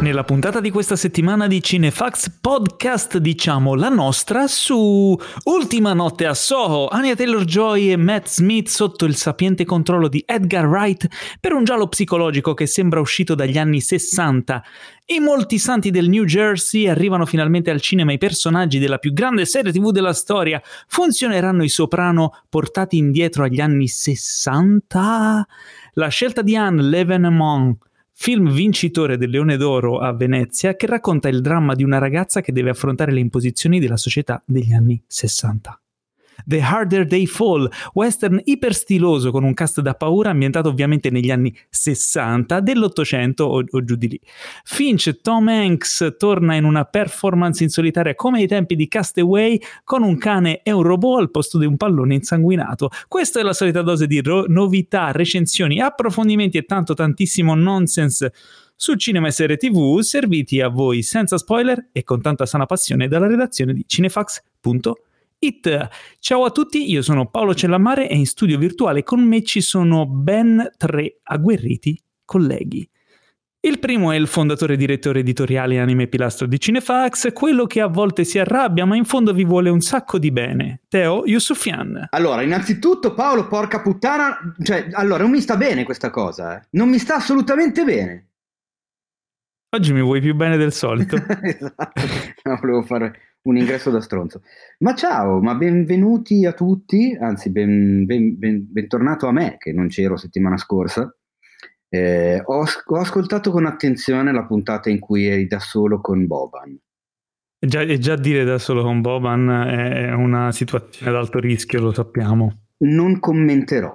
Nella puntata di questa settimana di Cinefax Podcast diciamo la nostra su Ultima notte a Soho, Anya Taylor-Joy e Matt Smith sotto il sapiente controllo di Edgar Wright per un giallo psicologico che sembra uscito dagli anni 60. I molti santi del New Jersey arrivano finalmente al cinema i personaggi della più grande serie TV della storia. Funzioneranno i Soprano portati indietro agli anni 60? La scelta di Anne Levenmont, film vincitore del Leone d'Oro a Venezia, che racconta il dramma di una ragazza che deve affrontare le imposizioni della società degli anni 60. The Harder They Fall, western iperstiloso con un cast da paura ambientato ovviamente negli anni 60 dell'Ottocento o giù di lì. Finch, Tom Hanks torna in una performance in solitaria come ai tempi di Castaway con un cane e un robot al posto di un pallone insanguinato. Questa è la solita dose di novità, recensioni, approfondimenti e tantissimo nonsense su cinema e serie TV serviti a voi senza spoiler e con tanta sana passione dalla redazione di cinefax.it. Ciao a tutti, io sono Paolo Cellammare e in studio virtuale con me ci sono ben 3 agguerriti colleghi. Il primo è il fondatore e direttore editoriale e anime pilastro di Cinefax, quello che a volte si arrabbia ma in fondo vi vuole un sacco di bene, Teo Yusufian. Allora, innanzitutto Paolo, porca puttana, non mi sta bene questa cosa, non mi sta assolutamente bene. Oggi mi vuoi più bene del solito. Esatto, no, volevo fare un ingresso da stronzo. Ma ciao, ma benvenuti a tutti, anzi bentornato a me che non c'ero settimana scorsa. Ho ascoltato con attenzione la puntata in cui eri da solo con Boban. E già dire da solo con Boban è una situazione ad alto rischio, lo sappiamo. Non commenterò.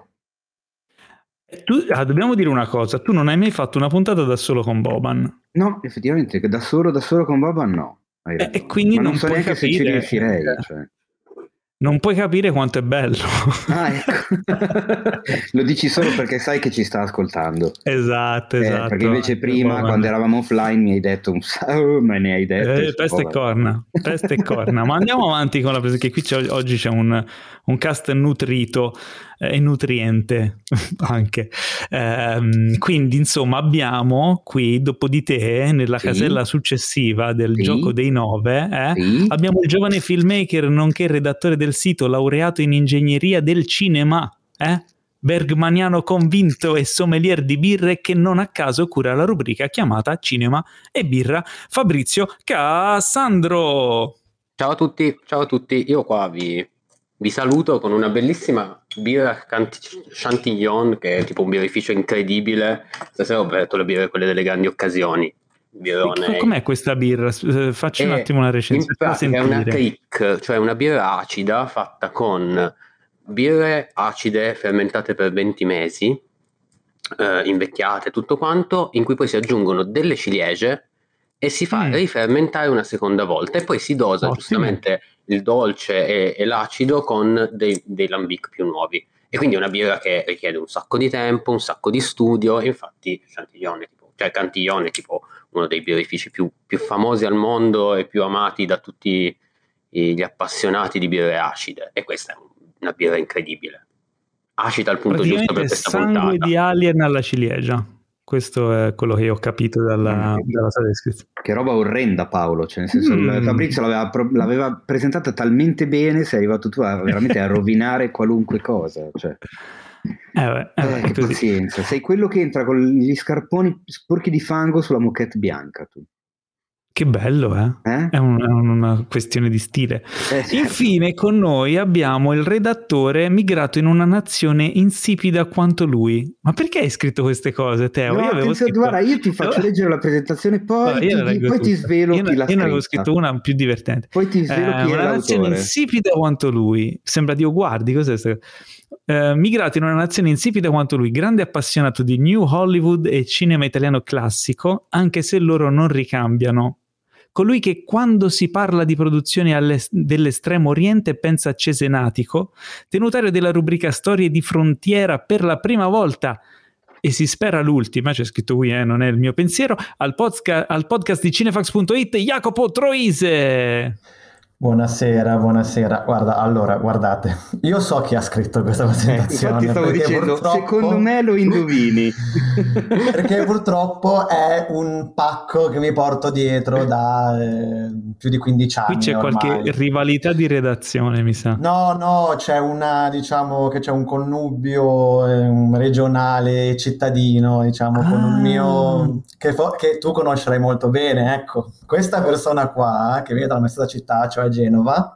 Dobbiamo dire una cosa, tu non hai mai fatto una puntata da solo con Boban? No, effettivamente, da solo con Boban no. E quindi ma non so puoi neanche capire, se ci riuscirei. Non puoi capire quanto è bello. Ah, ecco. Lo dici solo perché sai che ci sta ascoltando. Esatto. Perché invece prima, quando eravamo offline, mi hai detto me ne hai detto. Peste e corna. Ma andiamo avanti con la presentazione, che qui oggi c'è un cast nutrito e nutriente anche. Quindi, insomma, abbiamo qui, dopo di te, nella casella successiva del gioco dei 9, abbiamo il giovane filmmaker, nonché redattore del sito, laureato in ingegneria del cinema, bergmaniano convinto e sommelier di birre che non a caso cura la rubrica chiamata Cinema e Birra, Fabrizio Cassandro. Ciao a tutti, io qua vi saluto con una bellissima birra Chantillon, che è tipo un birrificio incredibile. Stasera ho aperto le birre, quelle delle grandi occasioni. Com'è questa birra? Facci un attimo una recensione. In pratica è una crick, cioè una birra acida fatta con birre acide fermentate per 20 mesi, invecchiate, tutto quanto, in cui poi si aggiungono delle ciliegie e si fa rifermentare una seconda volta e poi si dosa giustamente il dolce e l'acido con dei lambic più nuovi. E quindi è una birra che richiede un sacco di tempo, un sacco di studio, e infatti Cantillon è tipo uno dei birrifici più famosi al mondo e più amati da tutti gli appassionati di birre acide, e questa è una birra incredibile, acida al punto giusto per questa sangue puntata. Di alien alla ciliegia, questo è quello che ho capito dalla sua descrizione. Che roba orrenda, Paolo, cioè nel senso Fabrizio l'aveva presentata talmente bene, sei arrivato tu veramente a rovinare qualunque cosa, cioè. Che pazienza, sei quello che entra con gli scarponi sporchi di fango sulla moquette bianca, tu. Che bello, È una questione di stile. Certo. Infine con noi abbiamo il redattore migrato in una nazione insipida quanto lui. Ma perché hai scritto queste cose, Teo? No, guarda, io ti faccio leggere la presentazione, poi ti svelo chi l'ha scritta. Io ne avevo scritto una più divertente. Poi ti svelo chi è una l'autore. Nazione insipida quanto lui. Sembra Dio guardi, cos'è questo? Migrato in una nazione insipida quanto lui, grande appassionato di New Hollywood e cinema italiano classico, anche se loro non ricambiano. Colui che quando si parla di produzioni dell'estremo oriente pensa a Cesenatico, tenutario della rubrica Storie di frontiera per la prima volta, e si spera l'ultima, c'è scritto qui, non è il mio pensiero, al podcast di cinefax.it, Jacopo Troise. Buonasera. Guarda, allora, guardate, io so chi ha scritto questa presentazione. Infatti stavo dicendo, purtroppo, secondo me lo indovini. perché purtroppo è un pacco che mi porto dietro da più di 15 anni Qui c'è qualche ormai. rivalità di redazione, mi sa. No, diciamo che c'è un connubio regionale cittadino, diciamo, con un mio che tu conoscerai molto bene, ecco. Questa persona qua, che viene dalla mia stessa città, cioè Genova.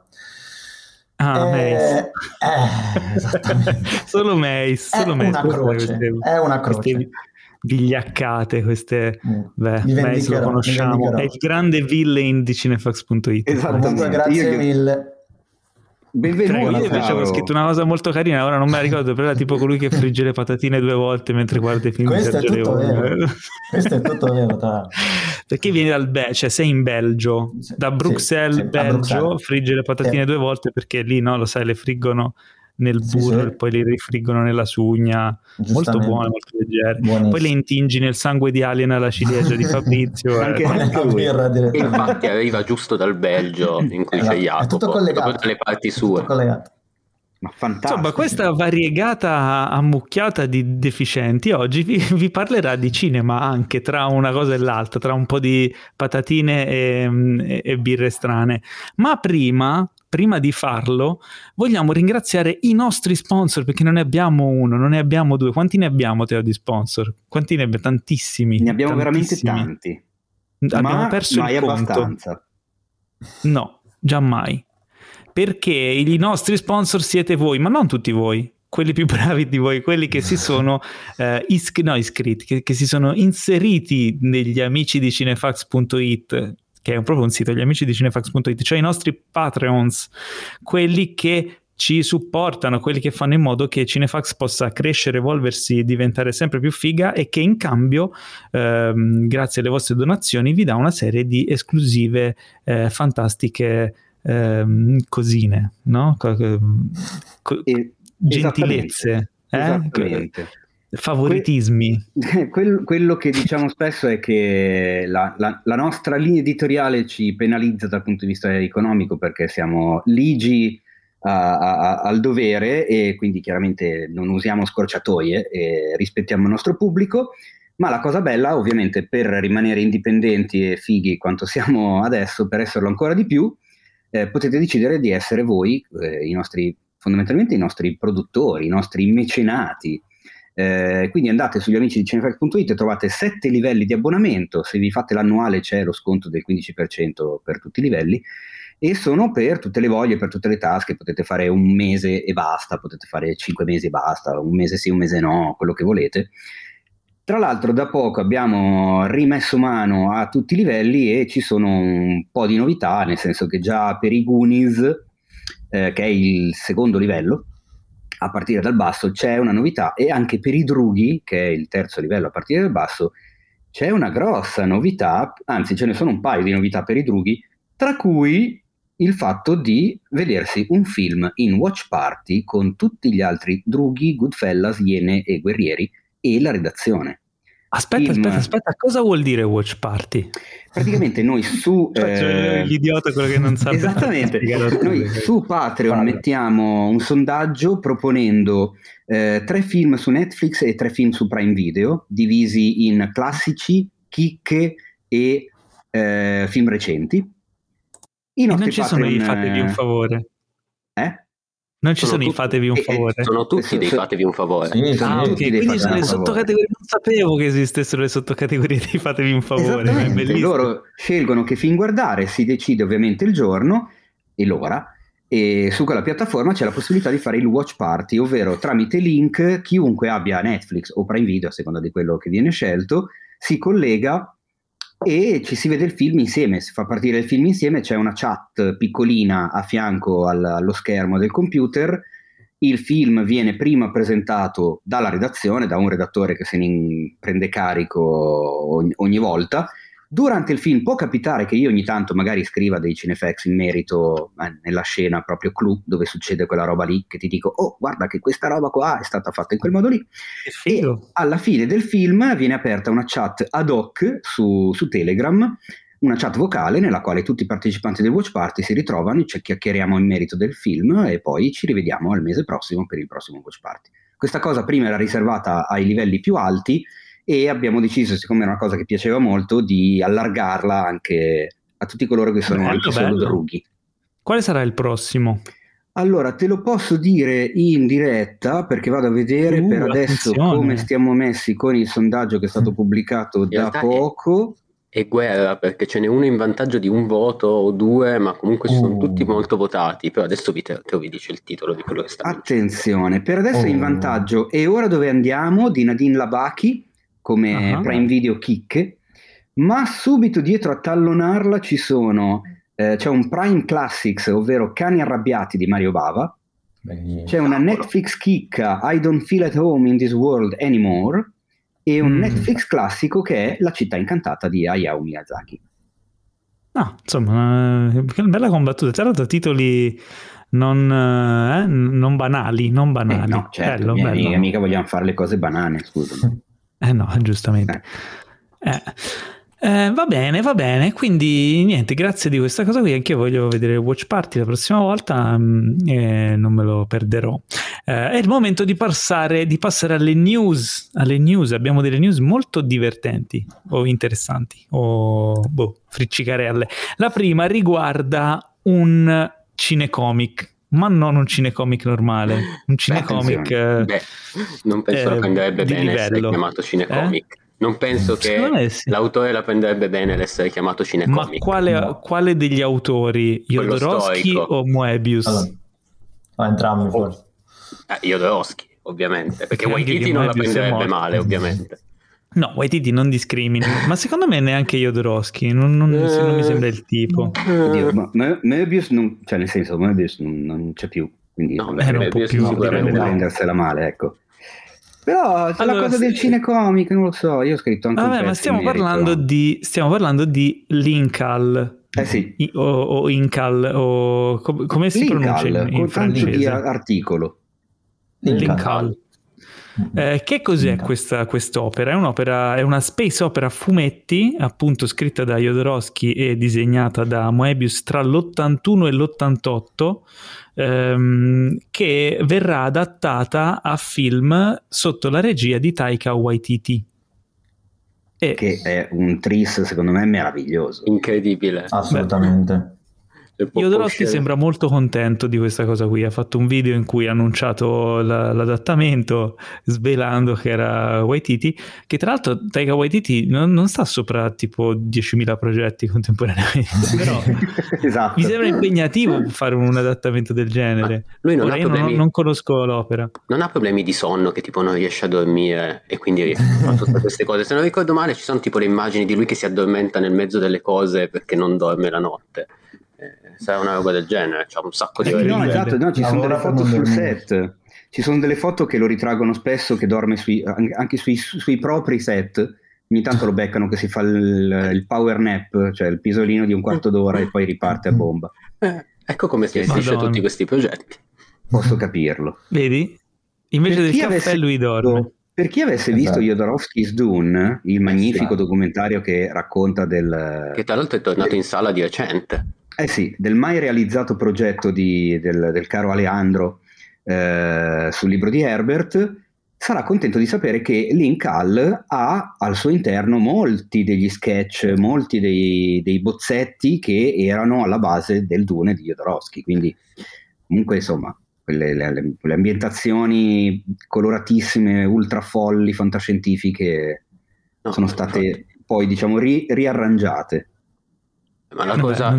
Mace. Esattamente. Solo Mace. È una croce. Queste vigliaccate, queste... Beh, Mi Mace lo vendicherò, conosciamo. È il grande villain di cinefax.it. Esattamente. Comunque, grazie mille. Benvenuto. Prego, io invece avevo scritto una cosa molto carina, ora non me la ricordo, però era tipo colui che frigge le patatine 2 volte mentre guarda i film di Questo è Sergio tutto Leone. vero. Questo è tutto vero, tra l'altro. Perché vieni cioè sei in Belgio, da Bruxelles, sì, a Belgio, Bruxelles. frigge le patatine 2 volte perché lì, no, lo sai, le friggono nel burro e poi le rifriggono nella sugna, molto buone, molto leggere. Buonissimo. Poi le intingi nel sangue di Alien alla ciliegia di Fabrizio. Anche lui. E infatti arriva giusto dal Belgio in cui c'è Jacopo, è tutto collegato, proprio dalle parti sue. Ma fantastico. Insomma, questa variegata ammucchiata di deficienti oggi vi parlerà di cinema anche tra una cosa e l'altra, tra un po' di patatine e birre strane. Ma prima di farlo vogliamo ringraziare i nostri sponsor, perché non ne abbiamo uno, non ne abbiamo due. Quanti ne abbiamo, Teo, di sponsor? Quanti ne abbiamo? Tantissimi. Ne abbiamo tantissimi. veramente tanti. Abbiamo perso mai il conto. Abbastanza. No, giammai. Perché i nostri sponsor siete voi, ma non tutti voi, quelli più bravi di voi, quelli che si sono iscritti, che si sono inseriti negli amici di cinefax.it, che è proprio un sito, gli amici di cinefax.it, cioè i nostri Patreons, quelli che ci supportano, quelli che fanno in modo che Cinefax possa crescere, evolversi, diventare sempre più figa, e che in cambio, grazie alle vostre donazioni, vi dà una serie di esclusive fantastiche cosine, no? Gentilezze, esattamente. Favoritismi. Quello che diciamo spesso è che la nostra linea editoriale ci penalizza dal punto di vista economico, perché siamo ligi al dovere e quindi chiaramente non usiamo scorciatoie e rispettiamo il nostro pubblico. Ma la cosa bella, ovviamente, per rimanere indipendenti e fighi quanto siamo adesso, per esserlo ancora di più, potete decidere di essere voi, fondamentalmente i nostri produttori, i nostri mecenati. Quindi andate sugli amici di cinefax.it, trovate 7 livelli di abbonamento. Se vi fate l'annuale c'è lo sconto del 15% per tutti i livelli, e sono per tutte le voglie, per tutte le tasche. Potete fare un mese e basta, potete fare 5 mesi e basta, un mese sì, un mese no, quello che volete. Tra l'altro da poco abbiamo rimesso mano a tutti i livelli e ci sono un po' di novità, nel senso che già per i Goonies, che è il secondo livello, a partire dal basso, c'è una novità, e anche per i Drughi, che è il terzo livello a partire dal basso, c'è una grossa novità, anzi ce ne sono un paio di novità per i Drughi, tra cui il fatto di vedersi un film in watch party con tutti gli altri Drughi, Goodfellas, Iene e Guerrieri e la redazione. Aspetta, cosa vuol dire watch party? Praticamente noi su l'idiota, quello che non sa. Esattamente, noi su Patreon mettiamo un sondaggio proponendo 3 film su Netflix e 3 film su Prime Video, divisi in classici, chicche e film recenti. E non ci sono i fatevi un favore. Non ci sono i fatevi un favore. Sono tutti dei fatevi un favore. Quindi sono le sottocategorie. Non sapevo che esistessero le sottocategorie dei fatevi un favore. È bellissimo. Loro scelgono che film guardare, si decide ovviamente il giorno e l'ora, e su quella piattaforma c'è la possibilità di fare il watch party, ovvero tramite link chiunque abbia Netflix o Prime Video, a seconda di quello che viene scelto, si collega e ci si vede il film insieme, si fa partire il film insieme, c'è una chat piccolina a fianco allo schermo del computer. Il film viene prima presentato dalla redazione, da un redattore che se ne prende carico ogni volta. Durante il film può capitare che io ogni tanto magari scriva dei cinefax in merito nella scena proprio clou, dove succede quella roba lì, che ti dico: oh, guarda che questa roba qua è stata fatta in quel modo lì. E alla fine del film viene aperta una chat ad hoc su Telegram, una chat vocale nella quale tutti i partecipanti del Watch Party si ritrovano, ci chiacchieriamo in merito del film e poi ci rivediamo al mese prossimo per il prossimo Watch Party. Questa cosa prima era riservata ai livelli più alti e abbiamo deciso, siccome era una cosa che piaceva molto, di allargarla anche a tutti coloro che sono anche solo drughi. Quale sarà il prossimo? Allora, te lo posso dire in diretta perché vado a vedere per adesso come stiamo messi con il sondaggio che è stato pubblicato da poco. È guerra perché ce n'è uno in vantaggio di un voto o due, ma comunque ci sono tutti molto votati. Però adesso Teo vi dice il titolo di quello che sta Attenzione, per adesso è in vantaggio E ora dove andiamo di Nadine Labaki come Prime Video chicche, ma subito dietro a tallonarla ci sono... c'è un Prime Classics, ovvero Cani arrabbiati di Mario Bava. C'è una Netflix chicca, I Don't Feel at Home in This World Anymore, e un Netflix classico che è La città incantata di Hayao Miyazaki. Insomma, che bella combattuta. Tra l'altro titoli non banali. No, certo, bello. mica vogliamo fare le cose banane, scusami. No, giustamente. Va bene, quindi niente, grazie di questa cosa qui, anche io voglio vedere il Watch Party la prossima volta e non me lo perderò. È il momento di passare alle news, abbiamo delle news molto divertenti o interessanti o friccicarelle. La prima riguarda un cinecomic, ma non un cinecomic normale, un cinecomic non penso la prenderebbe bene livello. Essere chiamato cinecomic. Non penso che l'autore la prenderebbe bene ad essere chiamato cinecomic. Ma quale degli autori? Jodorowsky o Moebius? Allora, entrambi forse. Jodorowsky, ovviamente, perché Waititi non la prenderebbe male, ovviamente. No, Waititi non discrimini, ma secondo me neanche Jodorowsky, non mi sembra il tipo. Oddio, ma Moebius non, cioè nel senso Moebius non c'è più, quindi non può più prendersela male, ecco. Però c'è la cosa del cinecomic, non lo so, io ho scritto anche un pezzo ma stiamo parlando di Linkal. Sì. O Inkal, o come si pronuncia in francese? Di articolo. Linkal. Che cos'è quest'opera? È una space opera a fumetti, appunto scritta da Jodorowsky e disegnata da Moebius tra l'81 e l'88, che verrà adattata a film sotto la regia di Taika Waititi. Che è un tris secondo me meraviglioso. Incredibile. Assolutamente. Jodorowsky sembra molto contento di questa cosa qui, ha fatto un video in cui ha annunciato l'adattamento svelando che era Waititi, che tra l'altro Taika Waititi non sta sopra tipo 10.000 progetti contemporaneamente, però esatto. Mi sembra impegnativo fare un adattamento del genere. Lui non ha problemi, non conosco l'opera. Non ha problemi di sonno, che tipo non riesce a dormire e quindi fa tutte queste cose. Se non ricordo male ci sono tipo le immagini di lui che si addormenta nel mezzo delle cose perché non dorme la notte. Sarà una roba del genere, c'ha un sacco di no, esatto, ci sono delle foto sul set, ci sono delle foto che lo ritraggono spesso che dorme anche sui propri set, ogni tanto lo beccano che si fa il power nap, cioè il pisolino di un quarto d'ora e poi riparte a bomba. Ecco come si gestisce tutti questi progetti. Posso capirlo. Vedi? Invece del caffè lui dorme. Per chi avesse visto Jodorowsky's Dune, il magnifico documentario che racconta che tra l'altro è tornato in sala di recente. Del mai realizzato progetto del caro Aleandro sul libro di Herbert, sarà contento di sapere che Linkal ha al suo interno molti degli sketch, molti dei bozzetti che erano alla base del Dune di Jodorowsky, quindi comunque insomma quelle ambientazioni coloratissime, ultra folli, fantascientifiche sono state poi diciamo riarrangiate. Ma la cosa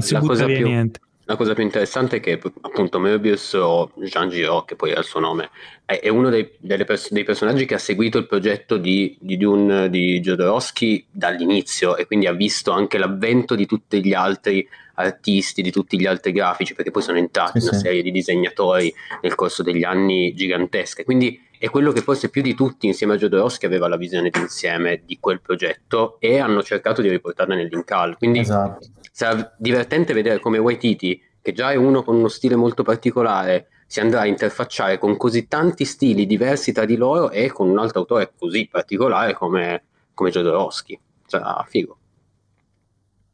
più interessante è che appunto Moebius o Jean Giraud, che poi è il suo nome, è uno dei personaggi che ha seguito il progetto di Dune di Jodorowsky dall'inizio e quindi ha visto anche l'avvento di tutti gli altri artisti, di tutti gli altri grafici, perché poi sono entrati una serie di disegnatori nel corso degli anni gigantesche, quindi è quello che forse più di tutti insieme a Jodorowsky aveva la visione d'insieme di quel progetto e hanno cercato di riportarla nell'Inkal, quindi sarà divertente vedere come Waititi, che già è uno con uno stile molto particolare, si andrà a interfacciare con così tanti stili diversi tra di loro e con un altro autore così particolare come Jodorowsky. Sarà figo.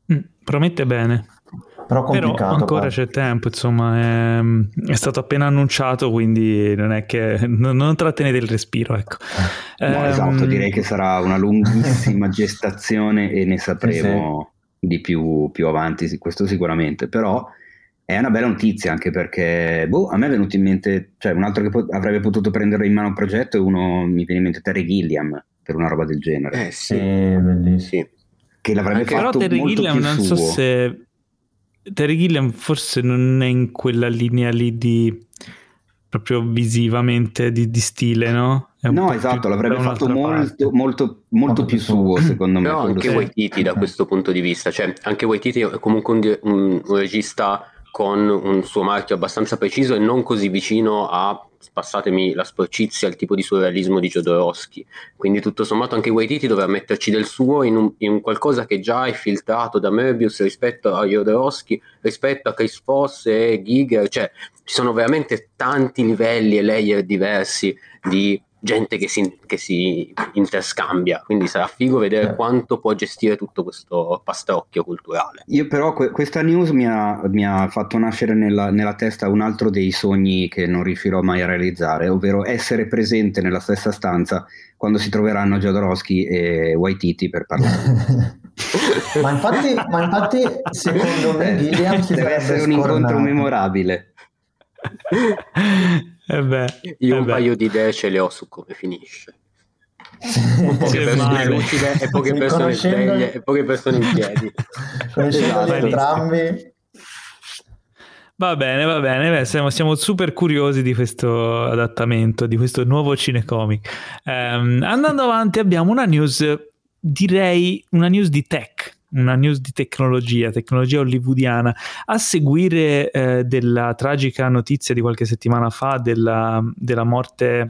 Promette bene. Però complicato. Ancora poi. c'è tempo, insomma, è stato appena annunciato, quindi non è che non trattenete il respiro, ecco. No, esatto, direi che sarà una lunghissima gestazione e ne sapremo di più avanti, questo sicuramente, però è una bella notizia anche perché a me è venuto in mente, cioè un altro che avrebbe potuto prendere in mano un progetto, mi viene in mente Terry Gilliam per una roba del genere. Sì, bellissimo. Sì. Che l'avrebbe Anche- fatto Però Terry molto Gilliam, più non so suo. se Terry Gilliam forse non è in quella linea lì di proprio visivamente di stile, no? È un No, po' esatto, più l'avrebbe da fatto un'altra parte. molto più suo, secondo me. Però quello anche sì. Waititi da questo punto di vista, cioè anche Waititi è comunque un regista con un suo marchio abbastanza preciso e non così vicino a, passatemi la sporcizia, al tipo di surrealismo di Jodorowsky. Quindi tutto sommato anche Waititi dovrà metterci del suo in un qualcosa che già è filtrato da Möbius rispetto a Jodorowsky, rispetto a Chris Foss e Giger, cioè ci sono veramente tanti livelli e layer diversi di gente che si interscambia, quindi sarà figo vedere quanto può gestire tutto questo pastrocchio culturale. Io però questa news mi ha fatto nascere nella testa un altro dei sogni che non riuscirò mai a realizzare, ovvero essere presente nella stessa stanza quando si troveranno Jodorowsky e Waititi per parlare. ma infatti secondo me Gilliam si deve essere un sarebbe incontro scornato. memorabile. Io un paio di idee ce le ho su come finisce. Poche Sì, persone male. lucide e poche Sì, persone sveglie e poche persone in piedi. Conoscendoli Esatto. entrambi. Va bene. Beh, siamo super curiosi di questo adattamento, di questo nuovo cinecomic. Andando avanti abbiamo una news, direi una news di tech, una news di tecnologia hollywoodiana, a seguire della tragica notizia di qualche settimana fa della morte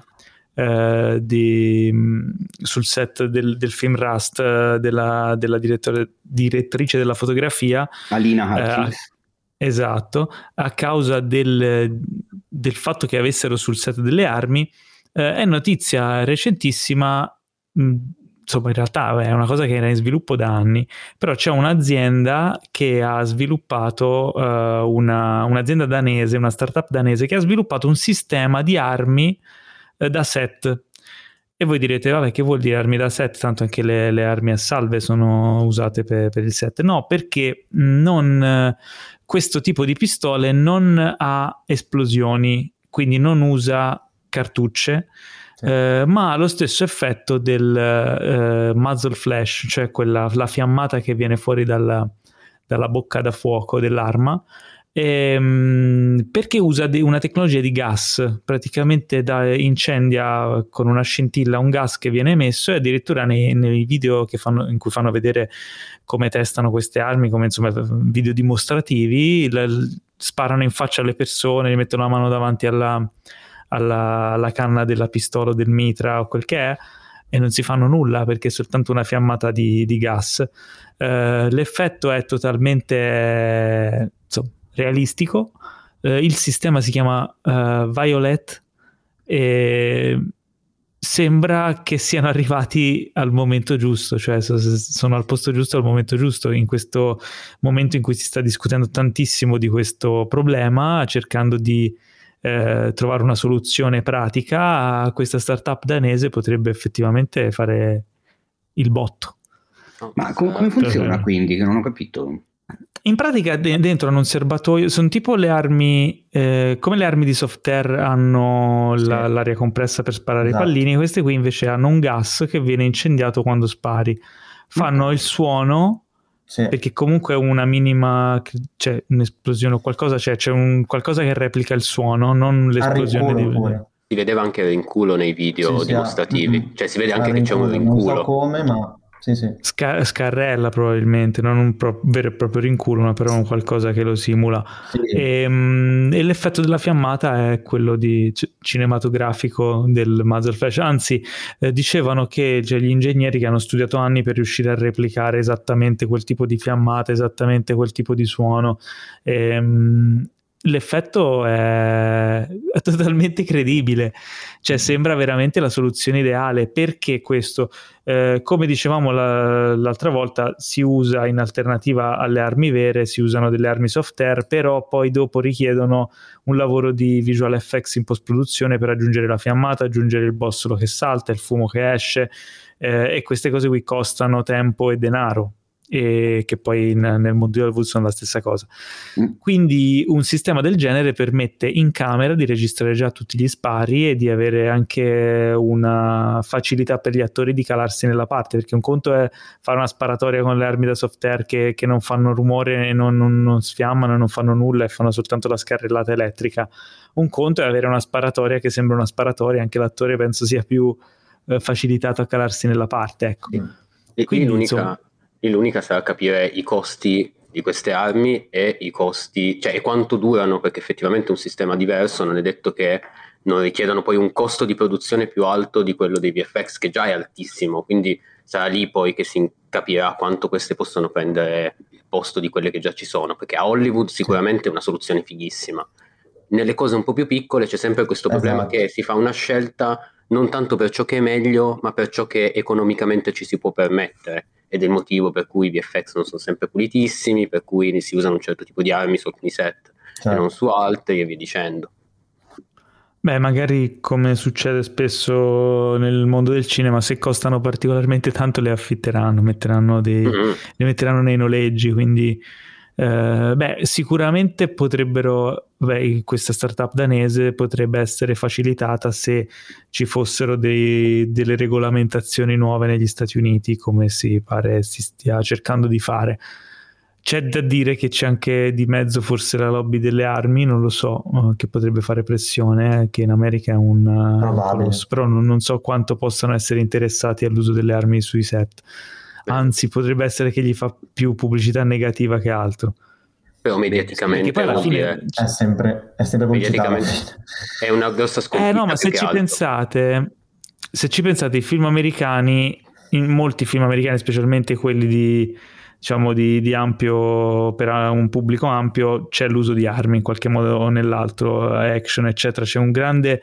sul set del film Rust della direttrice della fotografia Alina Hutchins. Esatto, a causa del fatto che avessero sul set delle armi. È notizia recentissima, insomma in realtà è una cosa che era in sviluppo da anni, però c'è un'azienda che ha sviluppato, un'azienda danese, una startup danese che ha sviluppato un sistema di armi da set. E voi direte, vabbè, che vuol dire armi da set? Tanto anche le armi a salve sono usate per il set. No, perché questo tipo di pistole non ha esplosioni, quindi non usa cartucce, sì. Ma ha lo stesso effetto del muzzle flash, cioè la fiammata che viene fuori dalla bocca da fuoco dell'arma. Perché usa una tecnologia di gas, praticamente incendia con una scintilla un gas che viene emesso, e addirittura nei video in cui fanno vedere come testano queste armi, come insomma video dimostrativi, sparano in faccia alle persone, gli mettono la mano davanti alla canna della pistola o del mitra o quel che è, e non si fanno nulla perché è soltanto una fiammata di gas. L'effetto è totalmente realistico. Il sistema si chiama Violet e sembra che siano arrivati al momento giusto, cioè sono al posto giusto al momento giusto, in questo momento in cui si sta discutendo tantissimo di questo problema, cercando di trovare una soluzione pratica. Questa startup danese potrebbe effettivamente fare il botto. Ma come funziona quindi? Che non ho capito. In pratica dentro hanno un serbatoio, sono tipo le armi, come le armi di Softair hanno l'aria compressa per sparare i pallini, queste qui invece hanno un gas che viene incendiato quando spari. Fanno il suono, perché comunque una minima, cioè un'esplosione o qualcosa, c'è un qualcosa che replica il suono, non l'esplosione di... Si vedeva anche il rinculo nei video dimostrativi, cioè si vede anche che c'è un rinculo. Non so come, ma... Sì. Scarrella probabilmente, non un vero e proprio rinculo, ma però un qualcosa che lo simula. Sì. E l'effetto della fiammata è quello cinematografico del muzzle flash. Anzi, dicevano che gli ingegneri che hanno studiato anni per riuscire a replicare esattamente quel tipo di fiammata, esattamente quel tipo di suono. l'effetto è totalmente credibile, cioè sembra veramente la soluzione ideale. Perché questo? Come dicevamo l'altra volta, si usa in alternativa alle armi vere, si usano delle armi soft air, però poi dopo richiedono un lavoro di visual effects in post-produzione per aggiungere la fiammata, aggiungere il bossolo che salta, il fumo che esce, e queste cose qui costano tempo e denaro, e che poi nel mondo di Hollywood sono la stessa cosa. Quindi un sistema del genere permette in camera di registrare già tutti gli spari e di avere anche una facilità per gli attori di calarsi nella parte, perché un conto è fare una sparatoria con le armi da soft air che non fanno rumore e non sfiammano, non fanno nulla e fanno soltanto la scarrellata elettrica. Un conto è avere una sparatoria che sembra una sparatoria, anche l'attore penso sia più facilitato a calarsi nella parte, ecco. E Quindi l'unica sarà capire i costi di queste armi e i costi, cioè e quanto durano, perché effettivamente un sistema diverso non è detto che non richiedano poi un costo di produzione più alto di quello dei VFX, che già è altissimo, quindi sarà lì poi che si capirà quanto queste possono prendere il posto di quelle che già ci sono, perché a Hollywood sicuramente è una soluzione fighissima. Nelle cose un po' più piccole c'è sempre questo problema che si fa una scelta non tanto per ciò che è meglio, ma per ciò che economicamente ci si può permettere, ed è il motivo per cui i VFX non sono sempre pulitissimi, per cui si usano un certo tipo di armi su alcuni set e non su altri, e via dicendo. Beh, magari come succede spesso nel mondo del cinema, se costano particolarmente tanto le affitteranno, le metteranno nei noleggi, quindi sicuramente potrebbero, questa startup danese potrebbe essere facilitata se ci fossero delle regolamentazioni nuove negli Stati Uniti, come si pare si stia cercando di fare. C'è da dire che c'è anche di mezzo forse la lobby delle armi, non lo so, che potrebbe fare pressione, che in America è un colosso, però non so quanto possano essere interessati all'uso delle armi sui set. Anzi, potrebbe essere che gli fa più pubblicità negativa che altro. Però mediaticamente poi alla fine è sempre pubblicità. È una grossa sconfitta. No, ma se ci pensate, i film americani, in molti film americani, specialmente quelli di ampio, per un pubblico ampio, c'è l'uso di armi in qualche modo o nell'altro, action eccetera, c'è un grande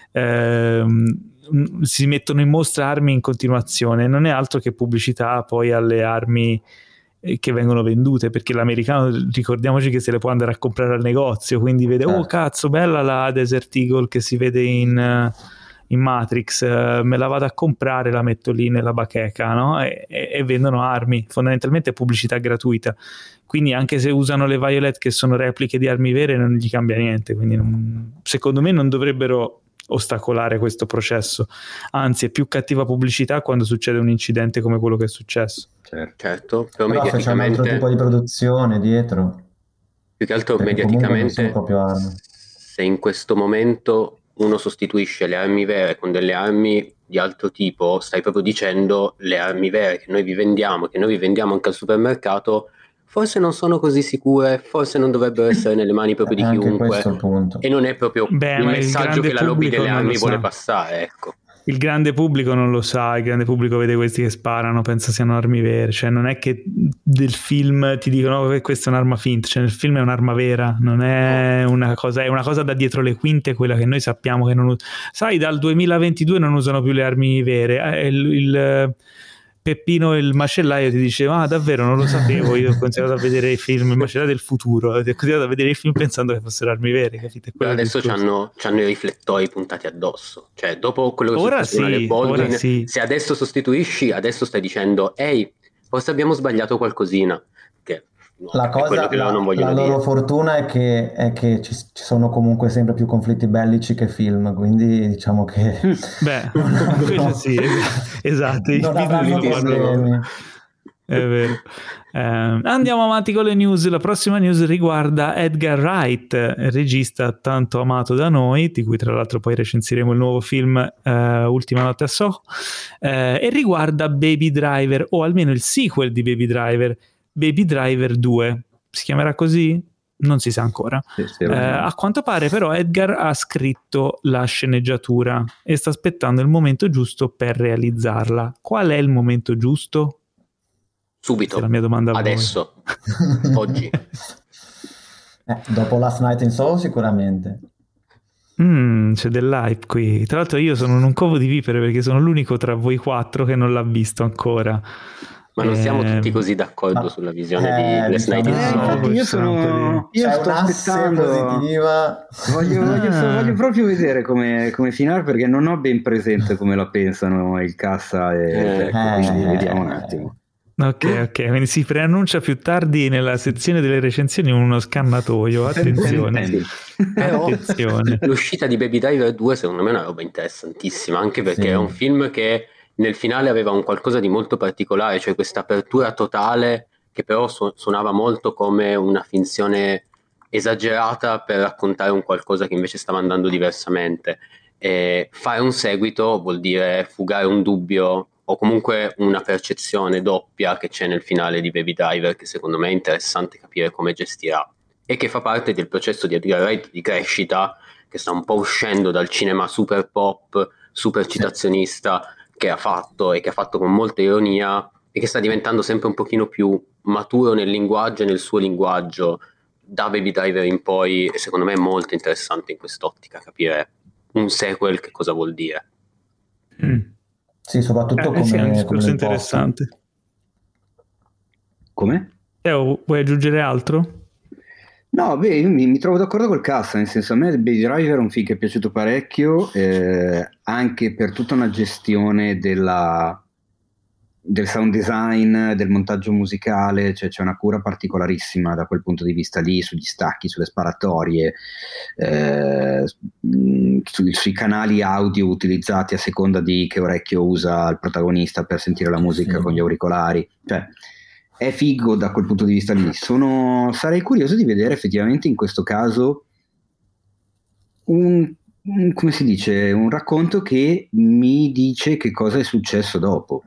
si mettono in mostra armi in continuazione, non è altro che pubblicità poi alle armi che vengono vendute, perché l'americano, ricordiamoci che se le può andare a comprare al negozio, quindi vede oh cazzo, bella la Desert Eagle che si vede in Matrix, me la vado a comprare, la metto lì nella bacheca, no? E vendono armi, fondamentalmente è pubblicità gratuita, quindi anche se usano le Violet che sono repliche di armi vere non gli cambia niente, quindi secondo me non dovrebbero ostacolare questo processo, anzi è più cattiva pubblicità quando succede un incidente come quello che è successo. Certo, però mediaticamente c'è un altro tipo di produzione dietro, più che altro mediaticamente, se in questo momento uno sostituisce le armi vere con delle armi di altro tipo, stai proprio dicendo le armi vere che noi vi vendiamo anche al supermercato, forse non sono così sicure, forse non dovrebbero essere nelle mani proprio di chiunque, e non è proprio il messaggio che la lobby delle armi vuole passare, ecco. Il grande pubblico non lo sa, il grande pubblico vede questi che sparano, pensa siano armi vere, cioè non è che del film ti dicono che questa è un'arma finta, cioè nel film è un'arma vera, non è una cosa, è una cosa da dietro le quinte, quella che noi sappiamo che non sai, dal 2022 non usano più le armi vere, il Peppino il macellaio ti diceva davvero non lo sapevo, io ho continuato a vedere i film, il macellaio del futuro, ho continuato a vedere i film pensando che fossero armi vere, capite? Però adesso c'hanno i riflettori puntati addosso, cioè dopo quello che succede nel Baldwin, se adesso sostituisci, adesso stai dicendo ehi, forse abbiamo sbagliato qualcosina, che la cosa, la loro fortuna è che ci sono comunque sempre più conflitti bellici che film, quindi diciamo che quello sì, esatto, non avranno problemi. È vero. Andiamo avanti con le news. La prossima news riguarda Edgar Wright, regista tanto amato da noi, di cui tra l'altro poi recensiremo il nuovo film Ultima notte a Soho, e riguarda Baby Driver, o almeno il sequel di Baby Driver 2. Si chiamerà così? Non si sa ancora. A quanto pare però Edgar ha scritto la sceneggiatura e sta aspettando il momento giusto per realizzarla. Qual è il momento giusto? Subito, la mia domanda adesso, oggi. Dopo Last Night in Soho sicuramente. C'è dell'hype qui. Tra l'altro io sono in un covo di vipere perché sono l'unico tra voi 4 che non l'ha visto ancora. Ma non siamo tutti così d'accordo sulla visione di Last Night in Soho. Infatti io sto aspettando, positiva. Voglio proprio vedere come finirà, perché non ho ben presente come la pensano il Cassa e quindi vediamo un attimo. Ok, quindi si preannuncia più tardi nella sezione delle recensioni uno scannatoio. Attenzione. Però l'uscita di Baby Driver 2 secondo me è una roba interessantissima, anche perché è un film che nel finale aveva un qualcosa di molto particolare, cioè questa apertura totale che però suonava molto come una finzione esagerata per raccontare un qualcosa che invece stava andando diversamente. E fare un seguito vuol dire fugare un dubbio o comunque una percezione doppia che c'è nel finale di Baby Driver, che secondo me è interessante capire come gestirà e che fa parte del processo di Edgar Wright di crescita, che sta un po' uscendo dal cinema super pop, super citazionista che ha fatto e che ha fatto con molta ironia, e che sta diventando sempre un pochino più maturo nel linguaggio e nel suo linguaggio da Baby Driver in poi, e secondo me è molto interessante in quest'ottica capire un sequel che cosa vuol dire. Sì, soprattutto come è un discorso interessante. Come? Vuoi aggiungere altro? No, beh, io mi trovo d'accordo col Cassa, nel senso, a me Baby Driver è un film che è piaciuto parecchio, anche per tutta una gestione del sound design, del montaggio musicale, cioè c'è una cura particolarissima da quel punto di vista lì, sugli stacchi, sulle sparatorie, sui canali audio utilizzati a seconda di che orecchio usa il protagonista per sentire la musica con gli auricolari, cioè è figo da quel punto di vista lì. Sarei curioso di vedere effettivamente in questo caso come si dice, un racconto che mi dice che cosa è successo dopo.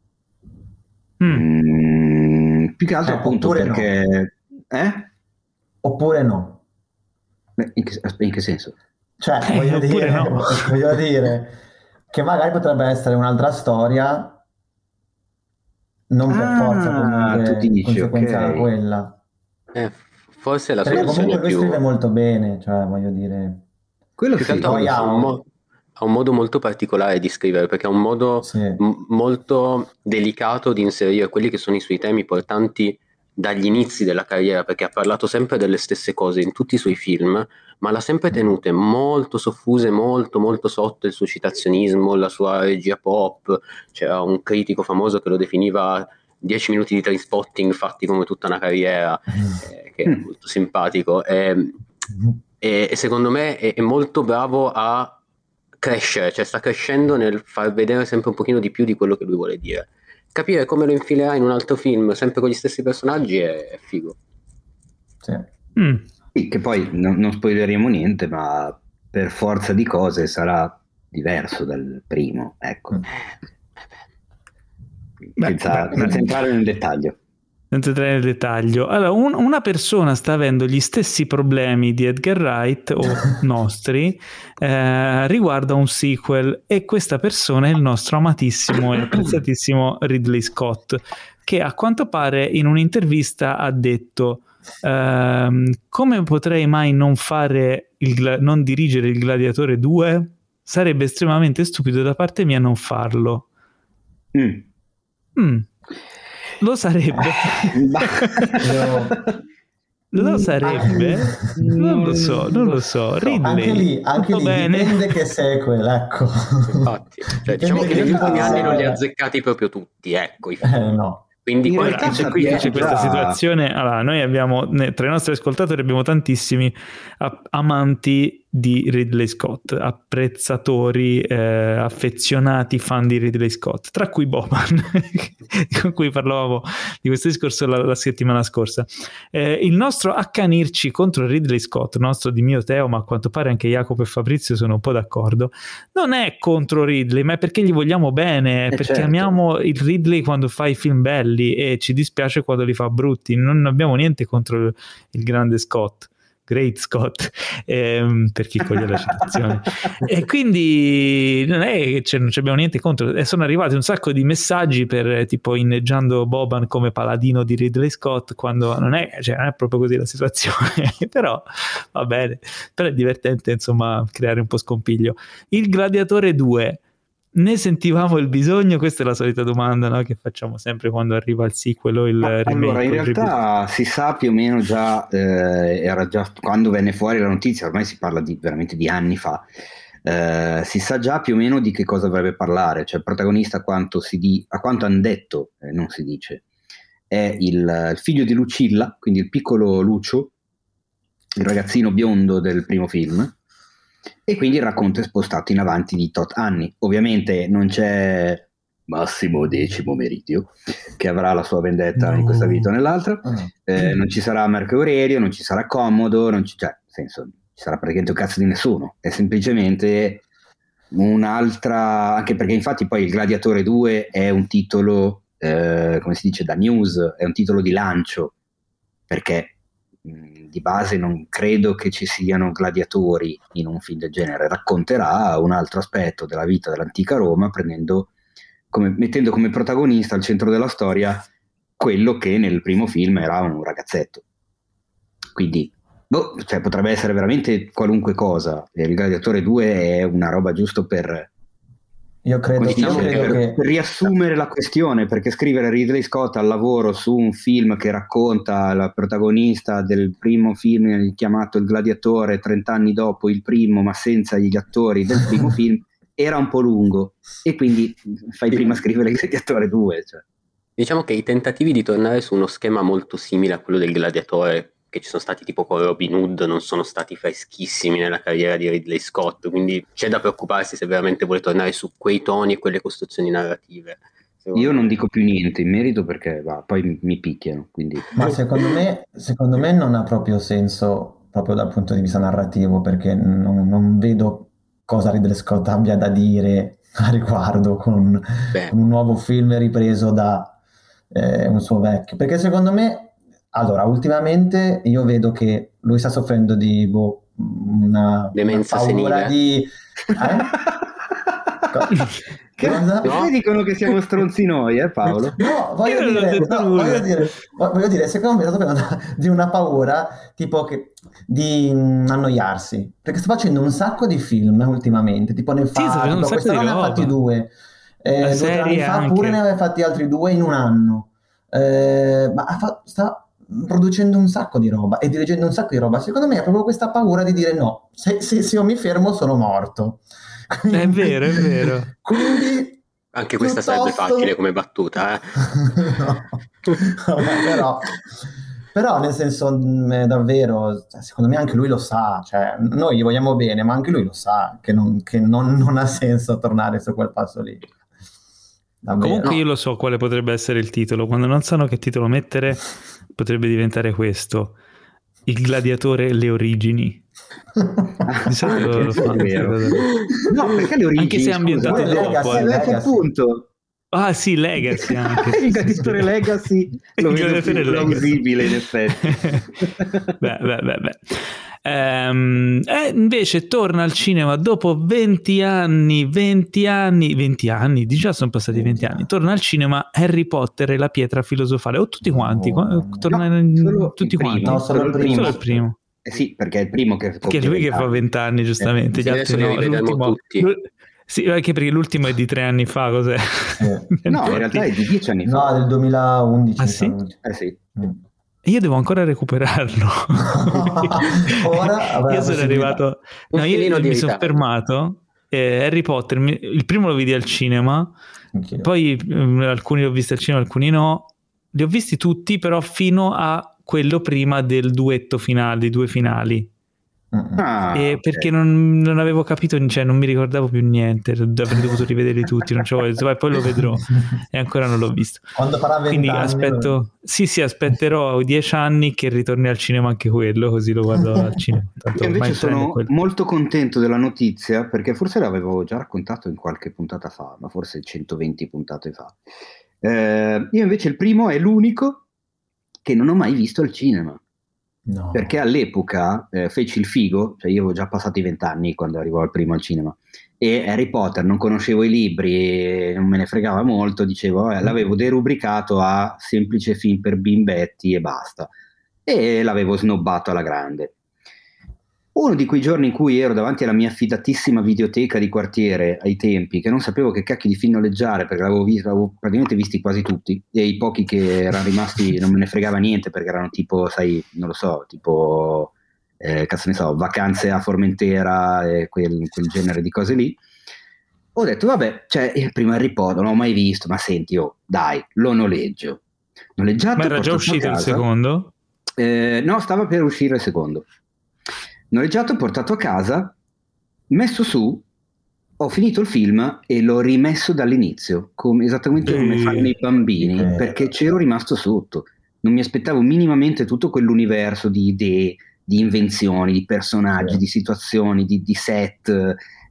Più che altro appunto perché oppure no. In che senso? Cioè voglio dire che magari potrebbe essere un'altra storia, non per forza comunque conseguenza quella. Forse la perché soluzione comunque più... lui scrive molto bene, cioè voglio dire, quello sì. Ha un modo molto particolare di scrivere, perché ha un modo molto delicato di inserire quelli che sono i suoi temi portanti dagli inizi della carriera, perché ha parlato sempre delle stesse cose in tutti i suoi film, ma l'ha sempre tenute molto soffuse, molto molto sotto il suo citazionismo, la sua regia pop. C'era un critico famoso che lo definiva 10 minuti di Trainspotting fatti come tutta una carriera, che è molto simpatico, e secondo me è molto bravo a crescere, cioè sta crescendo nel far vedere sempre un pochino di più di quello che lui vuole dire. Capire come lo infilerà in un altro film sempre con gli stessi personaggi è figo. Sì, che poi non spoileriamo niente, ma per forza di cose sarà diverso dal primo, ecco. Senza entrare nel dettaglio. Senza entrare nel dettaglio. Allora, una persona sta avendo gli stessi problemi di Edgar Wright o nostri riguardo a un sequel, e questa persona è il nostro amatissimo e apprezzatissimo Ridley Scott, che a quanto pare in un'intervista ha detto come potrei mai non dirigere il Gladiatore 2? Sarebbe estremamente stupido da parte mia non farlo. Lo sarebbe. Lo sarebbe. Non lo so. Ridley. Anche lì dipende che sequel, ecco. Infatti, cioè, diciamo che negli ultimi anni non li ha azzeccati proprio tutti, ecco. No. Quindi c'è questa situazione. Allora, noi abbiamo tra i nostri ascoltatori abbiamo tantissimi amanti di Ridley Scott, apprezzatori, affezionati fan di Ridley Scott, tra cui Boban con cui parlavamo di questo discorso la settimana scorsa. Il nostro accanirci contro Ridley Scott, nostro di mio Teo, ma a quanto pare anche Jacopo e Fabrizio sono un po' d'accordo, non è contro Ridley, ma è perché gli vogliamo bene, perché amiamo il Ridley quando fa i film belli e ci dispiace quando li fa brutti. Non abbiamo niente contro il grande Scott, Great Scott, per chi coglie la citazione. E quindi non è che non abbiamo niente contro, e sono arrivati un sacco di messaggi per tipo inneggiando Boban come paladino di Ridley Scott, quando non è proprio così la situazione. Però va bene, però è divertente insomma creare un po' scompiglio. Il Gladiatore 2, ne sentivamo il bisogno? Questa è la solita domanda, no? Che facciamo sempre quando arriva il sequel o il remake. Allora, in realtà si sa più o meno già, era già quando venne fuori la notizia, ormai si parla veramente di anni fa, si sa già più o meno di che cosa dovrebbe parlare, cioè il protagonista a quanto hanno detto, non si dice, è il figlio di Lucilla, quindi il piccolo Lucio, il ragazzino biondo del primo film. E quindi il racconto è spostato in avanti di tot anni. Ovviamente non c'è Massimo Decimo Meridio, che avrà la sua vendetta in questa vita o nell'altra, non ci sarà Marco Aurelio, non ci sarà Commodo, nel senso, non ci sarà praticamente un cazzo di nessuno, è semplicemente un'altra, anche perché infatti poi il Gladiatore 2 è un titolo, come si dice, da news, è un titolo di lancio, perché di base non credo che ci siano gladiatori in un film del genere, racconterà un altro aspetto della vita dell'antica Roma, mettendo come protagonista al centro della storia quello che nel primo film era un ragazzetto. Quindi potrebbe essere veramente qualunque cosa. Il Gladiatore 2 è una roba giusto per per riassumere la questione, perché scrivere Ridley Scott al lavoro su un film che racconta la protagonista del primo film chiamato Il Gladiatore 30 anni dopo il primo, ma senza gli attori del primo film, era un po' lungo, e quindi fai prima scrivere Il Gladiatore 2. Diciamo che i tentativi di tornare su uno schema molto simile a quello del Gladiatore, che ci sono stati tipo con Robin Hood, non sono stati freschissimi nella carriera di Ridley Scott, quindi c'è da preoccuparsi se veramente vuole tornare su quei toni e quelle costruzioni narrative. Io non dico più niente in merito perché poi mi picchiano, quindi. Ma secondo me non ha proprio senso proprio dal punto di vista narrativo, perché non vedo cosa Ridley Scott abbia da dire a riguardo con un nuovo film ripreso da un suo vecchio, perché secondo me, allora, ultimamente io vedo che lui sta soffrendo di una demenza paura senile. Di Cosa? No? Dicono che siamo stronzi noi, Paolo? No, voglio dire, secondo me sta soffrendo di una paura tipo di annoiarsi, perché sta facendo un sacco di film ultimamente, tipo ne fa, quest'anno ne ha fatti 2, 2 anni fa anche. Pure ne aveva fatti altri 2 in un anno, ma sta producendo un sacco di roba e dirigendo un sacco di roba. Secondo me è proprio questa paura di dire no, se io mi fermo sono morto. Quindi, è vero. Quindi anche questa sarebbe facile come battuta, no, però nel senso davvero, secondo me anche lui lo sa, cioè noi gli vogliamo bene, ma anche lui lo sa che non ha senso tornare su quel passo lì. Davvero. Comunque io lo so quale potrebbe essere il titolo. Quando non sanno che titolo mettere, potrebbe diventare questo: Il Gladiatore le origini. Di solito lo fanno. No, perché le origini? Anche se è ambientato dopo. Appunto. Ah sì, Legacy anche. Il Gladiatore Legacy lo vedo più plausibile in effetti. Beh. Invece torna al cinema dopo 20 anni, già sono passati 20 anni, torna al cinema Harry Potter e la pietra filosofale, o tutti quanti, tutti quanti. No, solo il primo. Sì, perché è il primo che è lui che fa 20 anni, giustamente. Gli altri no, l'ultimo, sì, anche perché l'ultimo è di 3 anni fa, cos'è? No, in realtà è di 10 anni fa. No, del 2011. Ah sì? Sì. Io devo ancora recuperarlo. Io sono arrivato, io mi sono fermato. Harry Potter, il primo lo vidi al cinema, poi alcuni li ho visti al cinema, alcuni no. Li ho visti tutti, però fino a quello prima del duetto finale, dei 2 finali. Perché non avevo capito, cioè non mi ricordavo più niente, avrei dovuto rivederli tutti, non c'ho voglia, poi lo vedrò e ancora non l'ho visto. Quando farà 20 quindi anni aspetterò 10 anni che ritorni al cinema anche quello, così lo guardo al cinema. Io invece sono molto contento della notizia, perché forse l'avevo già raccontato in qualche puntata fa, ma forse 120 puntate fa. Io invece il primo è l'unico che non ho mai visto al cinema. No. Perché all'epoca feci il figo, cioè io avevo già passato i 20 anni quando arrivò al primo al cinema, e Harry Potter non conoscevo i libri, non me ne fregava molto, dicevo l'avevo derubricato a semplice film per bimbetti e basta, e l'avevo snobbato alla grande. Uno di quei giorni in cui ero davanti alla mia fidatissima videoteca di quartiere ai tempi, che non sapevo che cacchio di film noleggiare perché l'avevo praticamente visti quasi tutti, e i pochi che erano rimasti non me ne fregava niente perché erano tipo, sai, non lo so, tipo, cazzo ne so, Vacanze a Formentera e quel genere di cose lì. Ho detto, vabbè, cioè, il primo Harry Potter non l'ho mai visto, ma senti, dai, lo noleggiato. Ma era già uscito il secondo? No, stava per uscire il secondo. Noleggiato, portato a casa, messo su, ho finito il film e l'ho rimesso dall'inizio, esattamente come fanno i bambini, perché c'ero rimasto sotto. Non mi aspettavo minimamente tutto quell'universo di idee, di invenzioni, di personaggi, di situazioni, di set.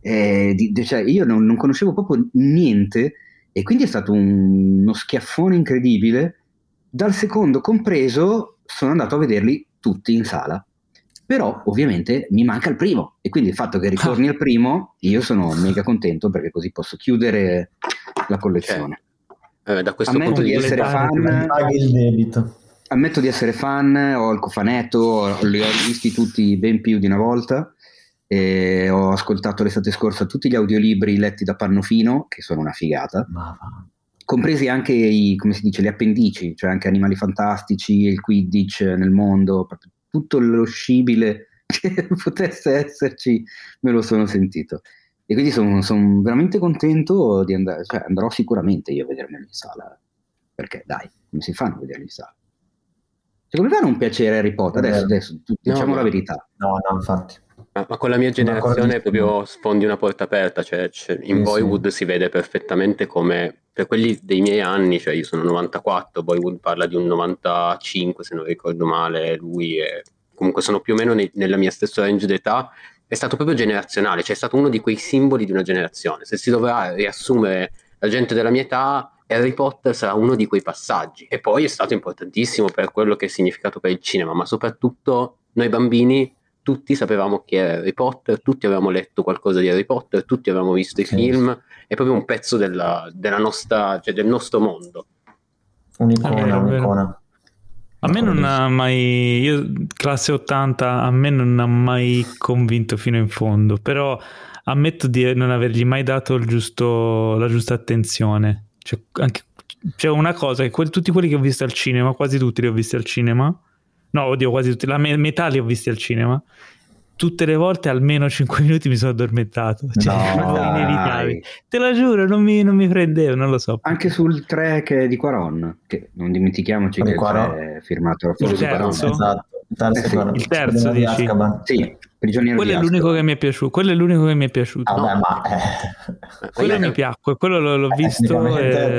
Cioè io non conoscevo proprio niente, e quindi è stato uno schiaffone incredibile. Dal secondo compreso sono andato a vederli tutti in sala. Però ovviamente mi manca il primo, e quindi il fatto che ritorni al primo, io sono mega contento perché così posso chiudere la collezione. Da questo punto di vista paghi il debito. Ammetto di essere fan, ho il cofanetto, li ho visti tutti ben più di una volta, e ho ascoltato l'estate scorsa tutti gli audiolibri letti da Pannofino, che sono una figata, compresi anche come si dice, le appendici, cioè anche Animali Fantastici, il Quidditch nel mondo, tutto lo scibile che potesse esserci me lo sono sentito, e quindi sono veramente contento di andare, cioè andrò sicuramente io a vedermelo in sala, perché dai, come si fanno a vederlo in sala? Secondo me non piacere Harry Potter, adesso diciamo la verità. No, infatti. Ma con la mia generazione proprio sfondi una porta aperta, cioè in Boyhood si vede perfettamente come, per quelli dei miei anni, cioè io sono 94, Boyhood parla di un 95 se non ricordo male, lui è, comunque sono più o meno nella mia stessa range d'età, è stato proprio generazionale, cioè è stato uno di quei simboli di una generazione. Se si dovrà riassumere la gente della mia età, Harry Potter sarà uno di quei passaggi, e poi è stato importantissimo per quello che è significato per il cinema, ma soprattutto noi bambini tutti sapevamo chi era Harry Potter, tutti avevamo letto qualcosa di Harry Potter, tutti avevamo visto i film, è proprio un pezzo della nostra, cioè del nostro mondo. Un'icona. A me non ha mai, io classe 80, a me non ha mai convinto fino in fondo, però ammetto di non avergli mai dato la giusta attenzione. C'è una cosa che tutti quelli che ho visto al cinema, quasi tutti li ho visti al cinema, no, oddio, quasi tutti, la metà li ho visti al cinema, tutte le volte almeno 5 minuti mi sono addormentato, cioè inevitabile, te lo giuro, non mi prendevo, non lo so. Anche sul 3 che è di Quaron, che non dimentichiamoci che è firmato il terzo, il terzo dici? Sì, Prigioniero quello di è l'unico che mi è piaciuto, quello è l'unico che mi è piaciuto. Quello mi piacque, quello l'ho visto,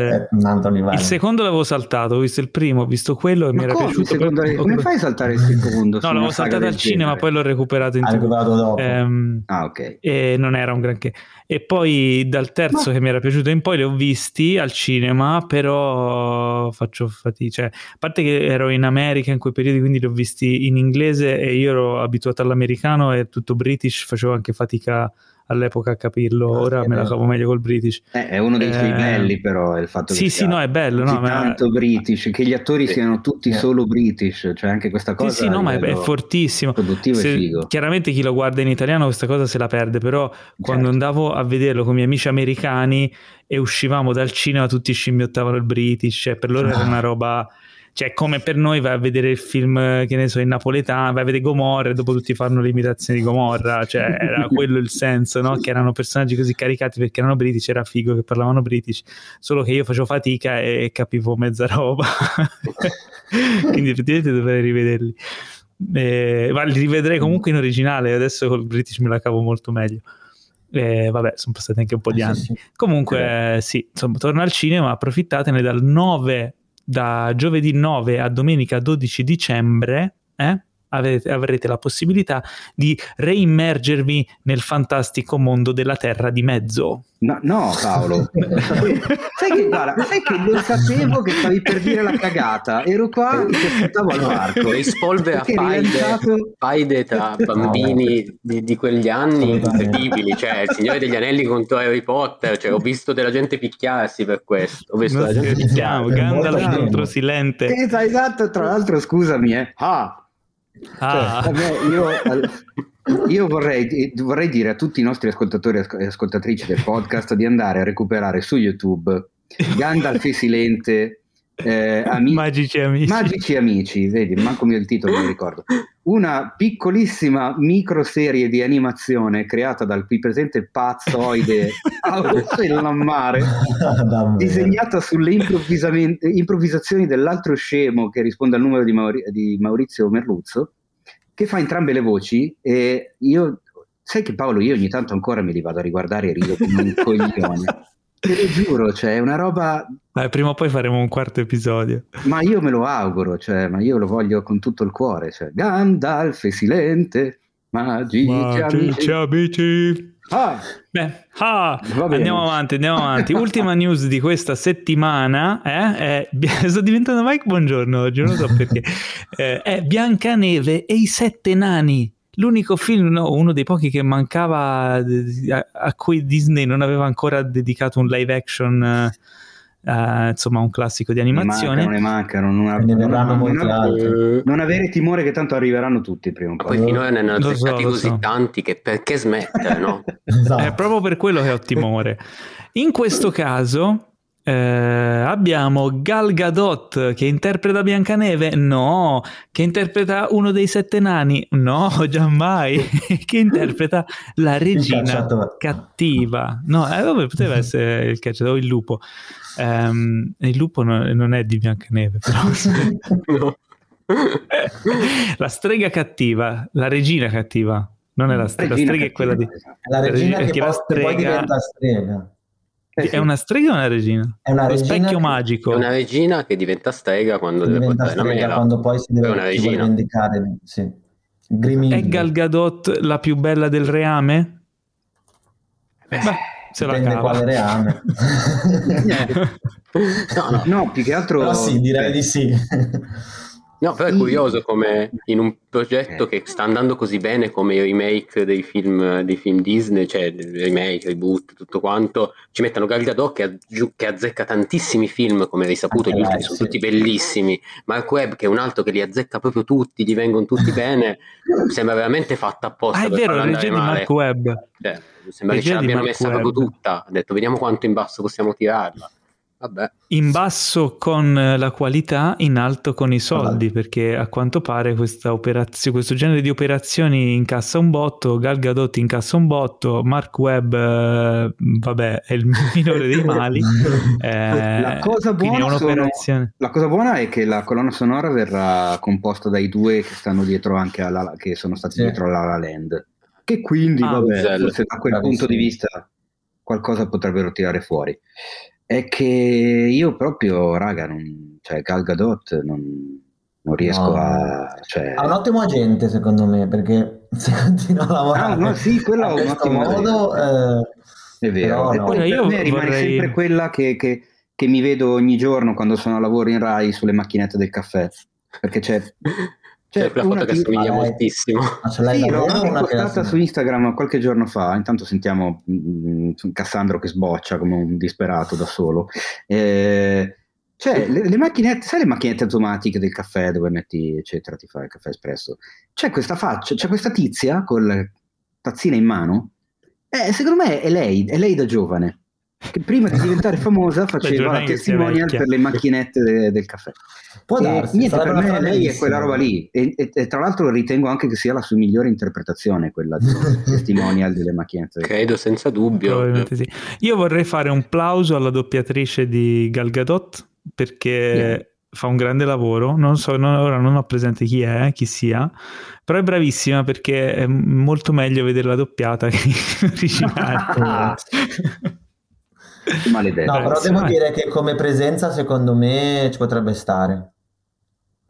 il secondo l'avevo saltato, ho visto il primo, ho visto quello e mi era piaciuto. Come fai a saltare il secondo? No, l'avevo saltato al cinema, poi l'ho recuperato in dopo. Ok. E non era un granché. E poi dal terzo che mi era piaciuto in poi li ho visti al cinema, però faccio fatica, cioè, a parte che ero in America in quei periodi, quindi li ho visti in inglese e io ero abituato all'americano e tutto British, facevo anche fatica all'epoca a capirlo, ora me la cavo meglio col British. È uno dei suoi belli, però è il fatto che sì, no, è bello, no, tanto British, che gli attori siano tutti solo British, cioè anche questa cosa sì, no, ma è fortissimo, produttivo e figo. Chiaramente chi lo guarda in italiano questa cosa se la perde, però quando andavo a vederlo con i miei amici americani e uscivamo dal cinema tutti scimmiottavano il British, cioè per loro era una roba, cioè come per noi vai a vedere il film, che ne so, in napoletano, vai a vedere Gomorra e dopo tutti fanno l'imitazione di Gomorra, cioè era quello il senso, no? Che erano personaggi così caricati perché erano British, era figo che parlavano British, solo che io facevo fatica e capivo mezza roba quindi effettivamente dovrei rivederli, ma li rivedrei comunque in originale, adesso col British me la cavo molto meglio. Vabbè, sono passati anche un po' di anni. Comunque sì, insomma, torno al cinema, approfittatene da giovedì 9 a domenica 12 dicembre, avrete la possibilità di reimmergervi nel fantastico mondo della Terra di Mezzo. No, Paolo, sai che lo sapevo che stavi per dire la cagata, ero qua e ti aspettavo al varco. Rispolvere a faide tra bambini di quegli anni incredibili, cioè il Signore degli Anelli contro Harry Potter, cioè ho visto della gente picchiarsi per questo, ho visto la gente picchiarsi. Gandalf contro Silente. Esatto, tra l'altro scusami, io vorrei dire a tutti i nostri ascoltatori e ascoltatrici del podcast di andare a recuperare su YouTube Gandalf e Silente, Magici Amici, vedi, manco il titolo, non mi ricordo. Una piccolissima microserie di animazione creata dal qui presente pazzoide Lammare, disegnata sulle improvvisazioni dell'altro scemo che risponde al numero di Maurizio Merluzzo, che fa entrambe le voci. E io, sai che Paolo, io ogni tanto ancora me li vado a riguardare e rido come un coglione. Te lo giuro, cioè è una roba... prima o poi faremo un quarto episodio. Ma io me lo auguro, cioè, ma io lo voglio con tutto il cuore, cioè Gandalf e Silente, magici amici. Andiamo avanti. Ultima news di questa settimana sto diventando Mike Buongiorno oggi, non so perché. È Biancaneve e i Sette Nani, l'unico film, uno dei pochi che mancava, a cui Disney non aveva ancora dedicato un live action, insomma un classico di animazione. Ne mancano, non avere timore che tanto arriveranno tutti prima o poi. Poi finora ne hanno azzeccati così tanti che perché smettere, no? Esatto. È proprio per quello che ho timore. In questo caso abbiamo Gal Gadot che interpreta Biancaneve, no, che interpreta uno dei Sette Nani, no, giammai, che interpreta la regina cattiva, no, vabbè, poteva essere il cacciatore o il lupo. Il lupo non è di Biancaneve, però. No. La strega cattiva, la regina cattiva, non è la strega è quella di la regina che poi diventa strega. È una strega o una regina? È una regina, specchio magico. È una regina che diventa strega quando deve portare la mela. Quando poi si deve vendicare. Sì. È Gal Gadot la più bella del reame? Dipende quale reame. No, più che altro. Però sì, direi di sì. No, però è curioso come in un progetto che sta andando così bene come i remake dei film Disney, cioè remake, reboot, tutto quanto, ci mettano Gal Gadot che azzecca tantissimi film, come risaputo, gli ultimi sono tutti bellissimi. Mark Webb, che è un altro che li azzecca proprio tutti, gli vengono tutti bene, sembra veramente fatta apposta. È vero, la regia di Mark Webb. Cioè, sembra che ce l'abbiano messa proprio tutta. Ha detto, vediamo quanto in basso possiamo tirarla. Vabbè. In basso con la qualità, in alto con i soldi, perché a quanto pare questo genere di operazioni incassa un botto. Gal Gadot incassa un botto, Mark Webb vabbè, è il minore dei mali. La cosa buona è che la colonna sonora verrà composta dai due che stanno dietro anche che sono stati dietro a La La Land, che quindi forse da quel punto di vista qualcosa potrebbero tirare fuori. È che io proprio, raga, Gal Gadot non riesco a... Cioè... Ha un ottimo agente, secondo me, perché se continua a lavorare sì, quello è un ottimo modo, è vero. E poi per me rimane sempre quella che mi vedo ogni giorno quando sono a lavoro in Rai sulle macchinette del caffè, perché c'è quella foto che assomiglia moltissimo. L'ho postata su Instagram qualche giorno fa. Intanto sentiamo Cassandro che sboccia come un disperato da solo. Le macchinette, sai, le macchinette automatiche del caffè dove metti eccetera, ti fa il caffè espresso, c'è questa faccia, c'è questa tizia con la tazzina in mano, secondo me è lei da giovane che prima di diventare famosa faceva la testimonial per le macchinette del caffè. Può darsi, niente, per me lei è quella roba lì e tra l'altro ritengo anche che sia la sua migliore interpretazione, quella di testimonial delle macchinette. Credo, senza dubbio. Sì. Io vorrei fare un plauso alla doppiatrice di Gal Gadot, perché fa un grande lavoro. Non so, ora non ho presente chi sia, però è bravissima, perché è molto meglio vederla doppiata che originale. Maledetto. No, però devo dire che come presenza secondo me ci potrebbe stare.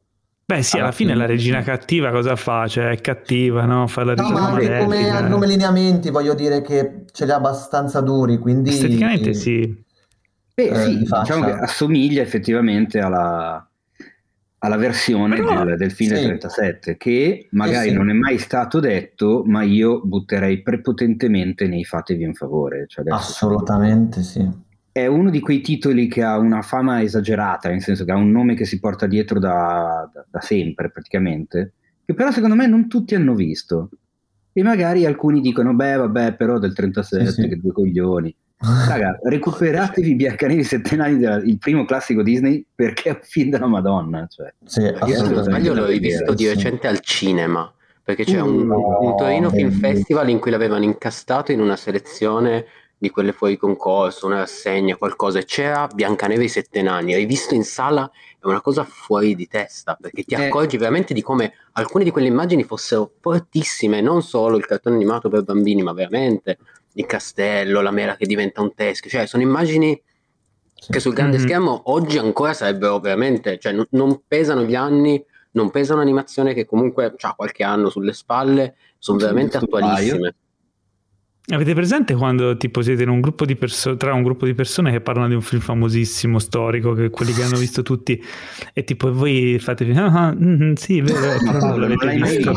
Beh sì, alla fine la regina cattiva cosa fa? Cioè è cattiva, no? Fa la No, ma anche come lineamenti voglio dire che ce li ha abbastanza duri, quindi esteticamente sì. Sì, diciamo che assomiglia effettivamente alla versione del film del 37, che magari non è mai stato detto, ma io butterei prepotentemente nei Fatevi un favore. Cioè assolutamente sì. È uno di quei titoli che ha una fama esagerata, nel senso che ha un nome che si porta dietro da sempre praticamente, che però secondo me non tutti hanno visto. E magari alcuni dicono, beh vabbè, però del 37, che due coglioni. Raga, recuperatevi Biancaneve 7 anni, il primo classico Disney, perché è un film della Madonna. Cioè. Io se non sbaglio l'ho rivisto di recente al cinema, perché c'è un Torino Film Festival in cui l'avevano incastrato in una selezione di quelle fuori concorso, una rassegna, qualcosa, e c'era Biancaneve i 7 anni. Rivisto in sala è una cosa fuori di testa, perché ti accorgi veramente di come alcune di quelle immagini fossero fortissime, non solo il cartone animato per bambini, ma veramente il castello, la mela che diventa un teschio, cioè sono immagini che sul grande schermo oggi ancora sarebbero veramente, cioè non pesano gli anni, non pesa un'animazione che comunque ha qualche anno sulle spalle, sono veramente attualissime. Avete presente quando tipo siete in un gruppo di tra un gruppo di persone che parlano di un film famosissimo, storico, che quelli che hanno visto tutti, e tipo voi fate sì, vero, però non l'avete visto.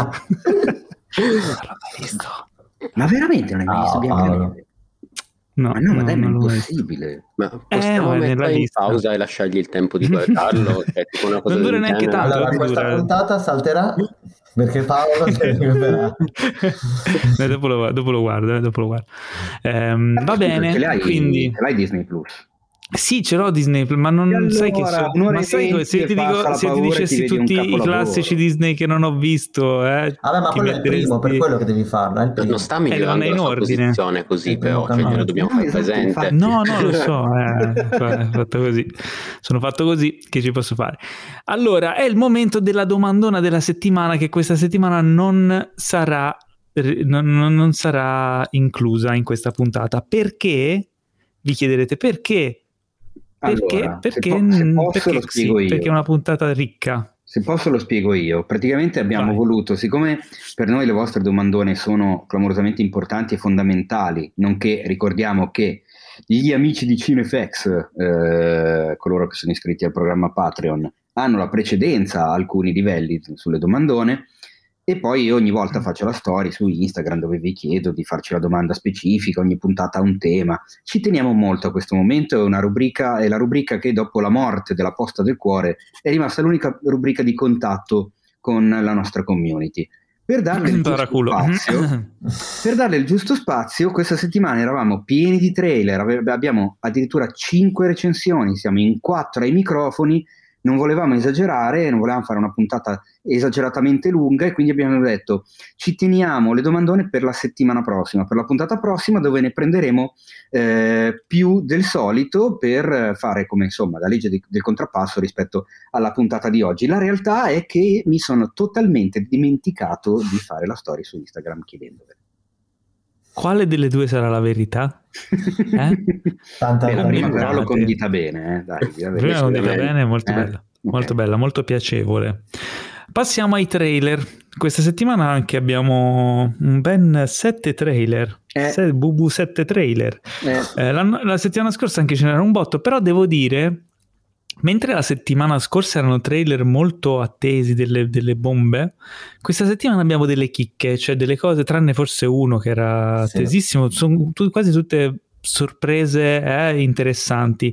Ma veramente non hai visto Biancaneve? No, ma non è impossibile. Ma possiamo mettere in pausa e lasciargli il tempo di guardarlo? Cioè, tipo una cosa non dura neanche tanto. Allora, questa puntata salterà perché Paolo dopo lo guardo. Va bene, ce l'hai, quindi ce l'hai Disney Plus? Sì, ce l'ho Disney, ma non allora, sai che ma sai se ti dicessi tutti i classici Disney che non ho visto, vabbè, ma quello è il primo, per quello che devi farlo, è il primo. Non sta migliorando la sua posizione così, però cioè, glielo dobbiamo fare presente. No, lo so, fatto così. Sono fatto così, che ci posso fare? Allora, è il momento della domandona della settimana, che questa settimana non sarà inclusa in questa puntata. Perché? Vi chiederete perché? Allora, perché è una puntata ricca. Se posso lo spiego io. Praticamente abbiamo voluto, siccome per noi le vostre domandone sono clamorosamente importanti e fondamentali, nonché ricordiamo che gli amici di Cinefx, coloro che sono iscritti al programma Patreon, hanno la precedenza a alcuni livelli sulle domandone, e poi ogni volta faccio la story su Instagram dove vi chiedo di farci la domanda specifica, ogni puntata ha un tema. Ci teniamo molto a questo momento, è la rubrica che dopo la morte della Posta del Cuore è rimasta l'unica rubrica di contatto con la nostra community. Per darle il giusto spazio, questa settimana eravamo pieni di trailer, abbiamo addirittura 5 recensioni, siamo in 4 ai microfoni. Non volevamo esagerare, non volevamo fare una puntata esageratamente lunga, e quindi abbiamo detto ci teniamo le domandone per la settimana prossima, per la puntata prossima, dove ne prenderemo più del solito per fare come insomma la legge del contrappasso rispetto alla puntata di oggi. La realtà è che mi sono totalmente dimenticato di fare la story su Instagram chiedendovela. Quale delle due sarà la verità? La prima l'ho condita bene, dai. Prima condita bene, molto bella, molto bella, molto piacevole. Passiamo ai trailer. Questa settimana anche abbiamo un ben 7 trailer. 7 trailer. La settimana scorsa anche ce n'era un botto, però devo dire, mentre la settimana scorsa erano trailer molto attesi, delle bombe, questa settimana abbiamo delle chicche, cioè delle cose, tranne forse uno che era attesissimo, sono quasi tutte sorprese interessanti.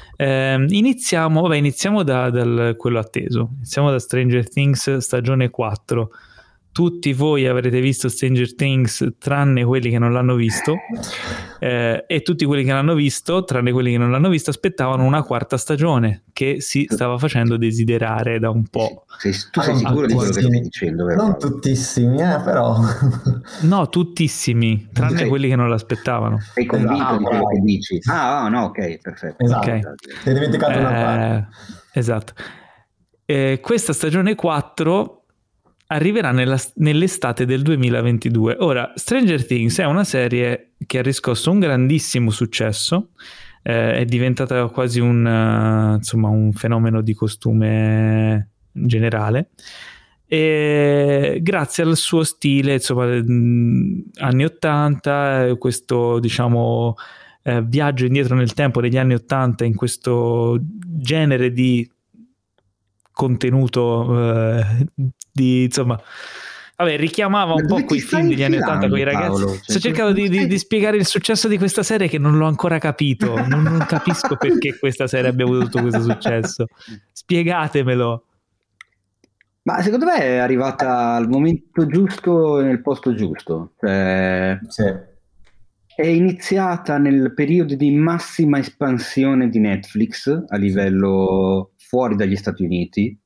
Iniziamo da quello atteso, iniziamo da Stranger Things stagione 4. Tutti voi avrete visto Stranger Things tranne quelli che non l'hanno visto, e tutti quelli che l'hanno visto tranne quelli che non l'hanno visto aspettavano una quarta stagione che si stava facendo desiderare da un po'. Tu sei sicuro di quello che stai dicendo, vero? Non tuttissimi, però no, tuttissimi tranne quelli che non l'aspettavano. Sei convinto di quello che dici? No, ok, perfetto. Esatto. Okay. Ti hai dimenticato una parte. Esatto. Questa stagione 4 arriverà nell'estate del 2022. Ora, Stranger Things è una serie che ha riscosso un grandissimo successo, è diventata quasi un fenomeno di costume in generale, e grazie al suo stile, insomma, anni 80, questo diciamo viaggio indietro nel tempo degli anni 80 in questo genere di contenuto di insomma, vabbè, richiamava un po' quei film degli anni 80 con i ragazzi. Paolo? Sto cercando di spiegare il successo di questa serie che non l'ho ancora capito, non capisco perché questa serie abbia avuto tutto questo successo, spiegatemelo. Ma secondo me è arrivata al momento giusto e nel posto giusto, cioè Sì. è iniziata nel periodo di massima espansione di Netflix a livello fuori dagli Stati Uniti,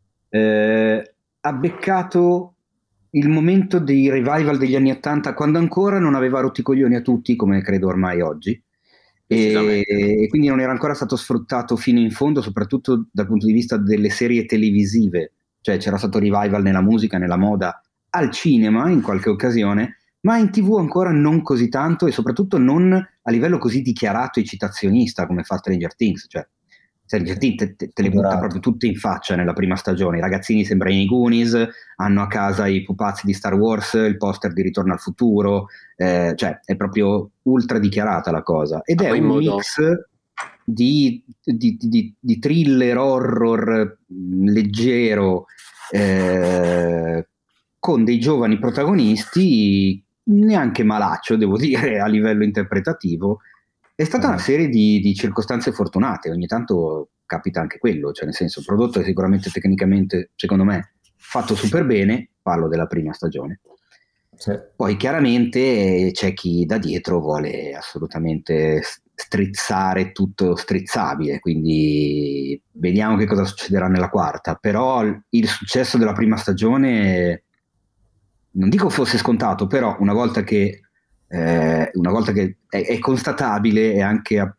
ha beccato il momento dei revival degli anni 80 quando ancora non aveva rotti i coglioni a tutti, come credo ormai oggi, e quindi non era ancora stato sfruttato fino in fondo, soprattutto dal punto di vista delle serie televisive, cioè c'era stato revival nella musica, nella moda, al cinema in qualche occasione, ma in TV ancora non così tanto e soprattutto non a livello così dichiarato e citazionista come fa Stranger Things, cioè Stranger Things te le butta proprio tutte in faccia nella prima stagione, i ragazzini sembrano i Goonies, hanno a casa i pupazzi di Star Wars, il poster di Ritorno al futuro, cioè è proprio ultra dichiarata la cosa, ed è un mix di thriller, horror leggero, con dei giovani protagonisti, neanche malaccio devo dire a livello interpretativo. È stata una serie di circostanze fortunate, ogni tanto capita anche quello, cioè nel senso, il prodotto è sicuramente tecnicamente, secondo me, fatto super bene, parlo della prima stagione. Sì. Poi chiaramente c'è chi da dietro vuole assolutamente strizzare tutto strizzabile, quindi vediamo che cosa succederà nella quarta, però il successo della prima stagione non dico fosse scontato, però una volta che è constatabile è anche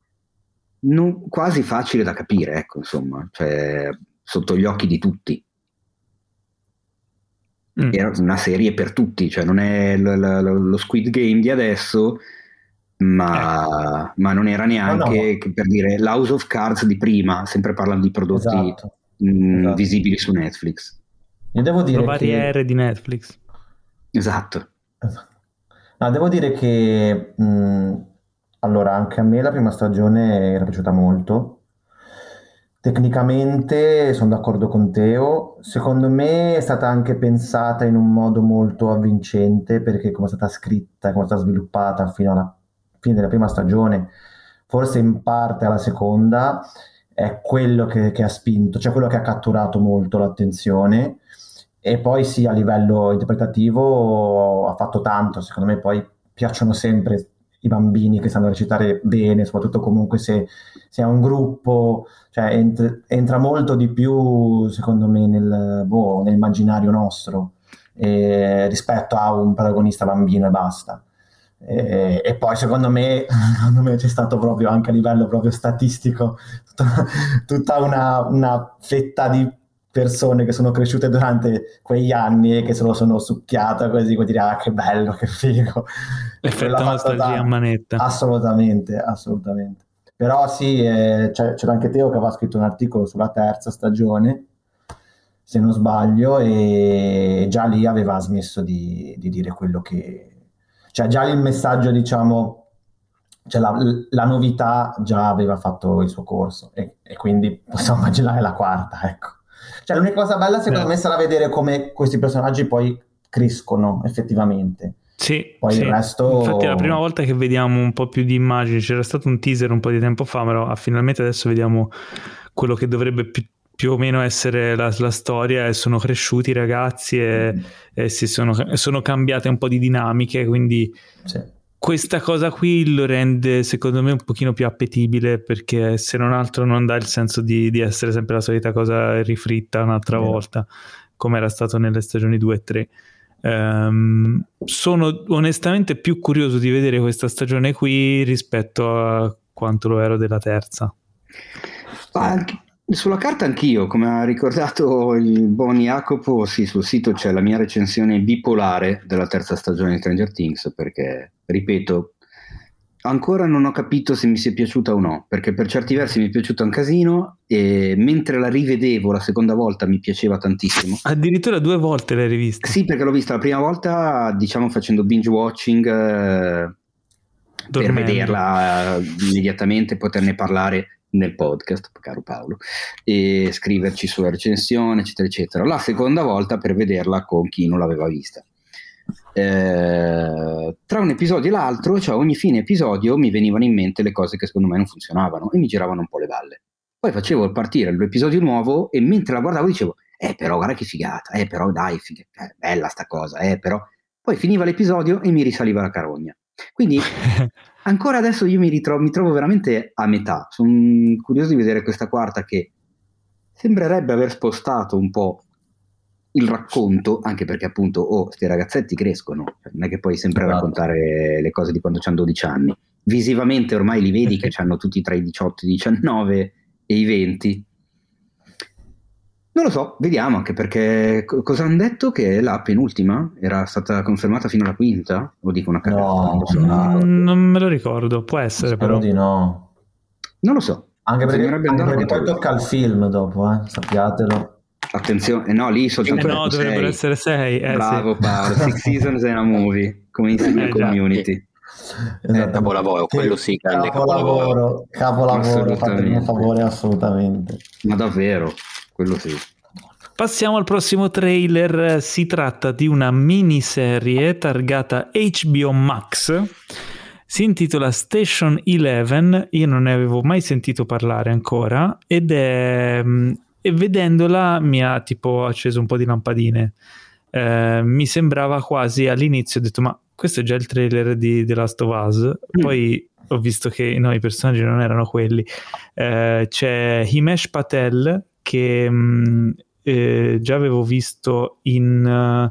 quasi facile da capire, ecco, insomma, cioè sotto gli occhi di tutti. Era una serie per tutti, cioè non è lo Squid Game di adesso, ma non era neanche per dire l'House of Cards di prima, sempre parlando di prodotti visibili su Netflix. Io devo dire barriere di Netflix. Esatto. No, devo dire che allora anche a me la prima stagione era piaciuta molto. Tecnicamente sono d'accordo con Teo, secondo me è stata anche pensata in un modo molto avvincente, perché come è stata scritta, come è stata sviluppata fino alla fine della prima stagione, forse in parte alla seconda, è quello che ha spinto, cioè quello che ha catturato molto l'attenzione. E poi sì, a livello interpretativo ha fatto tanto, secondo me poi piacciono sempre i bambini che sanno recitare bene, soprattutto comunque se è un gruppo, cioè entra molto di più secondo me nell'immaginario nostro rispetto a un protagonista bambino e basta. E poi secondo me c'è stato proprio anche a livello proprio statistico tutta una fetta di persone che sono cresciute durante quegli anni e che se lo sono succhiata così, vuol dire che bello, che figo. Effetto nostalgia a manetta. Assolutamente. Però sì, c'era anche Teo che aveva scritto un articolo sulla terza stagione, se non sbaglio, e già lì aveva smesso di dire quello che... Cioè già lì il messaggio, diciamo, cioè la novità già aveva fatto il suo corso e quindi possiamo immaginare la quarta, ecco. Cioè l'unica cosa bella secondo me sarà vedere come questi personaggi poi crescono effettivamente. Sì, poi il resto... Infatti è la prima volta che vediamo un po' più di immagini, c'era stato un teaser un po' di tempo fa, però finalmente adesso vediamo quello che dovrebbe più o meno essere la storia, e sono cresciuti i ragazzi e sono cambiate un po' di dinamiche, quindi questa cosa qui lo rende secondo me un pochino più appetibile, perché se non altro non dà il senso di essere sempre la solita cosa rifritta un'altra volta, come era stato nelle stagioni 2 e 3. Sono onestamente più curioso di vedere questa stagione qui rispetto a quanto lo ero della terza. Sulla carta anch'io, come ha ricordato il buon Jacopo, sì, sul sito c'è la mia recensione bipolare della terza stagione di Stranger Things, perché, ripeto, Ancora non ho capito se mi sia piaciuta o no, perché per certi versi mi è piaciuta un casino e mentre la rivedevo la seconda volta mi piaceva tantissimo. Addirittura 2 volte l'hai rivista? Sì, perché l'ho vista la prima volta, diciamo, facendo binge watching per vederla immediatamente, poterne parlare nel podcast, caro Paolo, e scriverci sulla recensione, eccetera, eccetera. La seconda volta per vederla con chi non l'aveva vista. Tra un episodio e l'altro, cioè ogni fine episodio, mi venivano in mente le cose che secondo me non funzionavano e mi giravano un po' le balle. Poi facevo partire l'episodio nuovo e mentre la guardavo dicevo però guarda che figata, però dai, bella sta cosa, però. Poi finiva l'episodio e mi risaliva la carogna. Quindi ancora adesso io mi trovo veramente a metà. Sono curioso di vedere questa quarta, che sembrerebbe aver spostato un po' il racconto, anche perché appunto sti ragazzetti crescono, non è che puoi sempre raccontare le cose di quando hanno 12 anni. Visivamente ormai li vedi che hanno tutti tra i 18, i 19 e i 20. Non lo so, vediamo, anche perché cosa hanno detto che la penultima era stata confermata fino alla quinta? O dico una cagata? Non me lo ricordo, può essere. Spero di no. Non lo so. Anche perché poi tocca il film dopo, sappiatelo. Attenzione, no, lì soltanto no, dovrebbero essere 6. Bravo, sì. Paolo, 6 seasons è una movie, come insieme Community. Capolavoro, quello sì, grande capolavoro. Fatemi un favore, assolutamente. Ma davvero, quello sì. Passiamo al prossimo trailer. Si tratta di una miniserie targata HBO Max. Si intitola Station 11. Io non ne avevo mai sentito parlare ancora ed è... E vedendola mi ha tipo acceso un po' di lampadine. Mi sembrava quasi all'inizio, ho detto ma questo è già il trailer di The Last of Us. Poi ho visto che i personaggi non erano quelli. C'è Himesh Patel che già avevo visto in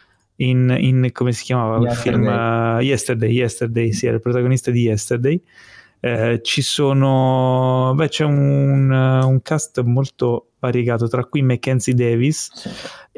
come si chiamava il film Yesterday, sì, era il protagonista di Yesterday. Ci sono c'è un cast molto variegato, tra cui Mackenzie Davis, sì.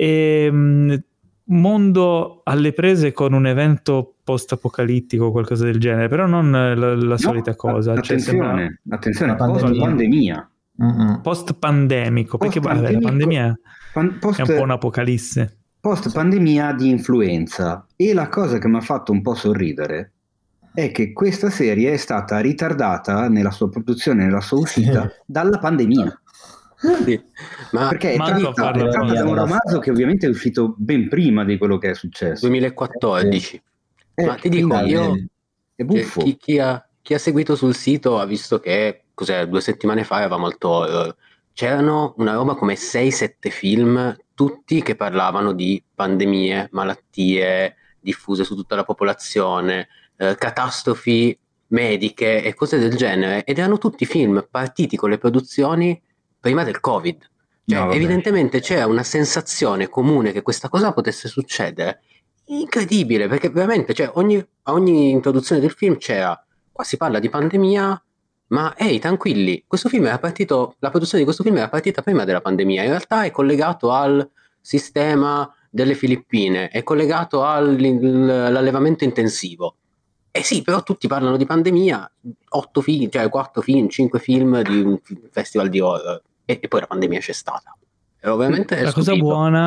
E mondo alle prese con un evento post-apocalittico o qualcosa del genere, però non la solita cosa. Attenzione, post-pandemia. Post-pandemico, perché la pandemia è un po' un'apocalisse. Post-pandemia di influenza. E la cosa che mi ha fatto un po' sorridere è che questa serie è stata ritardata nella sua produzione, nella sua uscita, dalla pandemia. Sì, perché è tratta da un romanzo che ovviamente è uscito ben prima di quello che è successo. 2014. Ma ti dico, io è buffo. Chi ha seguito sul sito ha visto che 2 settimane fa era molto horror. C'erano una roba come 6-7 film, tutti che parlavano di pandemie, malattie diffuse su tutta la popolazione, catastrofi mediche e cose del genere, ed erano tutti film partiti con le produzioni prima del Covid. Evidentemente c'era una sensazione comune che questa cosa potesse succedere incredibile, perché veramente a ogni introduzione del film qua si parla di pandemia, ma tranquilli, questo film era partito, la produzione di questo film era partita prima della pandemia, in realtà è collegato al sistema delle Filippine, è collegato all'allevamento intensivo. Sì, però tutti parlano di pandemia, 8 film, 4 film, 5 film di un festival di horror, e poi la pandemia c'è stata. Ero veramente la cosa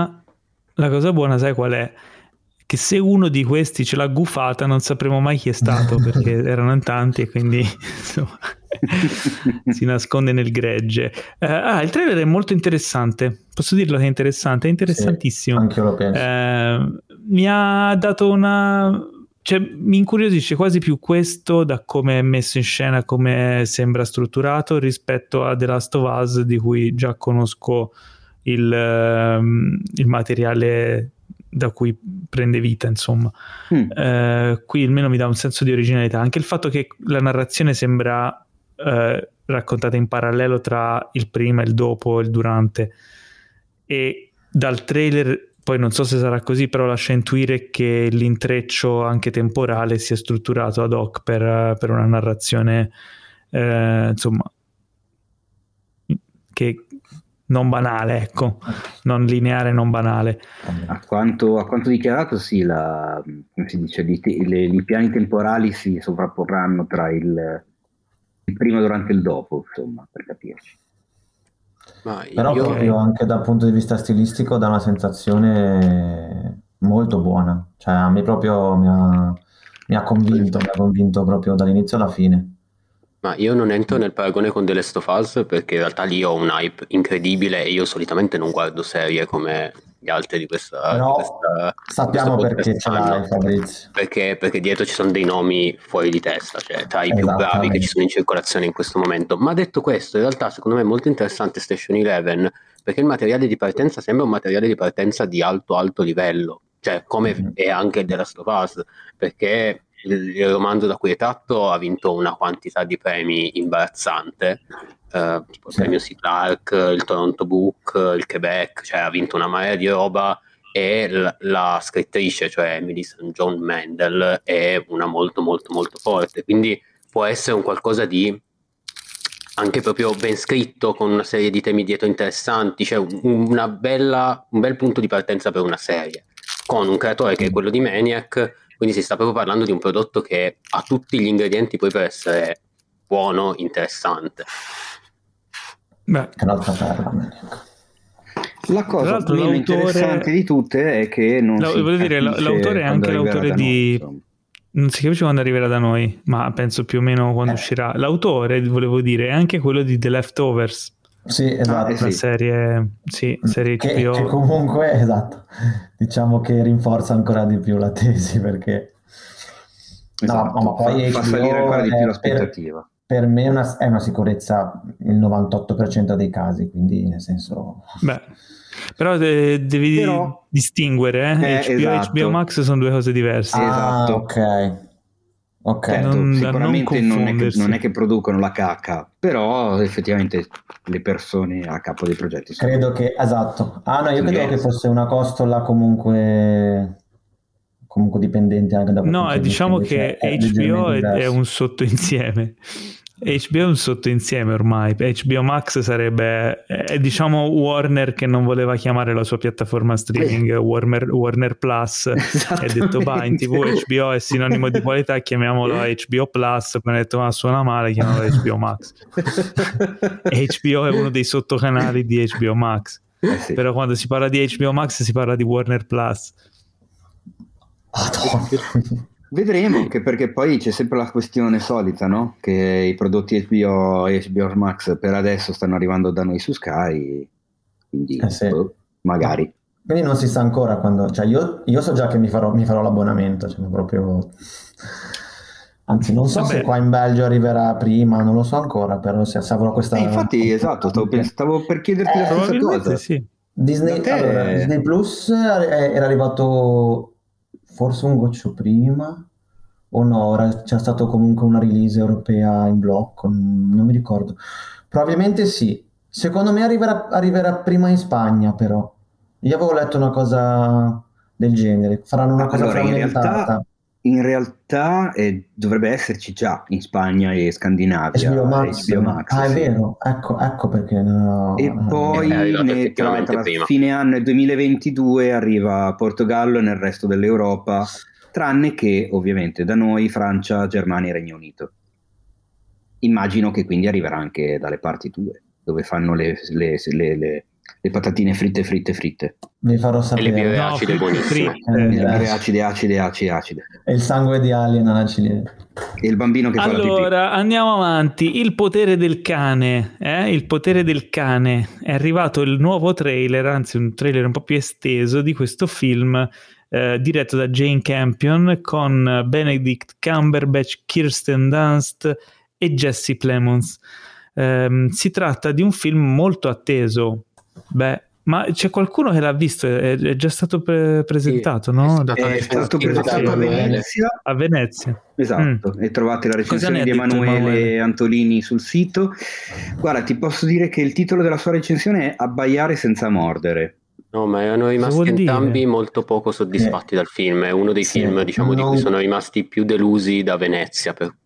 buona, sai qual è? Che se uno di questi ce l'ha gufata non sapremo mai chi è stato, perché erano in tanti e quindi insomma, si nasconde nel gregge. Il trailer è molto interessante, posso dirlo che è interessante, è interessantissimo. Sì, anche io lo penso. Mi ha dato mi incuriosisce quasi più questo da come è messo in scena, come sembra strutturato, rispetto a The Last of Us, di cui già conosco il materiale da cui prende vita, insomma. Qui almeno mi dà un senso di originalità, anche il fatto che la narrazione sembra raccontata in parallelo tra il prima, il dopo, il durante, e dal trailer poi non so se sarà così, però lascia intuire che l'intreccio anche temporale sia strutturato ad hoc per una narrazione insomma che non banale, ecco, non lineare, non banale. A quanto dichiarato, sì, come si dice, i piani temporali si sovrapporranno tra il prima, durante e il dopo, insomma, per capirci. Però proprio anche dal punto di vista stilistico dà una sensazione molto buona, cioè a me proprio mi ha convinto proprio dall'inizio alla fine. Ma io non entro nel paragone con The Last of Us perché in realtà lì ho un hype incredibile e io solitamente non guardo serie come gli altri di questa. Però sappiamo perché ce l'hai, Fabrizio. Perché dietro ci sono dei nomi fuori di testa, cioè tra i più bravi che ci sono in circolazione in questo momento. Ma detto questo, in realtà secondo me è molto interessante Station Eleven perché il materiale di partenza sembra un materiale di partenza di alto livello, cioè come è anche The Last of Us, perché il romanzo da cui è tratto ha vinto una quantità di premi imbarazzante, tipo il premio C. Clarke, il Toronto Book, il Quebec, cioè ha vinto una marea di roba, e la scrittrice, cioè Emily St. John Mandel, è una molto molto molto forte, quindi può essere un qualcosa di anche proprio ben scritto, con una serie di temi dietro interessanti, cioè un bel punto di partenza per una serie, con un creatore che è quello di Maniac. Quindi si sta proprio parlando di un prodotto che ha tutti gli ingredienti poi per essere buono, interessante. La cosa più interessante di tutte è che non si voglio dire, l'autore è anche l'autore di... Non si capisce quando arriverà da noi, ma penso più o meno quando uscirà. L'autore, volevo dire, è anche quello di The Leftovers. Sì, esatto. La serie HBO. Che comunque, esatto, diciamo che rinforza ancora di più la tesi, perché esatto, ma poi fa salire ancora di più l'aspettativa. Per me è una sicurezza il 98% dei casi, quindi nel senso... Beh, però devi distinguere, esatto. HBO Max sono due cose diverse. Esatto. Ok. Certo, sicuramente non è che producono la cacca, però effettivamente le persone a capo dei progetti sono... Credo che, esatto. Io credo che fosse una costola comunque dipendente anche da... No, diciamo che HBO è un sottoinsieme. HBO è un sottoinsieme ormai. HBO Max sarebbe diciamo Warner che non voleva chiamare la sua piattaforma streaming Warner Plus, e ha detto in TV HBO è sinonimo di qualità, chiamiamolo HBO Plus. Poi ha detto ma suona male, chiamiamolo HBO Max. HBO è uno dei sottocanali di HBO Max, però quando si parla di HBO Max si parla di Warner Plus. Vedremo, anche perché poi c'è sempre la questione solita, no? Che i prodotti HBO e HBO Max per adesso stanno arrivando da noi su Sky, quindi magari. Quindi non si sa ancora quando... Cioè io so già che mi farò l'abbonamento, cioè proprio... Anzi, non so se qua in Belgio arriverà prima, non lo so ancora, però se avrò questa... infatti, esatto, stavo per chiederti la stessa cosa. Sì. Disney Plus era arrivato... forse un goccio prima o no, c'è stato comunque una release europea in blocco, non mi ricordo, probabilmente sì, secondo me arriverà prima in Spagna, però io avevo letto una cosa del genere, faranno una cosa frammentata. In realtà dovrebbe esserci già in Spagna e Scandinavia HBO Max. È vero, ecco perché no. E poi tra fine anno e 2022 arriva a Portogallo e nel resto dell'Europa, tranne che ovviamente da noi Francia, Germania e Regno Unito. Immagino che quindi arriverà anche dalle parti tue, dove fanno le patatine fritte. Vi farò sapere. E le birre acide buonissime. Le birre acide. E il sangue di Alien alla ciliegia. E il bambino che fa la pipì. Allora, andiamo avanti. Il potere del cane. Il potere del cane. È arrivato il nuovo trailer, anzi un trailer un po' più esteso di questo film diretto da Jane Campion con Benedict Cumberbatch, Kirsten Dunst e Jesse Plemons. Si tratta di un film molto atteso. Ma c'è qualcuno che l'ha visto? È già stato presentato, no? È stato presentato a Venezia. A Venezia. Esatto, e trovate la recensione di Emanuele Antolini sul sito. Guarda, ti posso dire che il titolo della sua recensione è Abbaiare senza mordere. No, ma erano rimasti entrambi molto poco soddisfatti dal film. È uno dei film, diciamo, di cui sono rimasti più delusi da Venezia,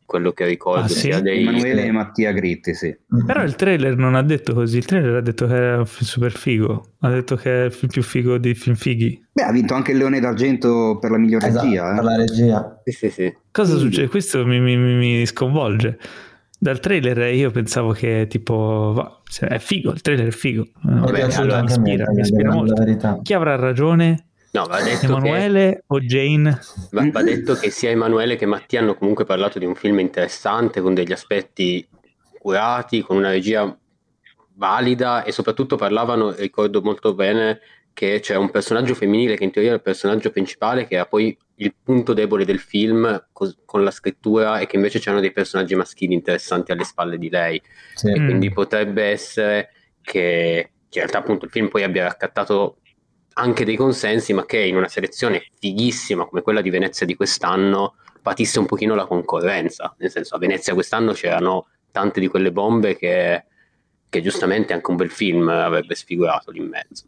quello che ricordo, sia dei... Emanuele e Mattia Gritti, sì. Però il trailer non ha detto così, il trailer ha detto che era un film super figo, ha detto che è il film più figo dei film fighi. Beh, ha vinto anche il Leone d'Argento per la miglior regia. Per la regia. Sì. Cosa succede? Questo mi sconvolge. Dal trailer io pensavo che tipo è figo, il trailer è figo. Mi è piaciuto Allora, anche mi a me, ispira molto. la verità. Chi avrà ragione? No, va detto Emanuele o Jane? Va detto che sia Emanuele che Mattia hanno comunque parlato di un film interessante, con degli aspetti curati, con una regia valida, e soprattutto parlavano, ricordo molto bene, che c'è un personaggio femminile che in teoria è il personaggio principale, che era poi il punto debole del film con la scrittura, e che invece c'erano dei personaggi maschili interessanti alle spalle di lei. Sì. E quindi potrebbe essere che in realtà appunto il film poi abbia raccattato anche dei consensi, ma che in una selezione fighissima come quella di Venezia di quest'anno patisse un pochino la concorrenza. Nel senso, a Venezia quest'anno c'erano tante di quelle bombe che giustamente anche un bel film avrebbe sfigurato lì in mezzo.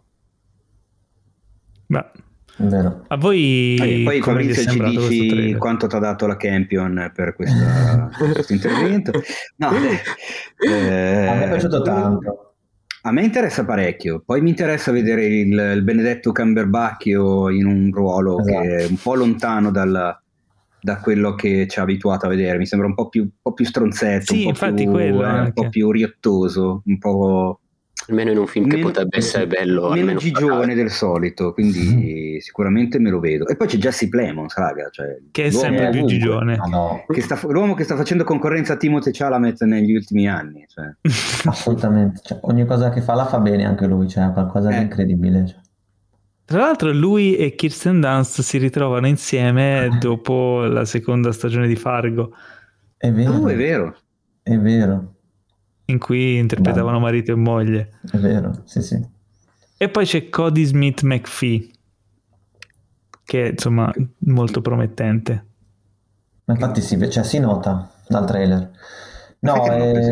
Beh, Vero. a voi Poi come vi è Fabrizio ci sembrato questo dici trailer? quanto ti ha dato la Campion per questo intervento. No, A me è piaciuto tanto. A me interessa parecchio, poi mi interessa vedere il benedetto Cumberbatch in un ruolo che è un po' lontano da quello che ci ha abituato a vedere. Mi sembra un po' più stronzetto, Sì, infatti quello un po' più riottoso, un po'... Almeno in un film che potrebbe essere bello, meno almeno gigione del solito, quindi sicuramente me lo vedo. E poi c'è Jesse Plemons, raga, cioè Che è sempre più ovunque, gigione. No. l'uomo che sta facendo concorrenza a Timothée Chalamet negli ultimi anni, cioè. Assolutamente, cioè, ogni cosa che fa la fa bene anche lui, cioè qualcosa di incredibile. Cioè. Tra l'altro lui e Kirsten Dunst si ritrovano insieme dopo la seconda stagione di Fargo. È vero. È vero. È vero. In cui interpretavano marito e moglie. È vero, sì. E poi c'è Cody Smith McPhee, che è insomma molto promettente. Ma infatti si nota dal trailer. No,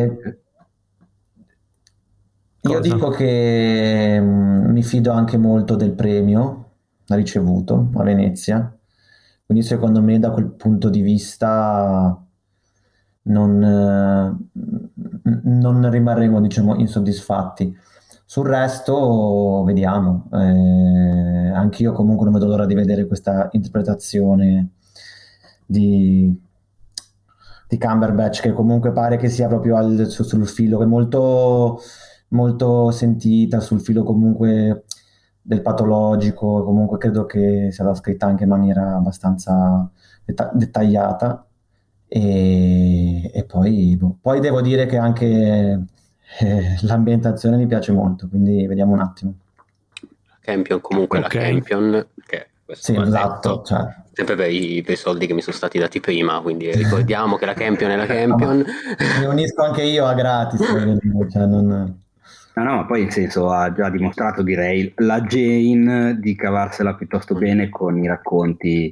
io dico che mi fido anche molto del premio ricevuto a Venezia, quindi secondo me da quel punto di vista non rimarremo, diciamo, insoddisfatti. Sul resto vediamo. Anch'io comunque non vedo l'ora di vedere questa interpretazione di Cumberbatch, che comunque pare che sia proprio sul filo, che è molto, molto sentita, sul filo comunque del patologico. Comunque credo che sia scritta anche in maniera abbastanza dettagliata. E poi devo dire che anche l'ambientazione mi piace molto, quindi vediamo un attimo. Campion, comunque Ok. la Campion, che questo Sì, va esatto, detto, cioè. sempre per i soldi che mi sono stati dati prima, quindi ricordiamo che la Campion è la Campion. Mi unisco anche io a gratis, voglio dire, cioè non... No, poi in senso ha già dimostrato, direi, la Jane di cavarsela piuttosto bene con i racconti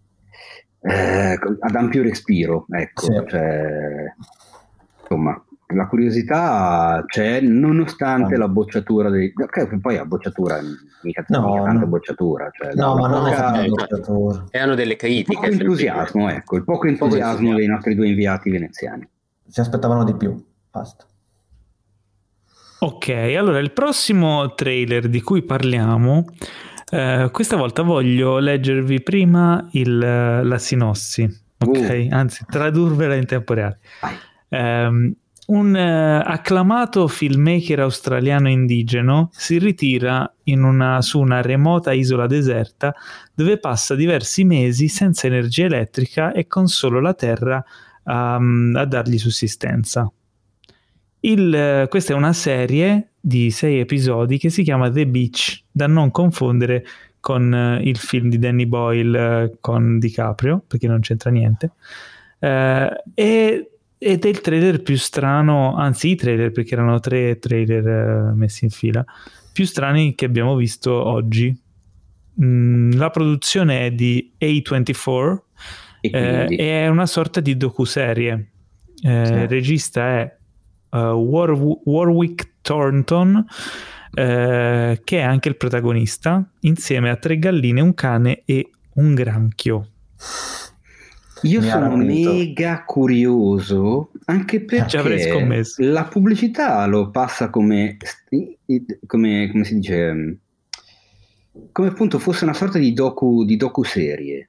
ad ampio respiro, ecco, Sì. cioè, insomma, la curiosità c'è nonostante la bocciatura poi la bocciatura mica tanta bocciatura, cioè, no, ma non è poca- una bocciatura. Erano delle critiche. poco entusiasmo, ecco, il poco entusiasmo dei nostri due inviati veneziani. Si aspettavano di più, basta. Ok, allora il prossimo trailer di cui parliamo, questa volta voglio leggervi prima la sinossi, ok? Anzi, tradurvela in tempo reale. Un acclamato filmmaker australiano indigeno si ritira su una remota isola deserta dove passa diversi mesi senza energia elettrica e con solo la terra a dargli sussistenza. Questa è una serie di 6 episodi che si chiama The Beach, da non confondere con il film di Danny Boyle con DiCaprio, perché non c'entra niente. Ed è il trailer più strano, anzi i trailer, perché erano 3 trailer messi in fila, più strani che abbiamo visto oggi. La produzione è di A24 e è una sorta di docuserie. Il regista è Warwick Thornton, che è anche il protagonista, insieme a 3 galline, un cane e un granchio. Io Mi ha sono rapito. mega curioso anche Ci avrei perché scommesso. la pubblicità lo passa come si dice, come appunto fosse una sorta di docuserie.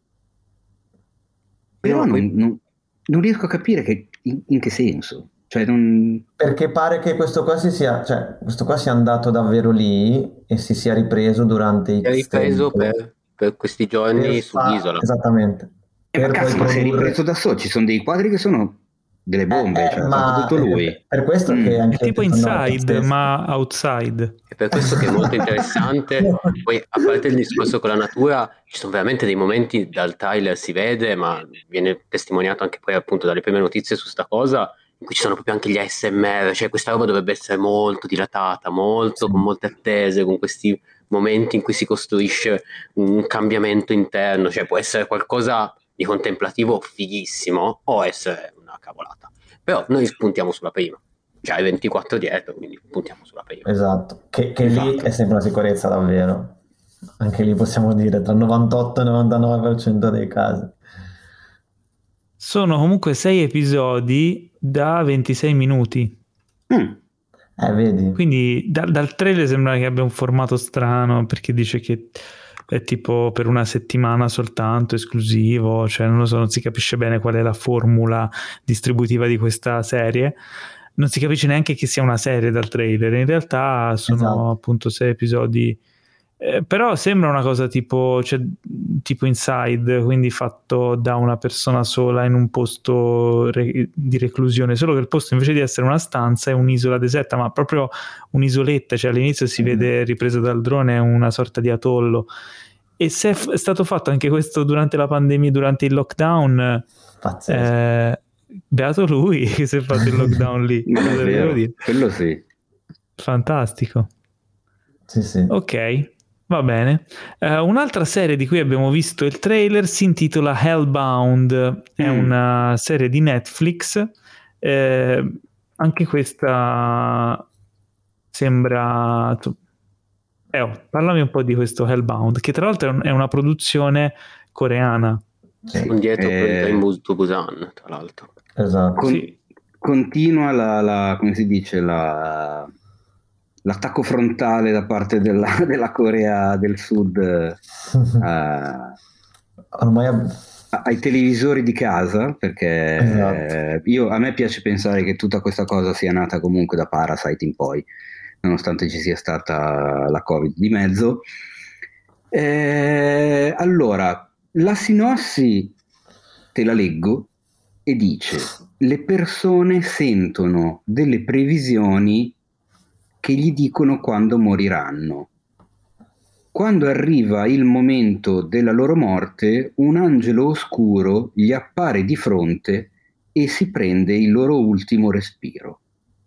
Però No, poi non riesco a capire in che senso. Cioè, non... Perché pare che questo qua sia andato davvero lì e si sia ripreso durante si è X ripreso tempo per questi giorni sull'isola. esattamente, Ma per poi cazzo, ma si è ripreso produrre. da solo, ci sono dei quadri che sono delle bombe, cioè l'ha fatto Ma tutto lui. per questo che Mm. È anche io ho tipo detto no, è Inside, pazzesco. ma outside. E per questo che è molto interessante. Poi, a parte il discorso con la natura, ci sono veramente dei momenti, dal trailer si vede, ma viene testimoniato anche poi appunto dalle prime notizie su sta cosa, in cui ci sono proprio anche gli ASMR, cioè questa roba dovrebbe essere molto dilatata, molto, Sì. con molte attese, con questi momenti in cui si costruisce un cambiamento interno, cioè può essere qualcosa di contemplativo fighissimo o essere una cavolata. Però noi puntiamo sulla prima, cioè hai 24 dietro, quindi puntiamo sulla prima. Esatto, che lì Esatto. è sempre una sicurezza davvero. Anche lì possiamo dire tra 98 e 99% dei casi. Sono comunque 6 episodi da 26 minuti. Mm. Vedi? Quindi dal trailer sembra che abbia un formato strano, perché dice che è tipo per una settimana soltanto, esclusivo, cioè non lo so, non si capisce bene qual è la formula distributiva di questa serie. Non si capisce neanche che sia una serie dal trailer, in realtà sono Esatto. appunto 6 episodi. Però sembra una cosa tipo Inside, quindi fatto da una persona sola in un posto di reclusione, solo che il posto invece di essere una stanza è un'isola deserta, ma proprio un'isoletta, cioè all'inizio si vede ripreso dal drone una sorta di atollo. E se è stato fatto anche questo durante la pandemia, durante il lockdown, Pazzesco. beato lui che si è fatto il lockdown lì. Ma Cosa devo davvero, dire? quello sì. Fantastico. Sì, sì. Ok, va bene. Un'altra serie di cui abbiamo visto il trailer si intitola Hellbound, è una serie di Netflix. Anche questa sembra... parlami un po' di questo Hellbound, che tra l'altro è una produzione coreana. Sì, Con dietro Train to Busan, tra l'altro. esatto. Sì. Continua come si dice, l'attacco frontale da parte della Corea del Sud Ormai ai televisori di casa, perché Esatto. a me piace pensare che tutta questa cosa sia nata comunque da Parasite in poi, nonostante ci sia stata la Covid di mezzo. Allora, la sinossi te la leggo e dice: le persone sentono delle previsioni che gli dicono quando moriranno. Quando arriva il momento della loro morte, un angelo oscuro gli appare di fronte e si prende il loro ultimo respiro.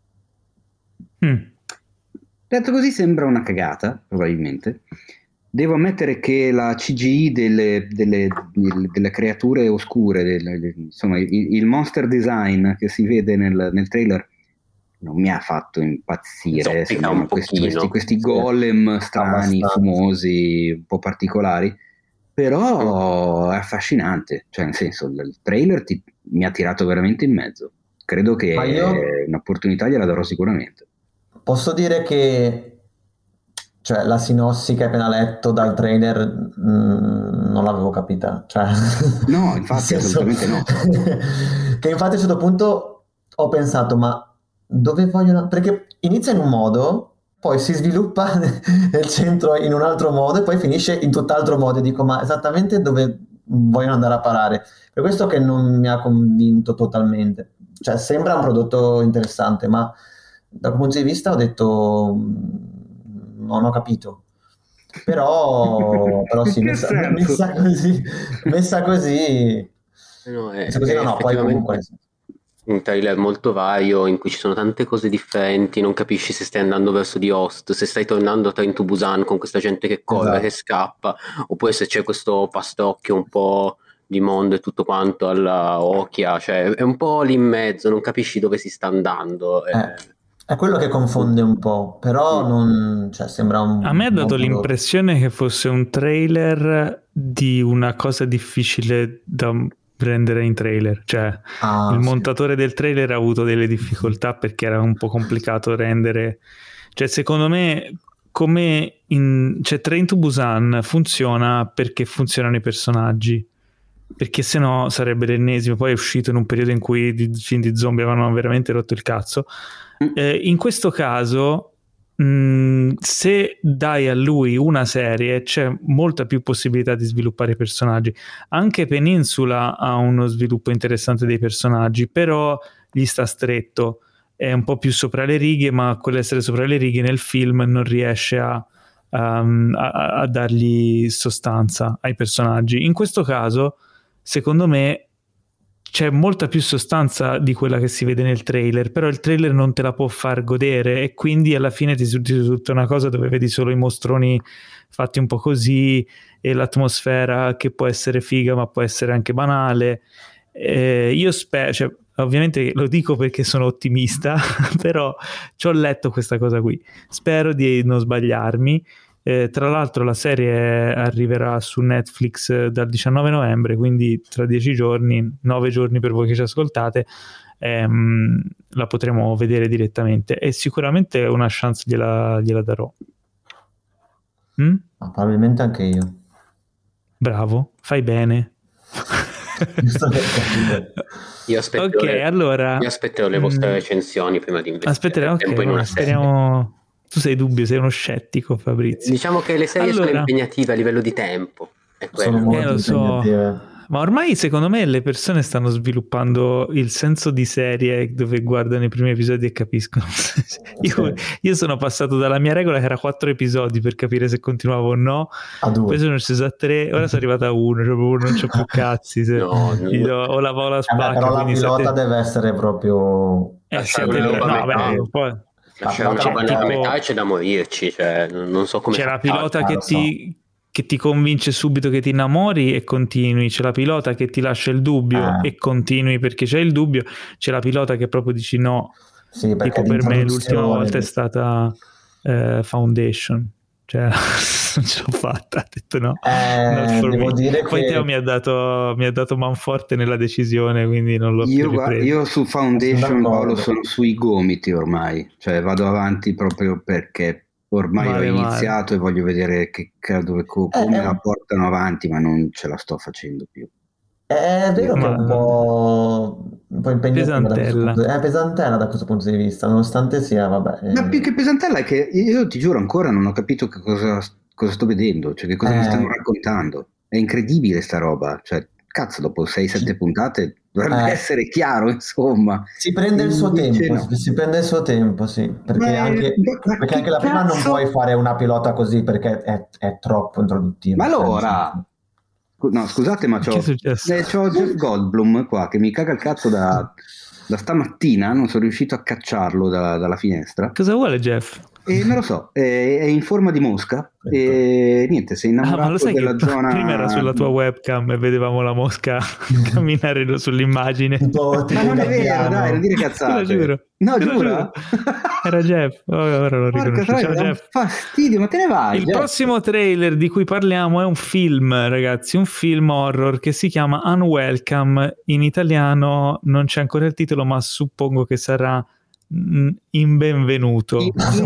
Detto così sembra una cagata, probabilmente. Devo ammettere che la CGI delle creature oscure, insomma il monster design che si vede nel trailer non mi ha fatto impazzire. Zoppica un pochino. Questi golem strani, abbastanza. fumosi, un po' particolari, però è affascinante. Cioè, nel senso, il trailer mi ha tirato veramente in mezzo. Credo che Ma io un'opportunità gliela darò sicuramente. posso dire che cioè, la sinossi che hai appena letto dal trailer non l'avevo capita. Cioè, No, nel infatti, senso assolutamente no. che infatti a un certo punto ho pensato, ma dove vogliono... Perché inizia in un modo, poi si sviluppa nel centro in un altro modo e poi finisce in tutt'altro modo. E dico, ma esattamente dove vogliono andare a parare? Per questo che non mi ha convinto totalmente. Cioè, sembra un prodotto interessante, ma da quel punto di vista ho detto non ho capito. Però sì, In che senso? messa così, No, messa così no, poi comunque effettivamente un trailer molto vario in cui ci sono tante cose differenti, non capisci se stai andando verso The Host, se stai tornando a Train to Busan con questa gente che corre, che esatto. scappa, oppure se c'è questo pastrocchio un po' di mondo e tutto quanto alla Okia, cioè è un po' lì in mezzo, non capisci dove si sta andando. È quello che confonde un po', però non, cioè, sembra A me ha un buon dato prodotto. l'impressione che fosse un trailer di una cosa difficile da rendere in trailer, cioè il montatore del trailer ha avuto delle difficoltà perché era un po' complicato rendere, cioè secondo me cioè Train to Busan funziona perché funzionano i personaggi, perché sennò sarebbe l'ennesimo, poi è uscito in un periodo in cui i film di zombie avevano veramente rotto il cazzo. In questo caso se dai a lui una serie c'è molta più possibilità di sviluppare i personaggi. Anche Peninsula ha uno sviluppo interessante dei personaggi, però gli sta stretto, è un po' più sopra le righe, ma quell'essere sopra le righe nel film non riesce a dargli sostanza ai personaggi. In questo caso secondo me c'è molta più sostanza di quella che si vede nel trailer, però il trailer non te la può far godere e quindi alla fine ti risulta una cosa dove vedi solo i mostroni fatti un po' così e l'atmosfera che può essere figa ma può essere anche banale. Io spero, cioè, ovviamente lo dico perché sono ottimista, però ci ho letto questa cosa qui, spero di non sbagliarmi. Tra l'altro la serie arriverà su Netflix dal 19 novembre, quindi tra 10 giorni, 9 giorni per voi che ci ascoltate, la potremo vedere direttamente e sicuramente una chance gliela darò. Probabilmente anche io. Bravo, fai bene. Io aspetto allora, le vostre recensioni prima di investire tempo in una speriamo. Tu sei dubbio, sei uno scettico, Fabrizio. Diciamo che le serie sono impegnative a livello di tempo. Sono molto impegnative. Ma ormai secondo me le persone stanno sviluppando il senso di serie dove guardano i primi episodi e capiscono. Io sono passato dalla mia regola che era 4 episodi per capire se continuavo o no, a 2. poi sono sceso a 3, ora sono arrivato a 1, cioè non c'ho più cazzi. Ho la vola spacca. Però la pilota deve essere proprio... poi... C'è una roba a metà e c'è da morirci, cioè, non so come. C'è la pilota che ti convince subito che ti innamori e continui, c'è la pilota che ti lascia il dubbio e continui perché c'è il dubbio, c'è la pilota che proprio dici no. Sì, tipo per me l'ultima volta è stata Foundation, cioè non ce l'ho fatta, ho detto no. Devo dire poi che... Teo mi ha dato manforte nella decisione, quindi non l'ho più ripreso. Io su Foundation, Paolo, sono sui gomiti ormai, cioè vado avanti proprio perché ormai ho iniziato e voglio vedere come la portano avanti, ma non ce la sto facendo più. È vero che è un po' pesantella. È pesantella da questo punto di vista, nonostante sia, vabbè. Ma più che pesantella è che io ti giuro ancora non ho capito che cosa sto vedendo, cioè che cosa mi stanno raccontando. È incredibile sta roba, cioè cazzo, dopo 6-7 puntate dovrebbe essere chiaro, insomma. Si prende il suo tempo, no. Si prende il suo tempo, sì, perché anche la prima non puoi fare una pilota così perché è troppo introduttiva. Ma allora... No, scusate, ma c'ho Jeff Goldblum qua che mi caga il cazzo da stamattina, non sono riuscito a cacciarlo dalla finestra. Cosa vuole Jeff? Non lo so, è in forma di mosca e niente, sei innamorato ma lo sai della che zona... Prima era sulla tua webcam e vedevamo la mosca camminare sull'immagine. Ma non è vero, dai, non dire cazzate. Te lo giuro. No, giura? Era Jeff, ora lo riconosco. Ciao Jeff. Fastidio, ma te ne vai? Il prossimo trailer di cui parliamo è un film, ragazzi, un film horror che si chiama Unwelcome. In italiano non c'è ancora il titolo, ma suppongo che sarà Benvenuto.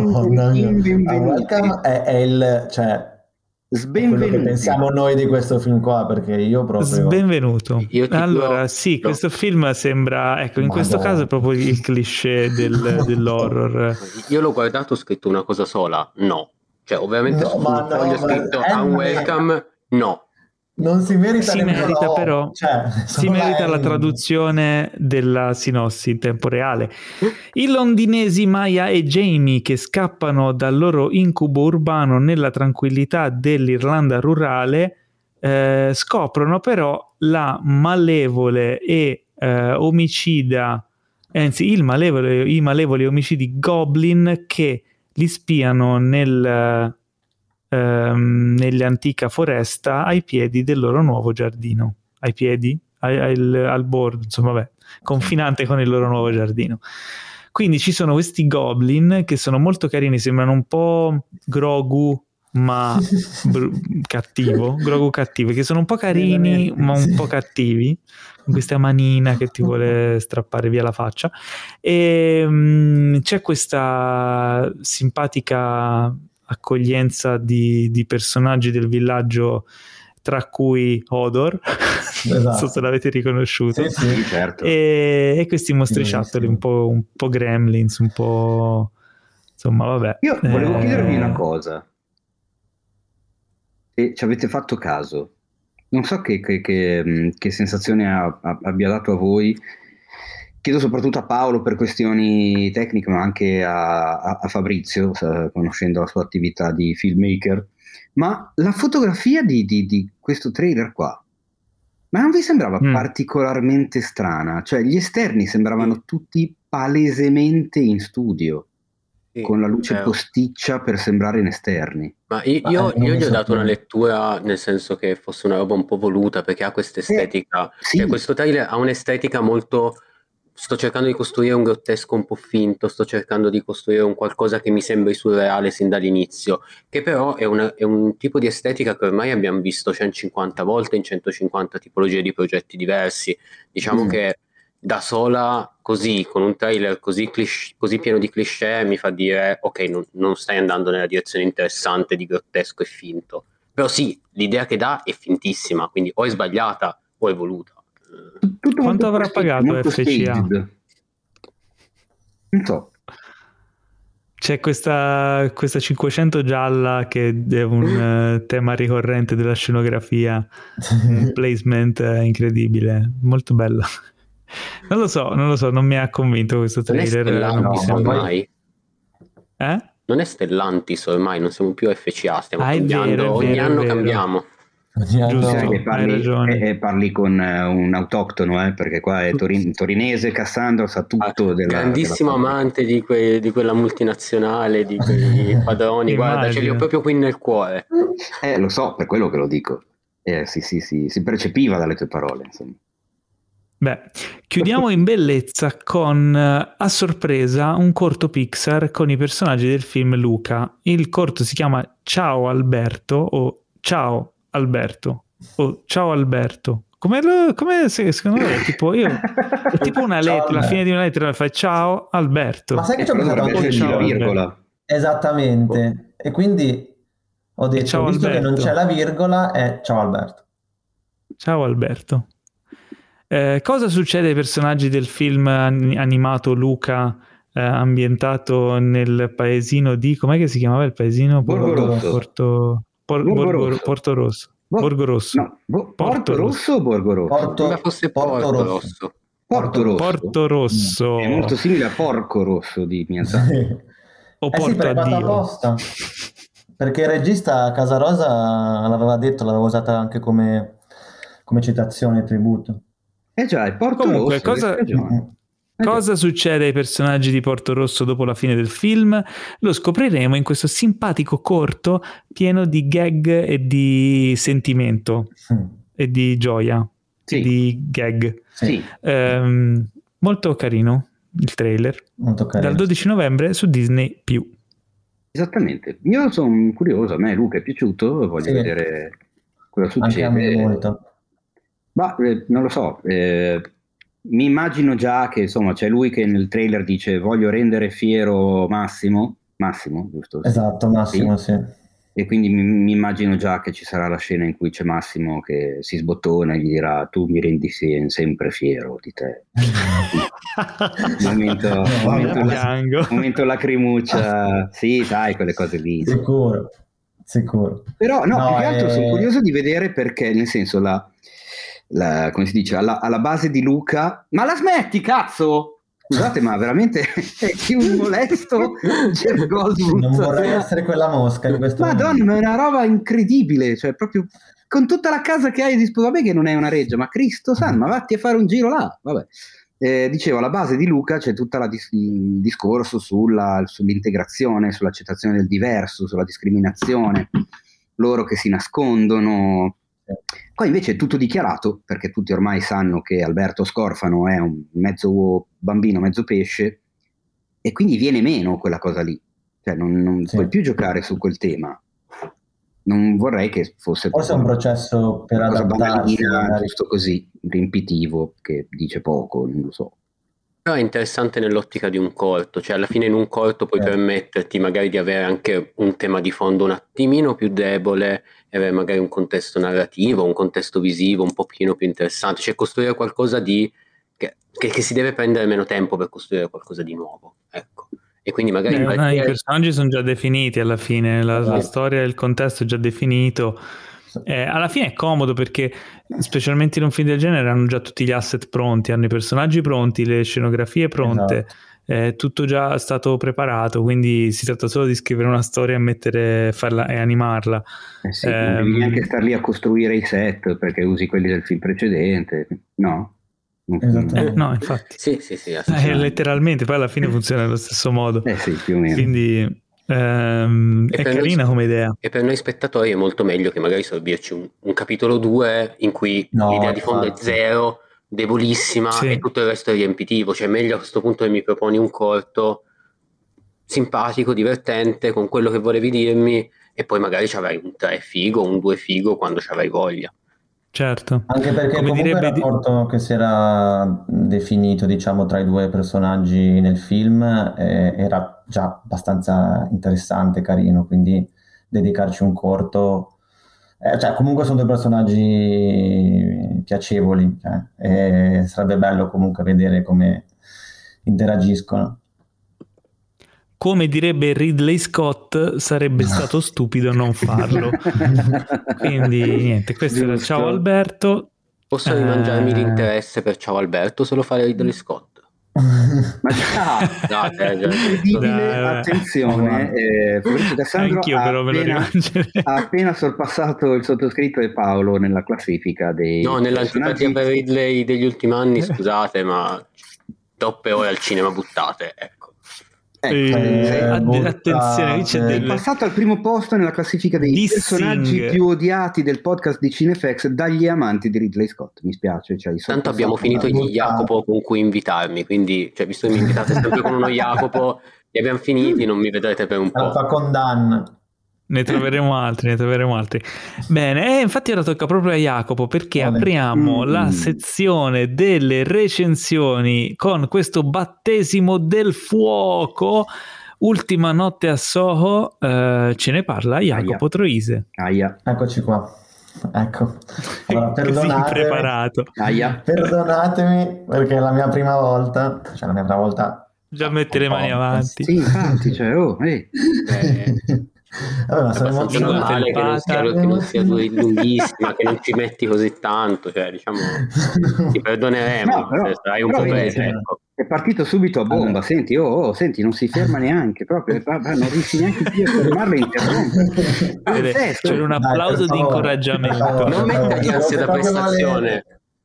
Unwelcome è il, cioè, quello che pensiamo noi di questo film qua, perché io proprio Benvenuto. Allora sì, questo film sembra, ecco, in questo caso è proprio il cliché dell'horror. Io l'ho guardato, ho scritto una cosa sola, no, cioè ovviamente sul foglio scritto Unwelcome, no. Non si merita però si merita la traduzione della sinossi in tempo reale. I londinesi Maya e Jamie, che scappano dal loro incubo urbano nella tranquillità dell'Irlanda rurale, scoprono però la malevole e omicida, anzi i malevoli omicidi Goblin che li spiano nell'antica foresta ai piedi del loro nuovo giardino, ai piedi, al bordo, insomma, vabbè, confinante con il loro nuovo giardino. Quindi ci sono questi goblin che sono molto carini, sembrano un po' Grogu ma cattivo, Grogu cattivo, che sono un po' carini ma un po' cattivi, con questa manina che ti vuole strappare via la faccia, e c'è questa simpatica accoglienza di personaggi del villaggio, tra cui Hodor, non so se l'avete riconosciuto, Sì, certo. e questi mostriciattoli un po' gremlins, un po', insomma, vabbè. Io volevo chiedervi una cosa, se ci avete fatto caso, non so che sensazione abbia dato a voi, chiedo soprattutto a Paolo per questioni tecniche, ma anche a Fabrizio, conoscendo la sua attività di filmmaker, ma la fotografia di questo trailer qua, ma non vi sembrava particolarmente strana? Cioè gli esterni sembravano tutti palesemente in studio, con la luce posticcia per sembrare in esterni. Ma io gli ho dato una lettura, nel senso che fosse una roba un po' voluta, perché ha questa estetica, sì. cioè questo trailer ha un'estetica molto... Sto cercando di costruire un grottesco un po' finto, sto cercando di costruire un qualcosa che mi sembri surreale sin dall'inizio, che però è un tipo di estetica che ormai abbiamo visto 150 volte in 150 tipologie di progetti diversi. Diciamo che da sola, così, con un trailer così pieno di cliché, mi fa dire ok, non stai andando nella direzione interessante di grottesco e finto. Però sì, l'idea che dà è fintissima, quindi o è sbagliata o è voluta. Quanto avrà pagato FCA? Non so. C'è questa 500 gialla che è un tema ricorrente della scenografia, un placement incredibile, molto bello. Non lo so, non mi ha convinto questo trailer. Non è Stellantis ormai, non siamo più FCA, stiamo cambiando, vero, ogni anno cambiamo. Giusto, parli con un autoctono, perché qua è torinese, Cassandro sa tutto grandissimo amante di quella multinazionale, di quei padroni. Guarda, ce li ho proprio qui nel cuore. Lo so, per quello che lo dico. Si percepiva dalle tue parole, insomma. Beh, chiudiamo in bellezza con, a sorpresa, un corto Pixar con i personaggi del film Luca. Il corto si chiama Ciao Alberto o Ciao Alberto o Ciao Alberto. Come secondo me è tipo una lettera, la fine di una lettera fai Ciao Alberto. Ma sai che ci ho pensato anche la virgola. Esattamente. E quindi ho detto, visto che non c'è la virgola, è Ciao Alberto. Ciao Alberto. Cosa succede ai personaggi del film animato Luca, ambientato nel paesino di... com'è che si chiamava il paesino? Borgo Rosso. Porto Rosso. Borgo Rosso. No, Porto Rosso o Borgo Rosso? Porto Rosso. Porto Rosso. È molto simile a Porco Rosso di Miyazaki. O Porto apposta. Perché il regista Casarosa l'aveva detto, l'aveva usata anche come citazione, tributo. Già, è Porto Comunque, Rosso. Cosa succede ai personaggi di Porto Rosso dopo la fine del film? Lo scopriremo in questo simpatico corto pieno di gag e di sentimento e di gioia e di gag. Sì. Molto carino il trailer. Molto carino. Dal 12 novembre su Disney+. Esattamente. Io sono curioso, a me Luca è piaciuto, voglio vedere cosa succede. Anche a me molto. Ma non lo so, mi immagino già che insomma c'è lui che nel trailer dice voglio rendere fiero Massimo, giusto? Esatto, Massimo, sì. E quindi mi immagino già che ci sarà la scena in cui c'è Massimo che si sbottona e gli dirà tu mi rendi sempre fiero di te. momento lacrimuccia, sì, sai, quelle cose lì. Sicuro. Però no, più che altro sono curioso di vedere perché, nel senso, come si dice, alla base di Luca, ma la smetti, cazzo! Scusate, ma veramente è più un molesto Jeff Goldblum. Non vorrei essere quella mosca in questo Madonna, momento. ma è una roba incredibile, cioè proprio con tutta la casa che hai a disposizione, vabbè che non è una reggia, ma Cristo santo, ma vatti a fare un giro là, vabbè. Dicevo, alla base di Luca c'è tutto il discorso sull'integrazione, sull'accettazione del diverso, sulla discriminazione, loro che si nascondono. Qua invece è tutto dichiarato, perché tutti ormai sanno che Alberto Scorfano è un mezzo bambino, mezzo pesce, e quindi viene meno quella cosa lì, cioè non puoi più giocare su quel tema. non vorrei che fosse Forse è un processo per una cosa adattarsi, banalina, magari. giusto così, riempitivo, che dice poco, non lo so. Però è interessante nell'ottica di un corto, cioè alla fine in un corto puoi permetterti magari di avere anche un tema di fondo un attimino più debole e avere magari un contesto narrativo, un contesto visivo un pochino più interessante, cioè costruire qualcosa di che si deve prendere meno tempo per costruire qualcosa di nuovo, ecco. E quindi magari i personaggi sono già definiti alla fine, la storia e il contesto è già definito. Alla fine è comodo perché specialmente in un film del genere hanno già tutti gli asset pronti, hanno i personaggi pronti, le scenografie pronte, è tutto già stato preparato, quindi si tratta solo di scrivere una storia e farla e animarla. Sì, non devi neanche star lì a costruire i set perché usi quelli del film precedente, no? No, infatti sì, letteralmente poi alla fine funziona allo stesso modo, sì, più o meno. Quindi è carina come idea. E per noi spettatori è molto meglio che magari sorbirci un capitolo 2 in cui l'idea di fondo è zero, debolissima, e tutto il resto è riempitivo. Cioè meglio a questo punto che mi proponi un corto simpatico, divertente, con quello che volevi dirmi, e poi magari c'avrai un 3 figo, un 2 figo quando c'avrai voglia. Certo. Anche perché comunque il rapporto che si era definito, diciamo, tra i due personaggi nel film era già abbastanza interessante, carino, quindi dedicarci un corto, cioè comunque sono due personaggi piacevoli, e sarebbe bello comunque vedere come interagiscono. Come direbbe Ridley Scott, sarebbe stato stupido non farlo. Quindi niente, questo era Ciao Alberto. Posso rimangiarmi l'interesse per Ciao Alberto se lo fa Ridley Scott? Ma attenzione, anch'io però me lo ha appena sorpassato il sottoscritto e Paolo nella classifica dei nell'antipatia per Ridley degli ultimi anni, scusate, ma troppe ore al cinema buttate, ecco. Attenzione, è passato al primo posto nella classifica dei personaggi più odiati del podcast di Cinefx dagli amanti di Ridley Scott. Mi spiace, tanto abbiamo finito gli Jacopo con cui invitarmi, quindi visto che mi invitate sempre con uno Jacopo, li abbiamo finiti, non mi vedrete per un po'. Alfa condanna. Ne troveremo altri. Bene, infatti ora tocca proprio a Jacopo, perché apriamo la sezione delle recensioni con questo battesimo del fuoco. Ultima notte a Soho, ce ne parla Jacopo Troise. Eccoci qua. Ecco. Allora, perdonatemi perché è la mia prima volta, già mettere le mani avanti. Sì, infatti, Vabbè, ma sono male che non sia lunghissima, che non ci metti così tanto, diciamo ti perdoneremo, sarai un po' preso, ecco. È partito subito a bomba, senti, non si ferma neanche proprio, non riesci neanche più a fermarlo e interrompere. C'è un applauso di incoraggiamento. Non mettergli ansia da prestazione.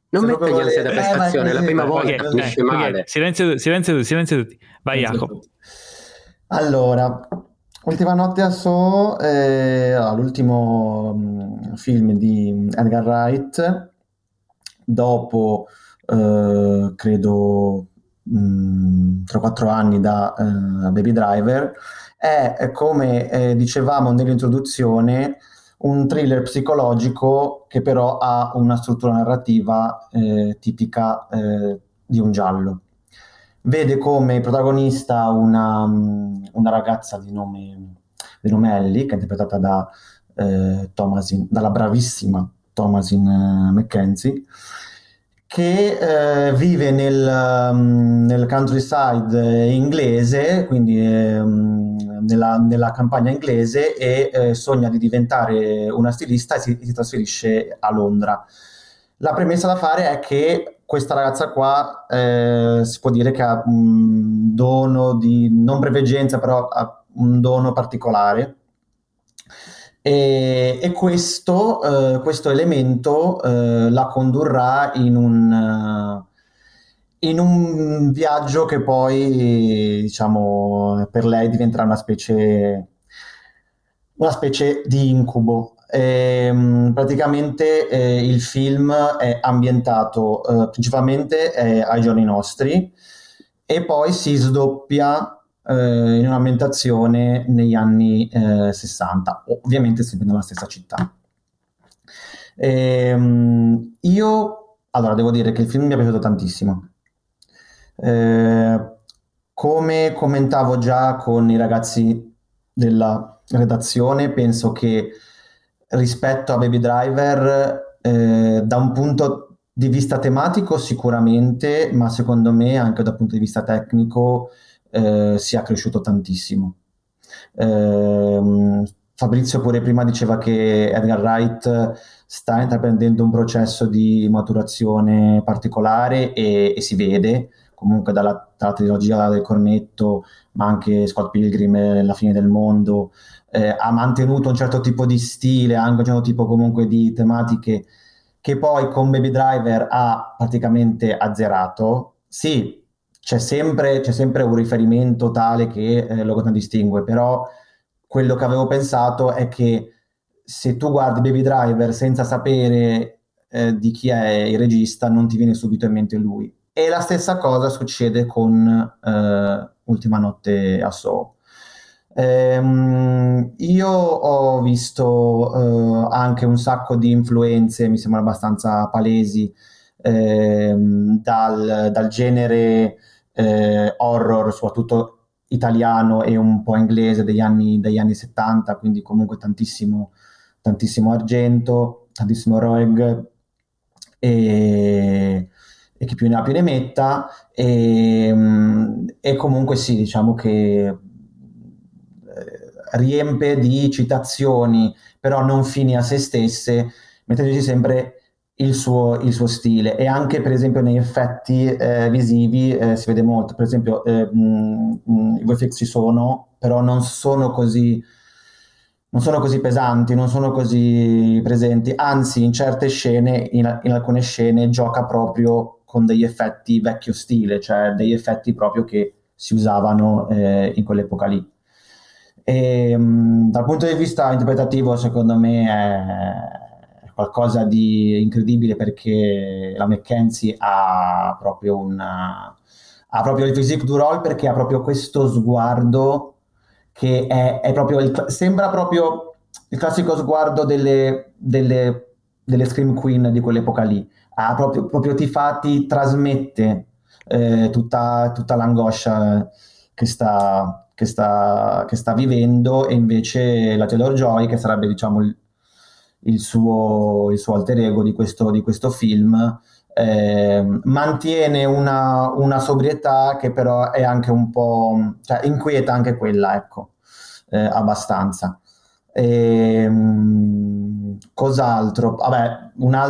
La prima volta finisce male. Silenzio tutti. Vai Jacopo. Allora, Ultima notte a Soho, l'ultimo film di Edgar Wright, dopo credo 3-4 anni da Baby Driver, è come dicevamo nell'introduzione un thriller psicologico che però ha una struttura narrativa tipica di un giallo. Vede come protagonista una ragazza di nome Ellie, che è interpretata dalla bravissima Thomasin McKenzie, che vive nel countryside inglese, quindi nella campagna inglese, e sogna di diventare una stilista e si trasferisce a Londra. La premessa da fare è che questa ragazza qua si può dire che ha un dono di, non preveggenza, però ha un dono particolare, e questo elemento la condurrà in un viaggio che poi, diciamo, per lei diventerà una specie di incubo. Praticamente il film è ambientato principalmente ai giorni nostri, e poi si sdoppia in un'ambientazione negli anni 60, ovviamente sempre nella stessa città. Allora, devo dire che il film mi è piaciuto tantissimo. Come commentavo già con i ragazzi della redazione, penso che rispetto a Baby Driver, da un punto di vista tematico sicuramente, ma secondo me anche dal punto di vista tecnico sia cresciuto tantissimo. Fabrizio pure prima diceva che Edgar Wright sta intraprendendo un processo di maturazione particolare e si vede comunque dalla trilogia del Cornetto, ma anche Scott Pilgrim, La fine del mondo, ha mantenuto un certo tipo di stile, anche un certo tipo comunque di tematiche che poi con Baby Driver ha praticamente azzerato. Sì, c'è sempre un riferimento tale che lo contraddistingue, però quello che avevo pensato è che se tu guardi Baby Driver senza sapere di chi è il regista, non ti viene subito in mente lui. E la stessa cosa succede con Ultima notte a Soho. Io ho visto anche un sacco di influenze, mi sembra abbastanza palesi, dal genere horror, soprattutto italiano e un po' inglese degli anni 70, quindi comunque tantissimo Argento, tantissimo Roeg e chi più ne ha più ne metta, e comunque sì, diciamo che riempie di citazioni, però non fini a se stesse, mettendoci sempre il suo stile. E anche per esempio negli effetti visivi si vede molto, per esempio i VFX ci sono, però non sono così pesanti, non sono così presenti, anzi in certe scene, in alcune scene gioca proprio con degli effetti vecchio stile, cioè degli effetti proprio che si usavano in quell'epoca lì. Dal punto di vista interpretativo, secondo me è qualcosa di incredibile, perché la Mackenzie ha proprio il physique du role, perché ha proprio questo sguardo che è proprio sembra proprio il classico sguardo delle Scream Queen di quell'epoca lì. Ha proprio ti trasmette tutta l'angoscia che sta vivendo, e invece la Taylor-Joy, che sarebbe diciamo il suo alter ego di questo film, mantiene una sobrietà che però è anche un po', cioè inquieta anche quella, ecco, abbastanza. Cos'altro? Vabbè,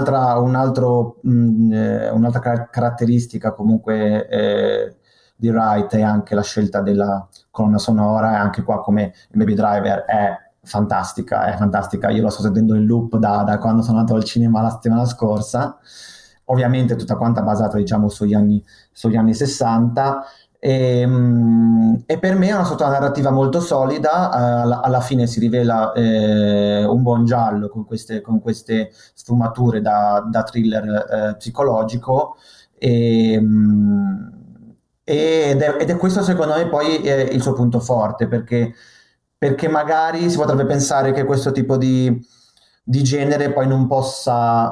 un'altra caratteristica comunque di Wright è anche la scelta della colonna sonora, e anche qua, come in Baby Driver, è fantastica. Io la sto sentendo in loop da quando sono andato al cinema la settimana scorsa, ovviamente tutta quanta basata diciamo sugli anni 60. E per me è una sottonarrativa molto solida, alla fine si rivela un buon giallo con queste sfumature da thriller psicologico, ed è questo secondo me poi il suo punto forte, perché magari si potrebbe pensare che questo tipo di genere poi non possa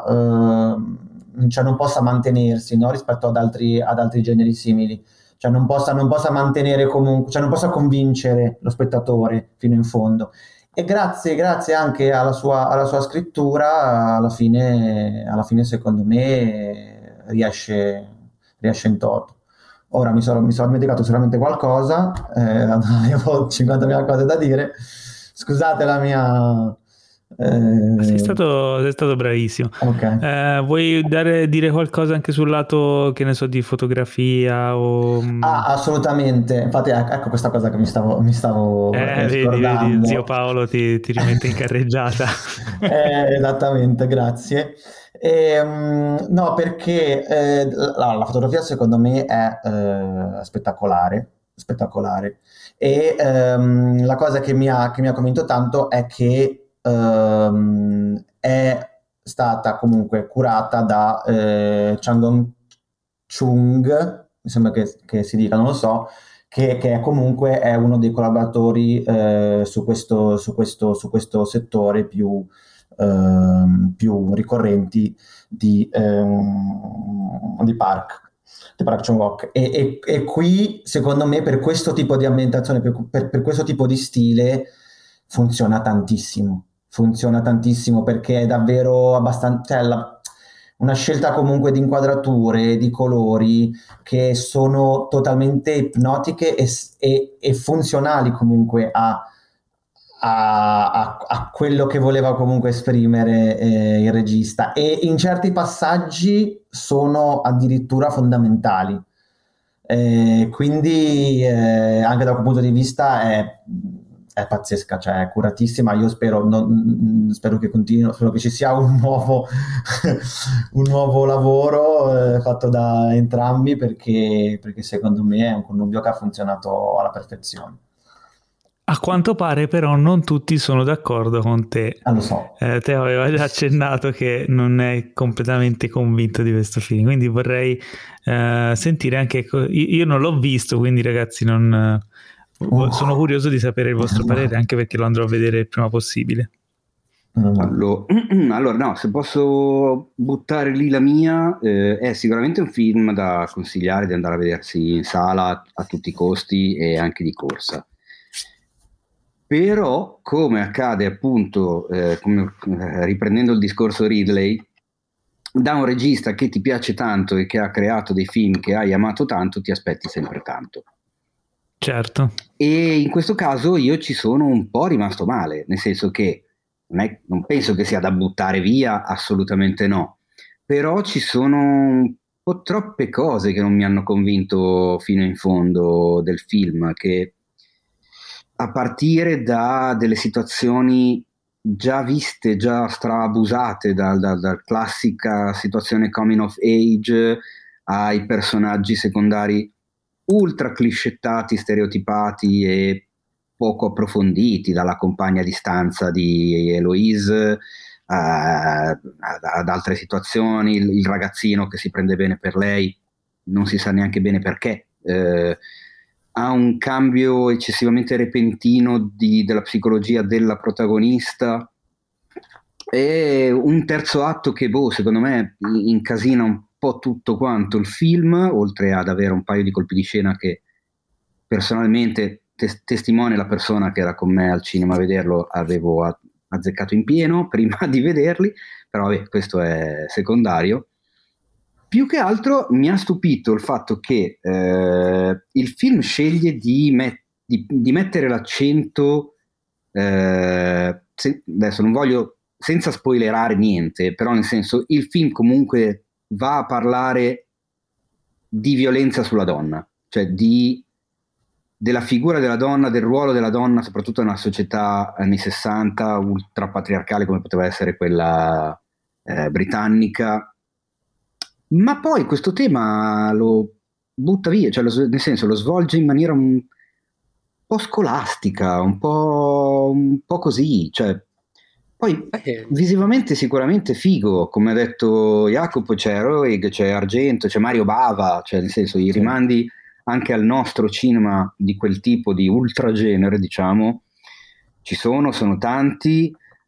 mantenersi, no, rispetto ad altri generi simili, cioè non possa mantenere comunque, cioè non possa convincere lo spettatore fino in fondo. E grazie anche alla sua scrittura, alla fine secondo me riesce in toto. Ora mi sono dimenticato sicuramente qualcosa, avevo 50.000 cose da dire, scusate la mia... Sei stato bravissimo. Okay. Vuoi dire qualcosa anche sul lato, che ne so, di fotografia o... Assolutamente. Infatti ecco questa cosa che mi stavo scordando. Vedi, zio Paolo ti rimette in carreggiata. Esattamente, grazie. No, perché la fotografia secondo me è spettacolare. E la cosa che mi ha convinto tanto è che è stata comunque curata da Chang Dong Chung, mi sembra che si dica, non lo so, che comunque è uno dei collaboratori su questo settore più ricorrenti di Park Chan-wook, e qui secondo me per questo tipo di ambientazione, per questo tipo di stile funziona tantissimo perché è davvero abbastanza, cioè, una scelta comunque di inquadrature, di colori che sono totalmente ipnotiche e funzionali comunque a quello che voleva comunque esprimere il regista, e in certi passaggi sono addirittura fondamentali. Quindi anche da quel punto di vista è pazzesca, cioè è curatissima. Io spero che continui, spero che ci sia un nuovo lavoro fatto da entrambi, perché secondo me è un connubio che ha funzionato alla perfezione. A quanto pare però non tutti sono d'accordo con te. Lo so. Te aveva già accennato che non è completamente convinto di questo film, quindi vorrei sentire anche... Io non l'ho visto, quindi ragazzi sono curioso di sapere il vostro parere, anche perché lo andrò a vedere il prima possibile. Allora, no, se posso buttare lì la mia, è sicuramente un film da consigliare di andare a vedersi in sala a tutti i costi e anche di corsa. Però, come accade appunto, riprendendo il discorso Ridley, da un regista che ti piace tanto e che ha creato dei film che hai amato tanto, ti aspetti sempre tanto. Certo. E in questo caso io ci sono un po' rimasto male, nel senso che non penso che sia da buttare via, assolutamente no, però ci sono un po' troppe cose che non mi hanno convinto fino in fondo del film, che a partire da delle situazioni già viste, già straabusate, dal classica situazione coming of age ai personaggi secondari ultra cliscettati, stereotipati e poco approfonditi, dalla compagna di stanza di Eloise ad altre situazioni, il ragazzino che si prende bene per lei, non si sa neanche bene perché, ha un cambio eccessivamente repentino della psicologia della protagonista, e un terzo atto che secondo me incasina un po' tutto quanto il film, oltre ad avere un paio di colpi di scena che personalmente, testimone la persona che era con me al cinema a vederlo, avevo azzeccato in pieno prima di vederli, però questo è secondario. Più che altro mi ha stupito il fatto che il film sceglie di mettere l'accento, adesso non voglio, senza spoilerare niente, però nel senso, il film comunque va a parlare di violenza sulla donna, cioè della figura della donna, del ruolo della donna, soprattutto in una società anni 60 ultra patriarcale come poteva essere quella britannica. Ma poi questo tema lo butta via, cioè nel senso lo svolge in maniera un po' scolastica, un po' così, cioè poi visivamente sicuramente figo, come ha detto Jacopo, c'è Roeg, c'è Argento, c'è Mario Bava, cioè nel senso i rimandi anche al nostro cinema di quel tipo di ultragenere, diciamo, ci sono tanti,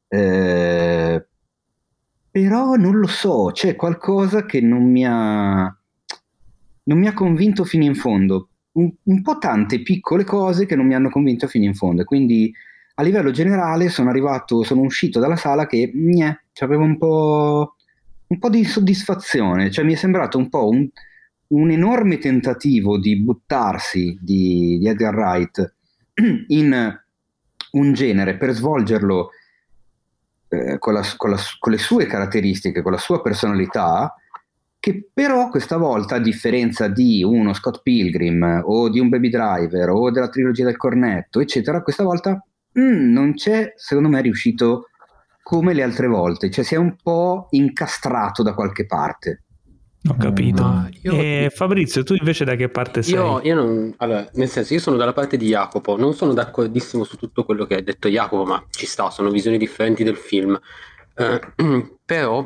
però non lo so, c'è qualcosa che non mi ha convinto fino in fondo, un po' tante piccole cose che non mi hanno convinto fino in fondo, e quindi a livello generale sono uscito dalla sala che c'avevo un po' di insoddisfazione, cioè mi è sembrato un po' un enorme tentativo di buttarsi di Edgar Wright in un genere per svolgerlo con le sue caratteristiche, con la sua personalità, che però questa volta, a differenza di uno Scott Pilgrim o di un Baby Driver o della trilogia del cornetto eccetera, questa volta non c'è, secondo me, riuscito come le altre volte, cioè si è un po' incastrato da qualche parte. Ho capito. Fabrizio, tu invece da che parte sei? Allora, nel senso, io sono dalla parte di Jacopo, non sono d'accordissimo su tutto quello che ha detto Jacopo, ma ci sta, sono visioni differenti del film. Però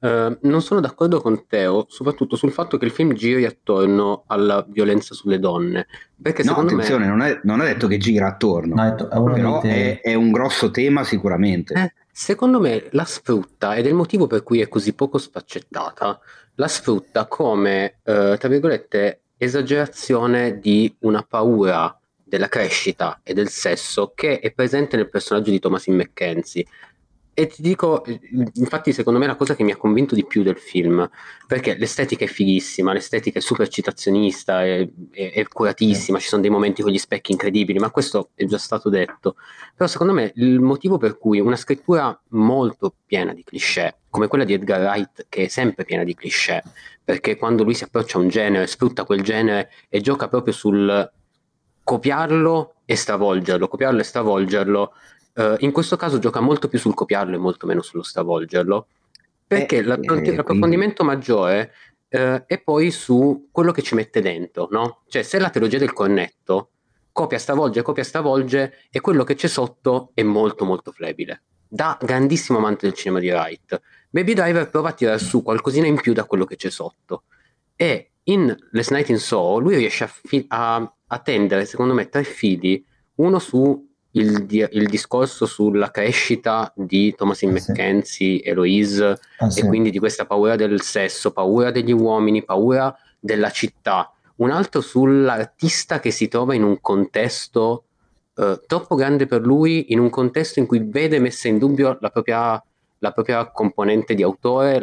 Non sono d'accordo con Teo, soprattutto sul fatto che il film giri attorno alla violenza sulle donne, perché No, secondo attenzione, non è detto che gira attorno, No, è uno dei però temi. è un grosso tema sicuramente. secondo me la sfrutta, ed è il motivo per cui è così poco sfaccettata, la sfrutta come, tra virgolette, esagerazione di una paura della crescita e del sesso che è presente nel personaggio di Thomasin McKenzie. E ti dico, infatti, secondo me è la cosa che mi ha convinto di più del film, perché l'estetica è fighissima, l'estetica è super citazionista, è curatissima, ci sono dei momenti con gli specchi incredibili, ma questo è già stato detto. Però secondo me il motivo per cui una scrittura molto piena di cliché, come quella di Edgar Wright, che è sempre piena di cliché, perché quando lui si approccia a un genere, sfrutta quel genere e gioca proprio sul copiarlo e stravolgerlo, copiarlo e stravolgerlo. In questo caso gioca molto più sul copiarlo e molto meno sullo stravolgerlo, perché l'approfondimento maggiore è poi su quello che ci mette dentro, no? Cioè, se la trilogia del cornetto copia, stravolge, e quello che c'è sotto è molto molto flebile. Da grandissimo amante del cinema di Wright, Baby Driver prova a tirare su qualcosina in più da quello che c'è sotto. E in Last Night in Soho lui riesce a tendere, secondo me, tre fili, uno su il discorso sulla crescita di Thomasin Sì. McKenzie, Eloise, Sì. e quindi di questa paura del sesso, paura degli uomini, paura della città. Un altro sull'artista che si trova in un contesto troppo grande per lui, in un contesto in cui vede messa in dubbio la propria componente di autore,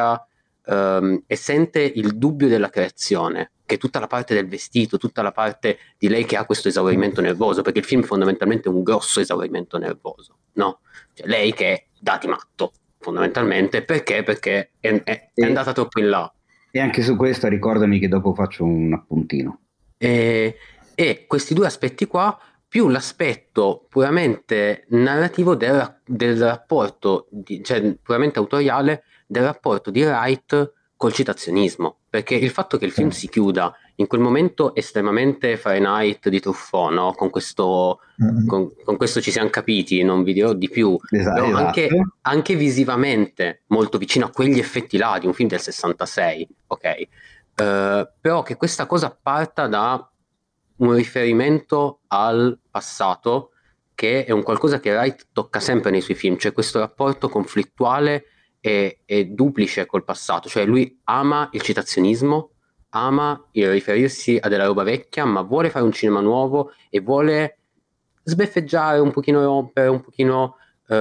e sente il dubbio della creazione, che è tutta la parte del vestito, tutta la parte di lei che ha questo esaurimento nervoso, perché il film fondamentalmente è un grosso esaurimento nervoso, no? Cioè lei che è da di matto, fondamentalmente, perché è andata troppo in là. E anche su questo ricordami che dopo faccio un appuntino. E questi due aspetti qua, più l'aspetto puramente narrativo del rapporto, cioè puramente autoriale, del rapporto di Wright col citazionismo, perché il fatto che il film si chiuda in quel momento estremamente Fahrenheit di Truffaut, no? Con questo ci siamo capiti, non vi dirò di più, però anche visivamente molto vicino a quegli effetti là di un film del 66, ok? Però che questa cosa parta da un riferimento al passato, che è un qualcosa che Wright tocca sempre nei suoi film, cioè questo rapporto conflittuale e duplice col passato, cioè lui ama il citazionismo, ama il riferirsi a della roba vecchia, ma vuole fare un cinema nuovo e vuole sbeffeggiare un pochino, rompere un pochino,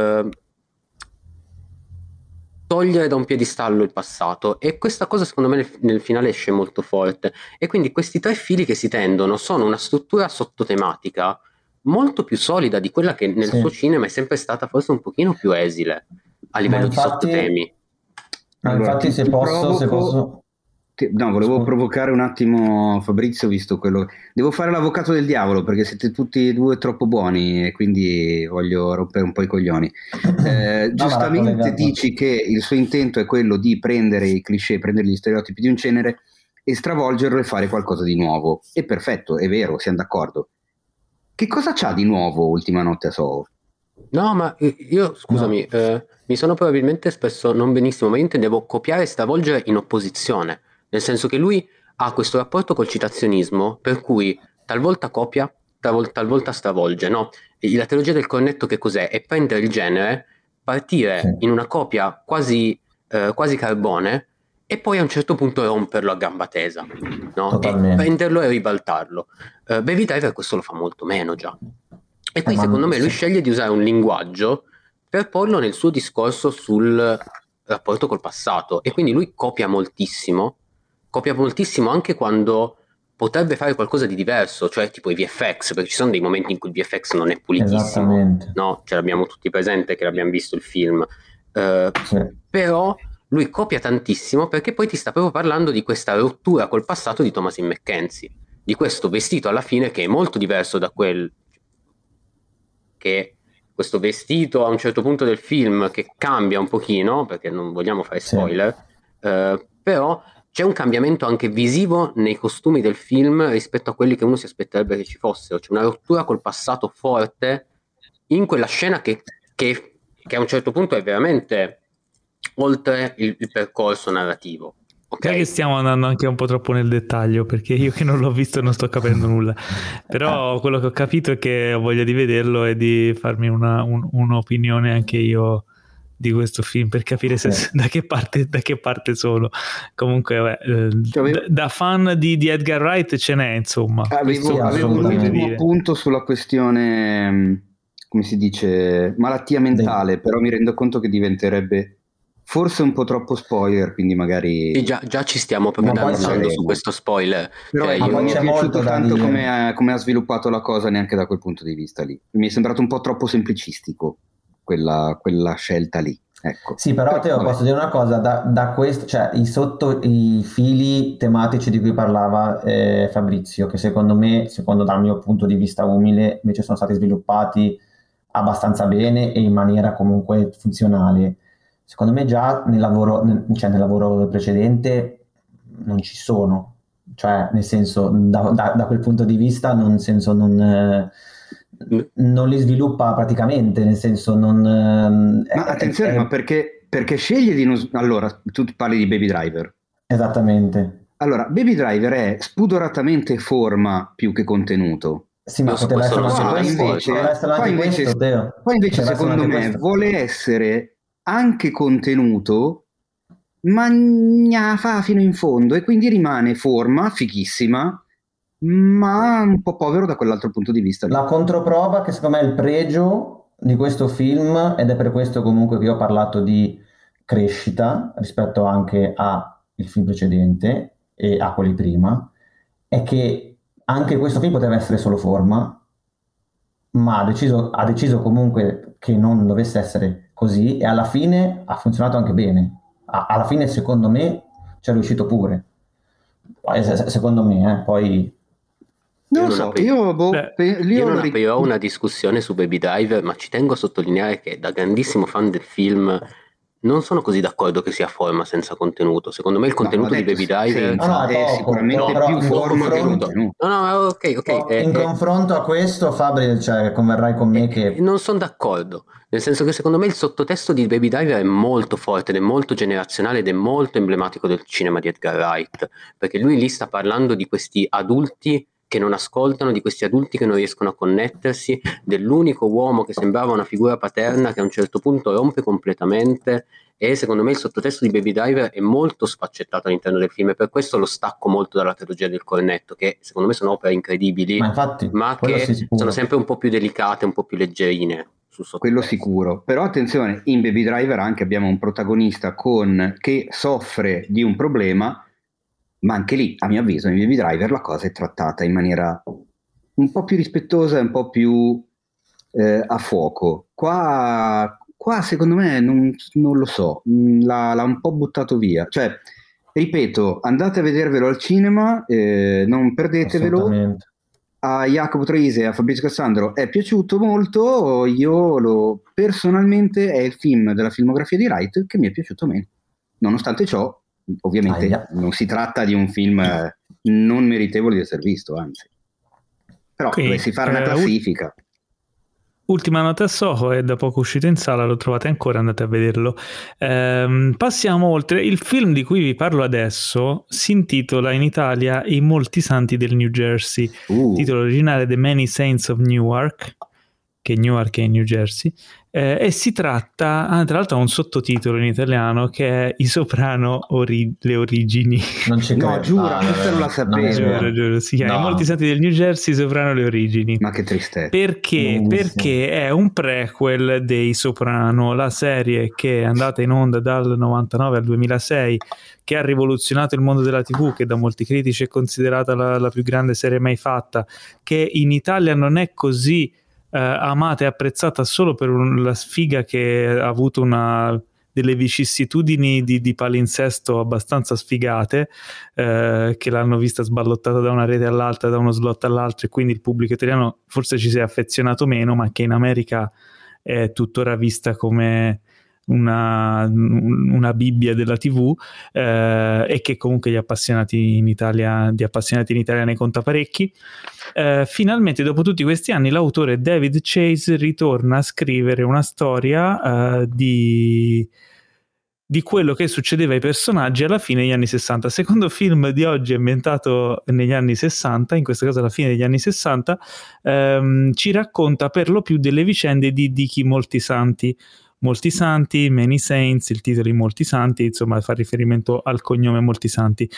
togliere da un piedistallo il passato, e questa cosa secondo me nel finale esce molto forte, e quindi questi tre fili che si tendono sono una struttura sottotematica molto più solida di quella che nel suo cinema è sempre stata forse un pochino più esile a livello di sottotemi. Infatti se posso... No, volevo provocare un attimo Fabrizio, visto quello. Devo fare l'avvocato del diavolo perché siete tutti e due troppo buoni e quindi voglio rompere un po' i coglioni. Giustamente dici che il suo intento è quello di prendere i cliché, prendere gli stereotipi di un genere e stravolgerlo e fare qualcosa di nuovo. È perfetto, è vero, siamo d'accordo. Che cosa c'ha di nuovo Ultima Notte a Soho? No, ma io, scusami, mi sono probabilmente espresso non benissimo, ma io intendevo copiare e stravolgere in opposizione. Nel senso che lui ha questo rapporto col citazionismo, per cui talvolta copia, talvolta stravolge, no? E la teologia del cornetto che cos'è? È prendere il genere, partire in una copia quasi carbone, e poi a un certo punto romperlo a gamba tesa, no? E prenderlo e ribaltarlo. Baby Driver questo lo fa molto meno già. E qui secondo me lui sceglie di usare un linguaggio per porlo nel suo discorso sul rapporto col passato, e quindi lui copia moltissimo anche quando potrebbe fare qualcosa di diverso, cioè tipo i VFX, perché ci sono dei momenti in cui il VFX non è pulitissimo, no? Ce l'abbiamo tutti presente che l'abbiamo visto il film, però lui copia tantissimo perché poi ti sta proprio parlando di questa rottura col passato di Thomasin McKenzie, di questo vestito alla fine che è molto diverso da che questo vestito a un certo punto del film che cambia un pochino, perché non vogliamo fare spoiler, però c'è un cambiamento anche visivo nei costumi del film rispetto a quelli che uno si aspetterebbe che ci fossero. C'è una rottura col passato forte in quella scena che a un certo punto è veramente oltre il percorso narrativo. Okay. Che stiamo andando anche un po' troppo nel dettaglio, perché io che non l'ho visto non sto capendo nulla, però quello che ho capito è che ho voglia di vederlo e di farmi un'opinione anche io di questo film, per capire da che parte sono. Comunque da fan di Edgar Wright ce n'è, insomma. Avevo un ultimo punto sulla questione, come si dice, malattia mentale, però mi rendo conto che diventerebbe forse un po' troppo spoiler, quindi magari... Sì, già ci stiamo proprio danzando su questo spoiler. Però non mi è piaciuto tanto come ha sviluppato la cosa neanche da quel punto di vista lì. Mi è sembrato un po' troppo semplicistico quella scelta lì. Ecco. Sì, però Teo, posso dire una cosa, da questo, cioè i fili tematici di cui parlava Fabrizio, che secondo me, dal mio punto di vista umile, invece sono stati sviluppati abbastanza bene e in maniera comunque funzionale. Secondo me già nel lavoro precedente non ci sono, cioè nel senso da quel punto di vista non li sviluppa praticamente, nel senso non... Ma attenzione, ma perché sceglie di non... Allora, tu parli di Baby Driver. Esattamente. Allora, Baby Driver è spudoratamente forma più che contenuto. Sì, ma poteva essere anche questo, Teo. Poi invece secondo me vuole essere anche contenuto, ma fa fino in fondo e quindi rimane forma fighissima, ma un po' povero da quell'altro punto di vista. La controprova che secondo me è il pregio di questo film, ed è per questo comunque che io ho parlato di crescita rispetto anche al film precedente e a quelli prima, è che anche questo film poteva essere solo forma, ma ha deciso comunque che non dovesse essere così, e alla fine ha funzionato anche bene. Alla fine secondo me ci è riuscito pure, secondo me, poi non lo so, io non aprirò una discussione su Baby Driver, ma ci tengo a sottolineare che da grandissimo fan del film non sono così d'accordo che sia forma senza contenuto. Secondo me il contenuto di Baby Driver è sicuramente più forma che contenuto. Ok. In confronto a questo, Fabri, cioè, converrai con me che... Non sono d'accordo, nel senso che secondo me il sottotesto di Baby Driver è molto forte ed è molto generazionale ed è molto emblematico del cinema di Edgar Wright, perché lui lì sta parlando di questi adulti che non ascoltano, di questi adulti che non riescono a connettersi, dell'unico uomo che sembrava una figura paterna che a un certo punto rompe completamente, e secondo me il sottotesto di Baby Driver è molto sfaccettato all'interno del film, e per questo lo stacco molto dalla trilogia del Cornetto, che secondo me sono opere incredibili, ma che sono sempre un po' più delicate, un po' più leggerine. Quello sicuro, però attenzione, in Baby Driver anche abbiamo un protagonista che soffre di un problema, ma anche lì, a mio avviso, in Baby Driver la cosa è trattata in maniera un po' più rispettosa e un po' più a fuoco. Qua secondo me non lo so, l'ha un po' buttato via. Cioè, ripeto, andate a vedervelo al cinema, non perdetevelo. A Jacopo Traise e a Fabrizio Cassandro è piaciuto molto, personalmente è il film della filmografia di Wright che mi è piaciuto meno. Nonostante ciò, ovviamente non si tratta di un film non meritevole di essere visto, anzi. Però dovessi fare una classifica. Ultima nota a Soho, è da poco uscito in sala, lo trovate ancora, andate a vederlo. Passiamo oltre. Il film di cui vi parlo adesso si intitola in Italia I molti santi del New Jersey, titolo originale The Many Saints of Newark, che Newark è in New Jersey, e si tratta, tra l'altro ha un sottotitolo in italiano che è I Soprano le origini. Non ci credo. No, giuro, questo non la sapevo. Giuro, si chiama I molti santi del New Jersey, I Soprano le origini. Ma che tristezza. Perché è un prequel dei Soprano, la serie che è andata in onda dal 99 al 2006, che ha rivoluzionato il mondo della TV, che da molti critici è considerata la più grande serie mai fatta, che in Italia non è così amata e apprezzata solo per la sfiga che ha avuto delle vicissitudini di palinsesto abbastanza sfigate, che l'hanno vista sballottata da una rete all'altra, da uno slot all'altro, e quindi il pubblico italiano forse ci si è affezionato meno, ma che in America è tuttora vista come una Bibbia della TV, e che comunque di appassionati in Italia ne conta parecchi. Finalmente, dopo tutti questi anni, l'autore David Chase ritorna a scrivere una storia di di quello che succedeva ai personaggi alla fine degli anni 60. Il secondo film di oggi è ambientato negli anni 60, in questo caso alla fine degli anni 60, ci racconta per lo più delle vicende di Dicky Moltisanti. Moltisanti, Many Saints, il titolo di Molti Santi, insomma fa riferimento al cognome Moltisanti,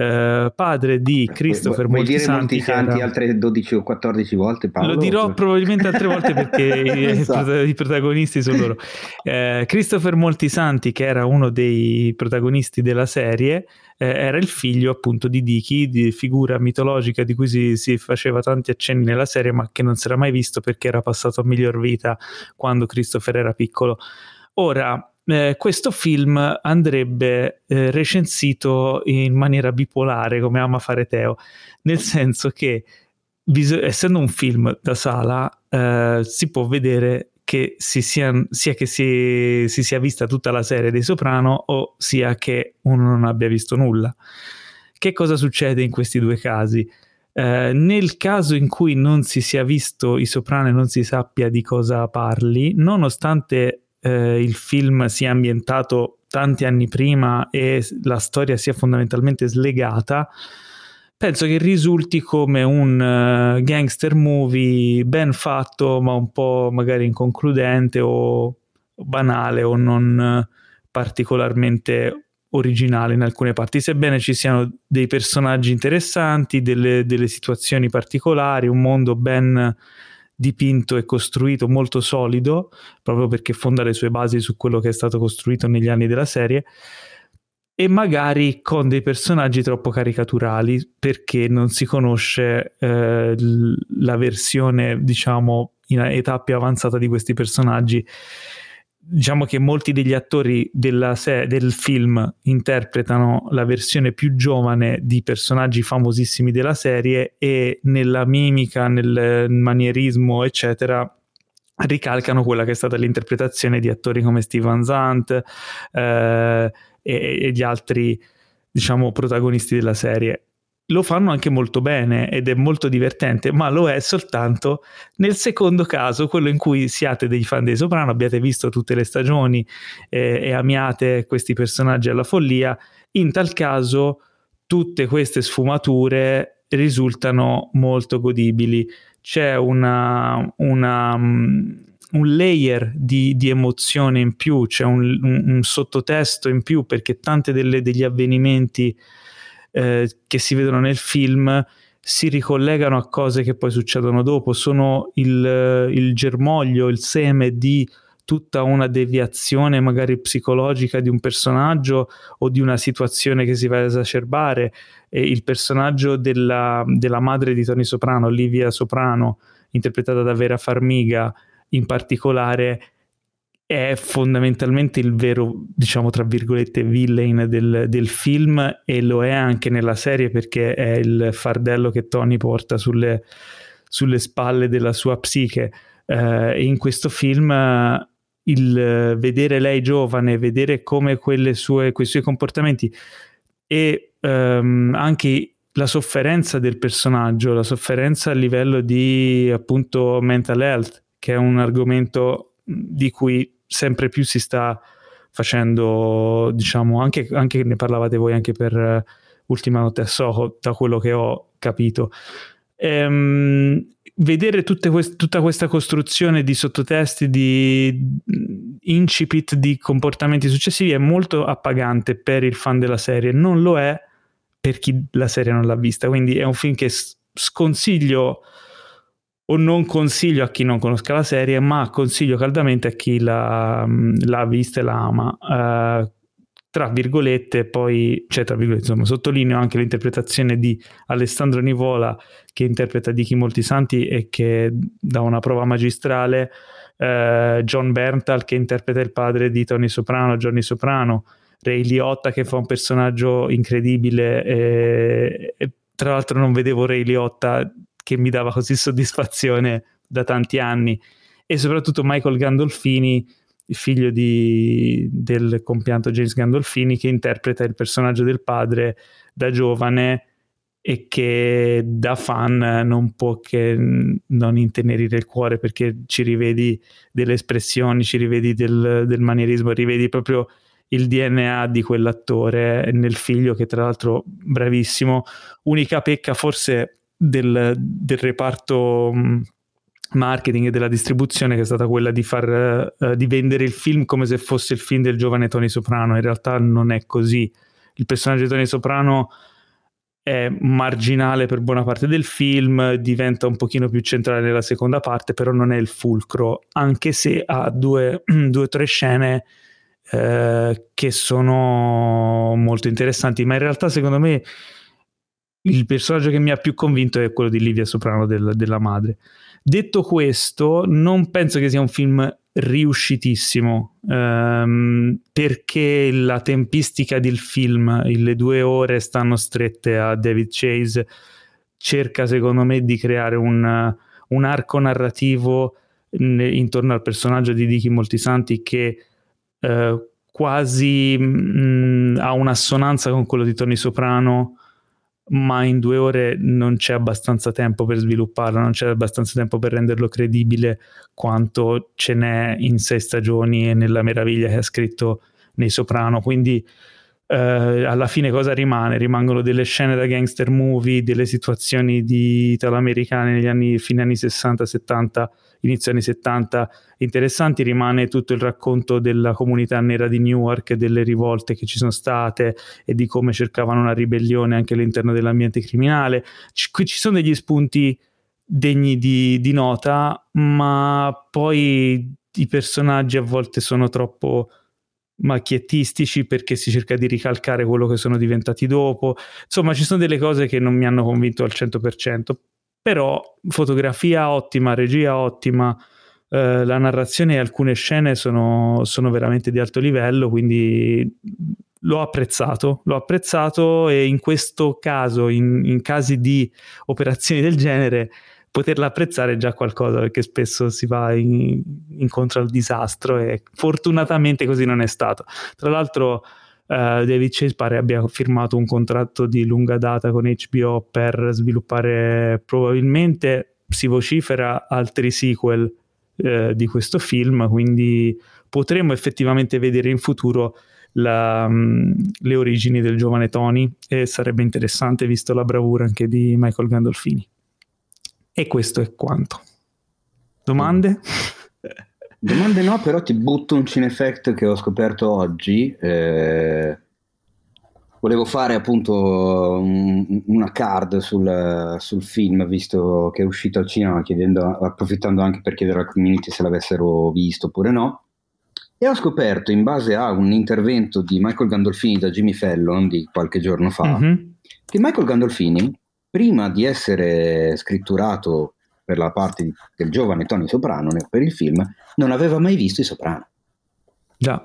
padre di Christopher Vuoi dire Moltisanti. Moltisanti altre 12 o 14 volte, Paolo? Lo dirò probabilmente altre volte perché So. i protagonisti sono loro. Christopher Moltisanti, che era uno dei protagonisti della serie, era il figlio appunto di Dicky, di figura mitologica di cui si faceva tanti accenni nella serie, ma che non si era mai visto perché era passato a miglior vita quando Christopher era piccolo. Ora, questo film andrebbe recensito in maniera bipolare, come ama fare Teo, nel senso che essendo un film da sala, si può vedere che sia che si sia vista tutta la serie dei Soprano o sia che uno non abbia visto nulla. Che cosa succede in questi due casi? Nel caso in cui non si sia visto i Soprano e non si sappia di cosa parli, nonostante il film sia ambientato tanti anni prima e la storia sia fondamentalmente slegata, penso che risulti come un gangster movie ben fatto, ma un po' magari inconcludente o banale o non particolarmente originale in alcune parti, sebbene ci siano dei personaggi interessanti, delle situazioni particolari, un mondo ben dipinto e costruito, molto solido, proprio perché fonda le sue basi su quello che è stato costruito negli anni della serie, e magari con dei personaggi troppo caricaturali perché non si conosce la versione, diciamo, in età più avanzata di questi personaggi. Diciamo che molti degli attori del film interpretano la versione più giovane di personaggi famosissimi della serie e nella mimica, nel manierismo, eccetera, ricalcano quella che è stata l'interpretazione di attori come Steve Van Zandt e gli altri, diciamo, protagonisti della serie. Lo fanno anche molto bene ed è molto divertente, ma lo è soltanto nel secondo caso, quello in cui siate dei fan dei Soprano, abbiate visto tutte le stagioni e amiate questi personaggi alla follia. In tal caso tutte queste sfumature risultano molto godibili. C'è un layer di emozione in più, c'è un sottotesto in più, perché tante degli avvenimenti che si vedono nel film si ricollegano a cose che poi succedono dopo, sono il germoglio, il seme di tutta una deviazione magari psicologica di un personaggio o di una situazione che si va a esacerbare. E il personaggio della madre di Tony Soprano, Olivia Soprano, interpretata da Vera Farmiga in particolare, è fondamentalmente il vero, diciamo tra virgolette, villain del film, e lo è anche nella serie perché è il fardello che Tony porta sulle spalle della sua psiche. E in questo film il vedere lei giovane, vedere come quei suoi comportamenti e anche la sofferenza del personaggio, la sofferenza a livello di appunto mental health, che è un argomento di cui sempre più si sta facendo, diciamo, anche ne parlavate voi anche per Ultima Notte a Soho, da quello che ho capito. Vedere tutta questa costruzione di sottotesti, di incipit di comportamenti successivi è molto appagante per il fan della serie, non lo è per chi la serie non l'ha vista, quindi è un film che sconsiglio o non consiglio a chi non conosca la serie, ma consiglio caldamente a chi l'ha vista e la ama. Tra virgolette, poi, cioè tra virgolette, insomma, sottolineo anche l'interpretazione di Alessandro Nivola, che interpreta Dicky Moltisanti e che dà una prova magistrale, John Berntal che interpreta il padre di Tony Soprano, Johnny Soprano, Ray Liotta che fa un personaggio incredibile, e tra l'altro non vedevo Ray Liotta che mi dava così soddisfazione da tanti anni, e soprattutto Michael Gandolfini, il figlio del compianto James Gandolfini, che interpreta il personaggio del padre da giovane e che da fan non può che non intenerire il cuore, perché ci rivedi delle espressioni, ci rivedi del manierismo, rivedi proprio il DNA di quell'attore nel figlio, che tra l'altro bravissimo. Unica pecca forse del reparto marketing e della distribuzione, che è stata quella di di vendere il film come se fosse il film del giovane Tony Soprano. In realtà non è così. Il personaggio di Tony Soprano è marginale per buona parte del film, diventa un pochino più centrale nella seconda parte, però non è il fulcro, anche se ha due o tre scene che sono molto interessanti. Ma in realtà secondo me il personaggio che mi ha più convinto è quello di Livia Soprano, della madre. Detto questo, non penso che sia un film riuscitissimo, perché la tempistica del film, le 2 ore stanno strette a David Chase. Cerca secondo me di creare un arco narrativo intorno al personaggio di Dicky Moltisanti che quasi ha un'assonanza con quello di Tony Soprano, ma in 2 ore non c'è abbastanza tempo per svilupparlo, non c'è abbastanza tempo per renderlo credibile quanto ce n'è in 6 stagioni e nella meraviglia che ha scritto nei Soprano. Quindi alla fine cosa rimane? Rimangono delle scene da gangster movie, delle situazioni di italo-americane negli fine anni 60, 70, inizio anni 70 interessanti. Rimane tutto il racconto della comunità nera di Newark, delle rivolte che ci sono state e di come cercavano una ribellione anche all'interno dell'ambiente criminale. Qui ci sono degli spunti degni di nota, ma poi i personaggi a volte sono troppo macchiettistici, perché si cerca di ricalcare quello che sono diventati dopo. Insomma, ci sono delle cose che non mi hanno convinto al 100%, però fotografia ottima, regia ottima, la narrazione e alcune scene sono veramente di alto livello, quindi l'ho apprezzato, e in questo caso, in casi di operazioni del genere, poterla apprezzare è già qualcosa, perché spesso si va incontro al disastro e fortunatamente così non è stato. Tra l'altro David Chase pare abbia firmato un contratto di lunga data con HBO per sviluppare, probabilmente si vocifera, altri sequel di questo film, quindi potremmo effettivamente vedere in futuro le origini del giovane Tony, e sarebbe interessante visto la bravura anche di Michael Gandolfini. E questo è quanto. Domande? Domande no, però ti butto un cinefact che ho scoperto oggi. Volevo fare appunto una card sul film, visto che è uscito al cinema, approfittando anche per chiedere alla community se l'avessero visto oppure no. E ho scoperto, in base a un intervento di Michael Gandolfini da Jimmy Fallon di qualche giorno fa, che Michael Gandolfini, prima di essere scritturato per la parte del giovane Tony Soprano per il film, non aveva mai visto i Soprano. Già.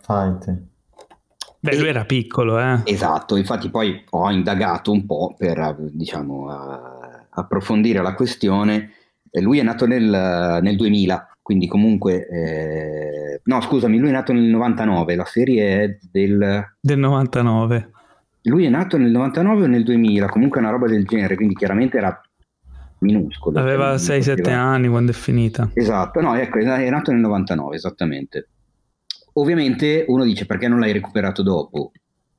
Beh, lui era piccolo, Esatto, infatti poi ho indagato un po' per, diciamo, approfondire la questione. Lui è nato nel 2000, quindi comunque... no, scusami, lui è nato nel 99, la serie è del 99. Lui è nato nel 99 o nel 2000, comunque una roba del genere, quindi chiaramente era minuscolo. Aveva 6-7 anni quando è finita. Esatto, no, ecco, è nato nel 99, esattamente. Ovviamente uno dice: perché non l'hai recuperato dopo?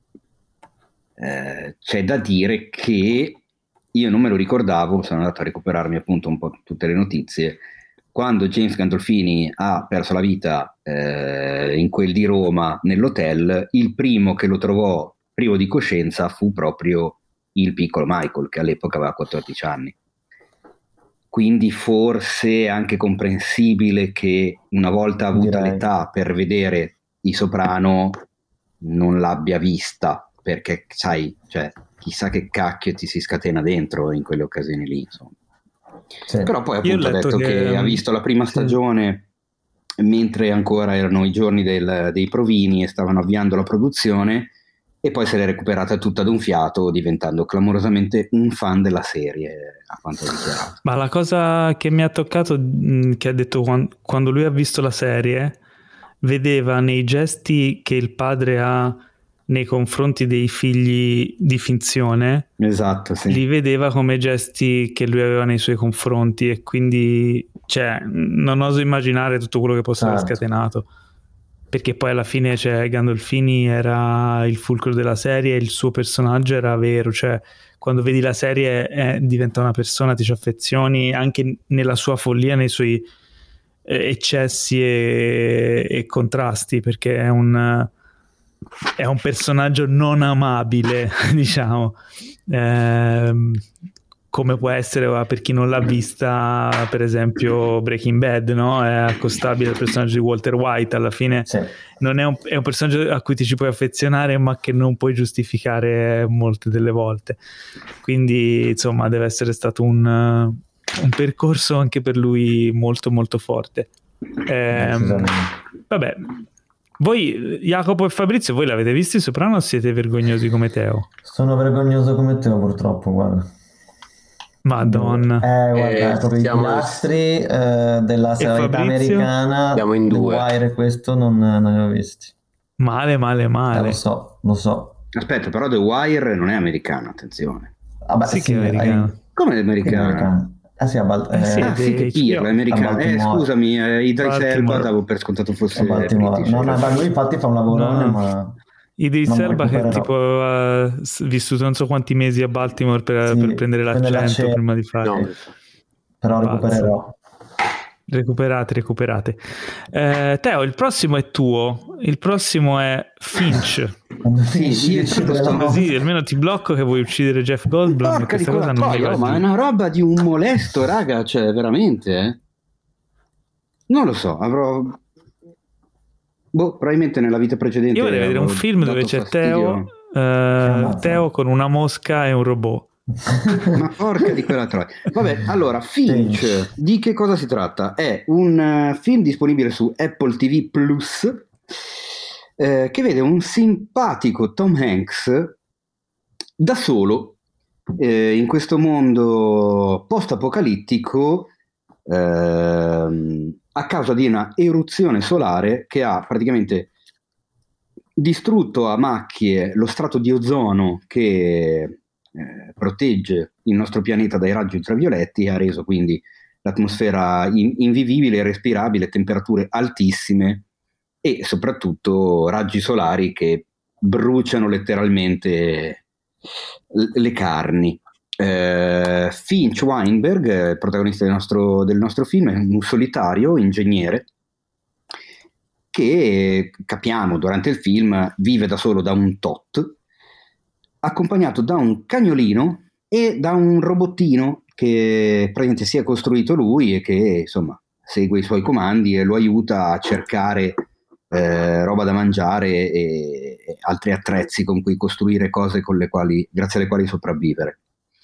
C'è da dire che io non me lo ricordavo, sono andato a recuperarmi appunto un po' tutte le notizie. Quando James Gandolfini ha perso la vita in quel di Roma nell'hotel, il primo che lo trovò privo di coscienza fu proprio il piccolo Michael, che all'epoca aveva 14 anni. Quindi forse è anche comprensibile che una volta avuta l'età per vedere i Soprano non l'abbia vista, perché sai, cioè, chissà che cacchio ti si scatena dentro in quelle occasioni lì, insomma. Sì. Però poi appunto ha detto che ha visto la prima stagione mentre ancora erano i giorni dei provini e stavano avviando la produzione, e poi se l'è recuperata tutta d'un fiato, diventando clamorosamente un fan della serie, a quanto ha dichiarato. Ma la cosa che mi ha toccato, che ha detto quando lui ha visto la serie, vedeva nei gesti che il padre ha nei confronti dei figli di finzione, esatto, sì, li vedeva come gesti che lui aveva nei suoi confronti, e quindi non oso immaginare tutto quello che possa aver scatenato. perché poi alla fine, cioè, Gandolfini era il fulcro della serie e il suo personaggio era vero, cioè quando vedi la serie diventa una persona, ti ci affezioni anche nella sua follia, nei suoi eccessi e contrasti, perché è un personaggio non amabile, diciamo, come può essere, per chi non l'ha vista, per esempio Breaking Bad, no? È accostabile al personaggio di Walter White, alla fine Sì. non è un personaggio a cui ti ci puoi affezionare, ma che non puoi giustificare molte delle volte, quindi insomma deve essere stato un percorso anche per lui molto molto forte. Vabbè, voi Jacopo e Fabrizio, voi l'avete visto i Soprano o siete vergognosi come Teo? Sono vergognoso come Teo, purtroppo, guarda. Madonna. Guarda, proprio i pilastri della serialità americana. Siamo in due. The Wire, questo non li ho visti. Male. Lo so. Aspetta, però The Wire non è americano, attenzione. Vabbè, sì, che è americano. Come è americano? Sì, che pirla, è americano. Scusami, Idris Elba davo per scontato fosse Baltimore. Lui infatti fa un lavorone, ma Idris Elba che tipo ha vissuto non so quanti mesi a Baltimore per prendere l'accento prima di fare. No. Però recupererò. Recuperate. Teo, il prossimo è tuo. Il prossimo è Finch. Così almeno ti blocco che vuoi uccidere Jeff Goldblum. Questa cosa non mi va ma è una roba di un molesto, raga, cioè veramente, non lo so, avrò probabilmente nella vita precedente io vorrei vedere un film dove c'è Teo con una mosca e un robot. Ma porca di quella troia. Vabbè, allora, Finch, di che cosa si tratta? È un film disponibile su Apple TV Plus, che vede un simpatico Tom Hanks da solo in questo mondo post-apocalittico a causa di una eruzione solare che ha praticamente distrutto a macchie lo strato di ozono che protegge il nostro pianeta dai raggi ultravioletti e ha reso quindi l'atmosfera invivibile e respirabile, temperature altissime e soprattutto raggi solari che bruciano letteralmente le carni. Finch Weinberg, il protagonista del nostro film, è un solitario ingegnere che, capiamo durante il film, vive da solo da un tot, accompagnato da un cagnolino e da un robottino che praticamente si è costruito lui e che insomma segue i suoi comandi e lo aiuta a cercare roba da mangiare e altri attrezzi con cui costruire cose grazie alle quali sopravvivere.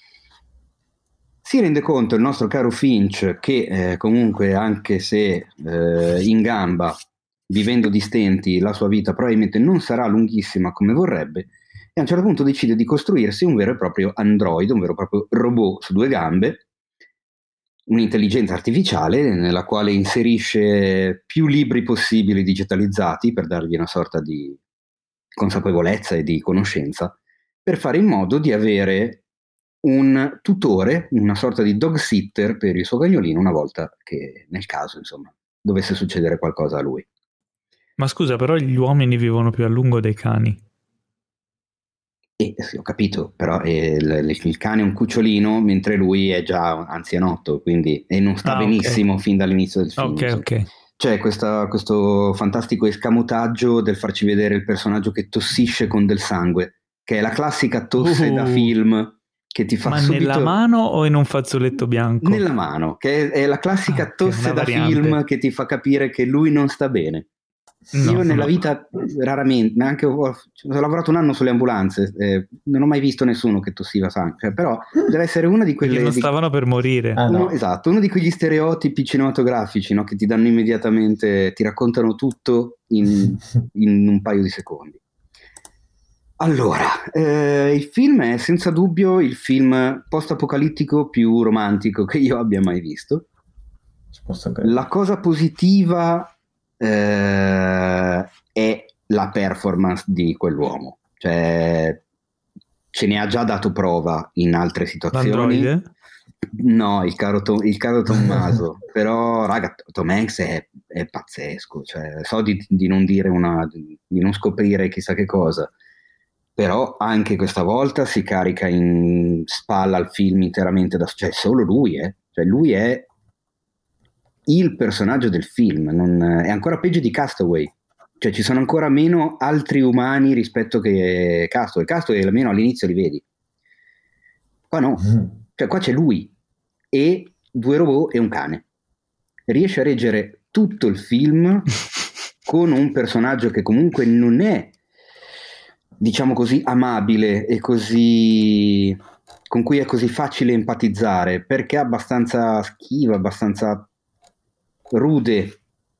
Si rende conto il nostro caro Finch che comunque, anche se in gamba, vivendo di stenti, la sua vita probabilmente non sarà lunghissima come vorrebbe, e a un certo punto decide di costruirsi un vero e proprio android, un vero e proprio robot su due gambe, un'intelligenza artificiale nella quale inserisce più libri possibili digitalizzati per dargli una sorta di consapevolezza e di conoscenza, per fare in modo di avere un tutore, una sorta di dog sitter per il suo cagnolino una volta che, nel caso, insomma, dovesse succedere qualcosa a lui. Ma scusa, però gli uomini vivono più a lungo dei cani. Sì, ho capito, però il cane è un cucciolino mentre lui è già anzianotto, quindi e non sta benissimo fin dall'inizio del film. Ok. C'è questo fantastico escamotaggio del farci vedere il personaggio che tossisce con del sangue, che è la classica tosse da film che ti fa subito... Ma nella mano o in un fazzoletto bianco? Nella mano, che è la classica tosse da film che ti fa capire che lui non sta bene. Io nella vita raramente, neanche ho lavorato un anno sulle ambulanze, non ho mai visto nessuno che tossiva sangue, però deve essere una di quelle... Perché non stavano per morire. Esatto, uno di quegli stereotipi cinematografici, no, che ti danno immediatamente, ti raccontano tutto in un paio di secondi. Allora, il film è senza dubbio il film post-apocalittico più romantico che io abbia mai visto. La cosa positiva è la performance di quell'uomo, cioè ce ne ha già dato prova in altre situazioni. L'androide? No, il caro Tommaso. Però raga, Tom Hanks è è pazzesco, cioè, so di non dire di non scoprire chissà che cosa, però anche questa volta si carica in spalla il film interamente cioè solo lui, cioè lui è il personaggio del film, è ancora peggio di Castaway, cioè ci sono ancora meno altri umani rispetto che Castaway almeno all'inizio li vedi, qua no, cioè qua c'è lui e 2 robot e un cane, riesce a reggere tutto il film con un personaggio che comunque non è, diciamo così, amabile e così con cui è così facile empatizzare, perché è abbastanza schiva, abbastanza rude,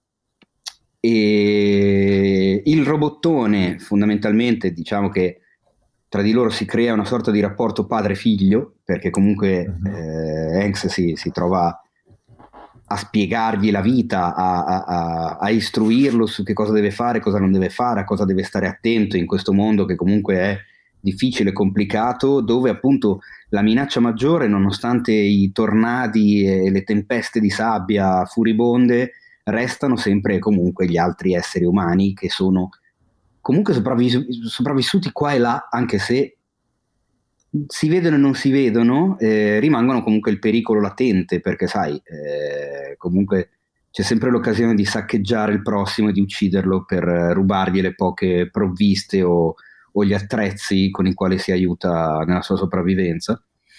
e il robottone fondamentalmente, diciamo che tra di loro si crea una sorta di rapporto padre-figlio, perché comunque Hanks si trova a spiegargli la vita, a istruirlo su che cosa deve fare, cosa non deve fare, a cosa deve stare attento in questo mondo che comunque è difficile, complicato, dove appunto la minaccia maggiore, nonostante i tornadi e le tempeste di sabbia furibonde, restano sempre comunque gli altri esseri umani che sono comunque sopravvissuti qua e là, anche se si vedono e non si vedono, rimangono comunque il pericolo latente, perché sai, comunque c'è sempre l'occasione di saccheggiare il prossimo e di ucciderlo per rubargli le poche provviste o gli attrezzi con i quali si aiuta nella sua sopravvivenza.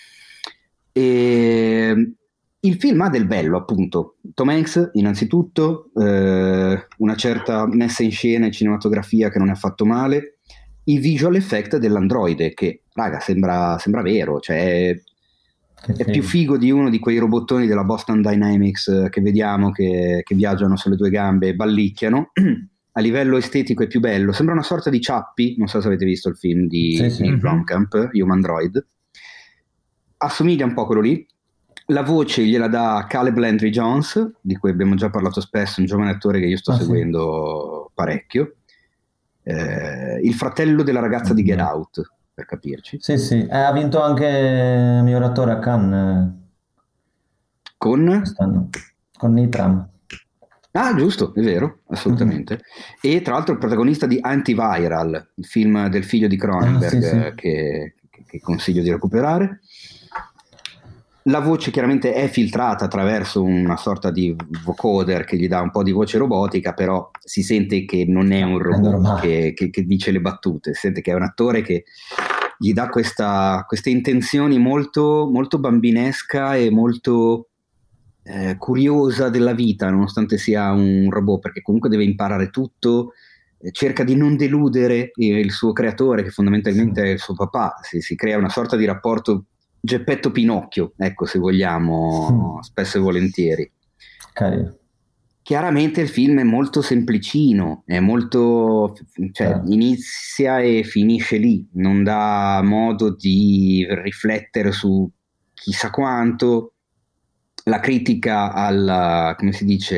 E il film ha del bello, appunto. Tom Hanks, innanzitutto, una certa messa in scena e cinematografia che non è affatto male, i visual effect dell'androide che, raga, sembra vero, cioè è più figo di uno di quei robottoni della Boston Dynamics che vediamo che viaggiano sulle 2 gambe e ballicchiano. A livello estetico è più bello, sembra una sorta di Chappie, non so se avete visto il film di Blomkamp, Human Droid, assomiglia un po' a quello lì. La voce gliela dà Caleb Landry Jones, di cui abbiamo già parlato spesso, un giovane attore che io sto seguendo parecchio, il fratello della ragazza di Get Out, per capirci. Sì, ha vinto anche miglior attore a Cannes quest'anno, con Nitram. Ah, giusto, è vero, assolutamente. E tra l'altro il protagonista di Antiviral, il film del figlio di Cronenberg, che consiglio di recuperare. La voce chiaramente è filtrata attraverso una sorta di vocoder che gli dà un po' di voce robotica, però si sente che non è un robot che dice le battute, si sente che è un attore che gli dà queste intenzioni molto, molto bambinesca e molto curiosa della vita, nonostante sia un robot, perché comunque deve imparare tutto, cerca di non deludere il suo creatore, che fondamentalmente è il suo papà, si crea una sorta di rapporto Geppetto Pinocchio, ecco, se vogliamo, spesso e volentieri. Carino. Chiaramente il film è molto semplicino, è molto, cioè inizia e finisce lì, non dà modo di riflettere su chissà quanto. La critica come si dice,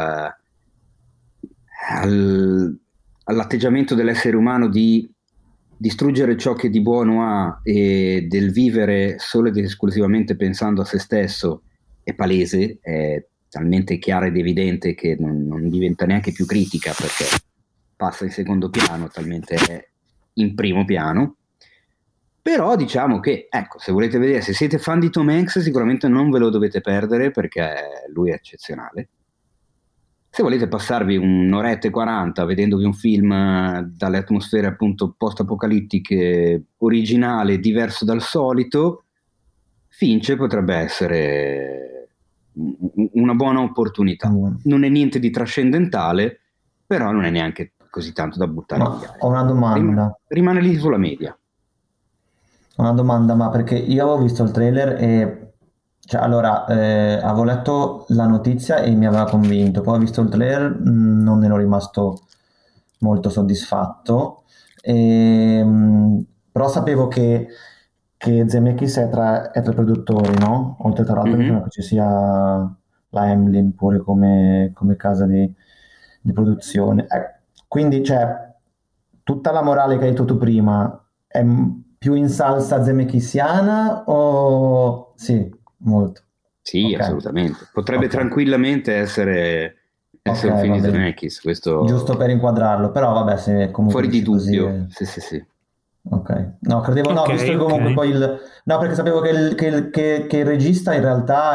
all'atteggiamento dell'essere umano di distruggere ciò che di buono ha e del vivere solo ed esclusivamente pensando a se stesso è palese, è talmente chiara ed evidente che non diventa neanche più critica, perché passa in secondo piano, talmente è in primo piano. Però diciamo che, ecco, se volete vedere, se siete fan di Tom Hanks, sicuramente non ve lo dovete perdere, perché lui è eccezionale. Se volete passarvi un'oretta e 40 vedendovi un film dalle atmosfere appunto post-apocalittiche, originale, diverso dal solito, Finch potrebbe essere una buona opportunità. Non è niente di trascendentale, però non è neanche così tanto da buttare via. Ho una domanda. Rimane lì sulla media. Una domanda, ma perché io avevo visto il trailer e avevo letto la notizia e mi aveva convinto, poi ho visto il trailer, non ne ero rimasto molto soddisfatto, però sapevo che Zemeckis è tra i produttori, no? Oltre tra l'altro mi sembra che ci sia la Emblem pure come casa di produzione. Quindi, cioè, tutta la morale che hai detto tu prima è più in salsa zemeckisiana o... Sì, molto. Sì, assolutamente. Potrebbe tranquillamente essere essere Ok, un film va di bene. Zemeckis, questo Giusto per inquadrarlo, però vabbè, se comunque fuori di dici così, dubbio. Sì. ok. No, credevo, no, Ok, visto che comunque ok. poi no, perché sapevo che il regista in realtà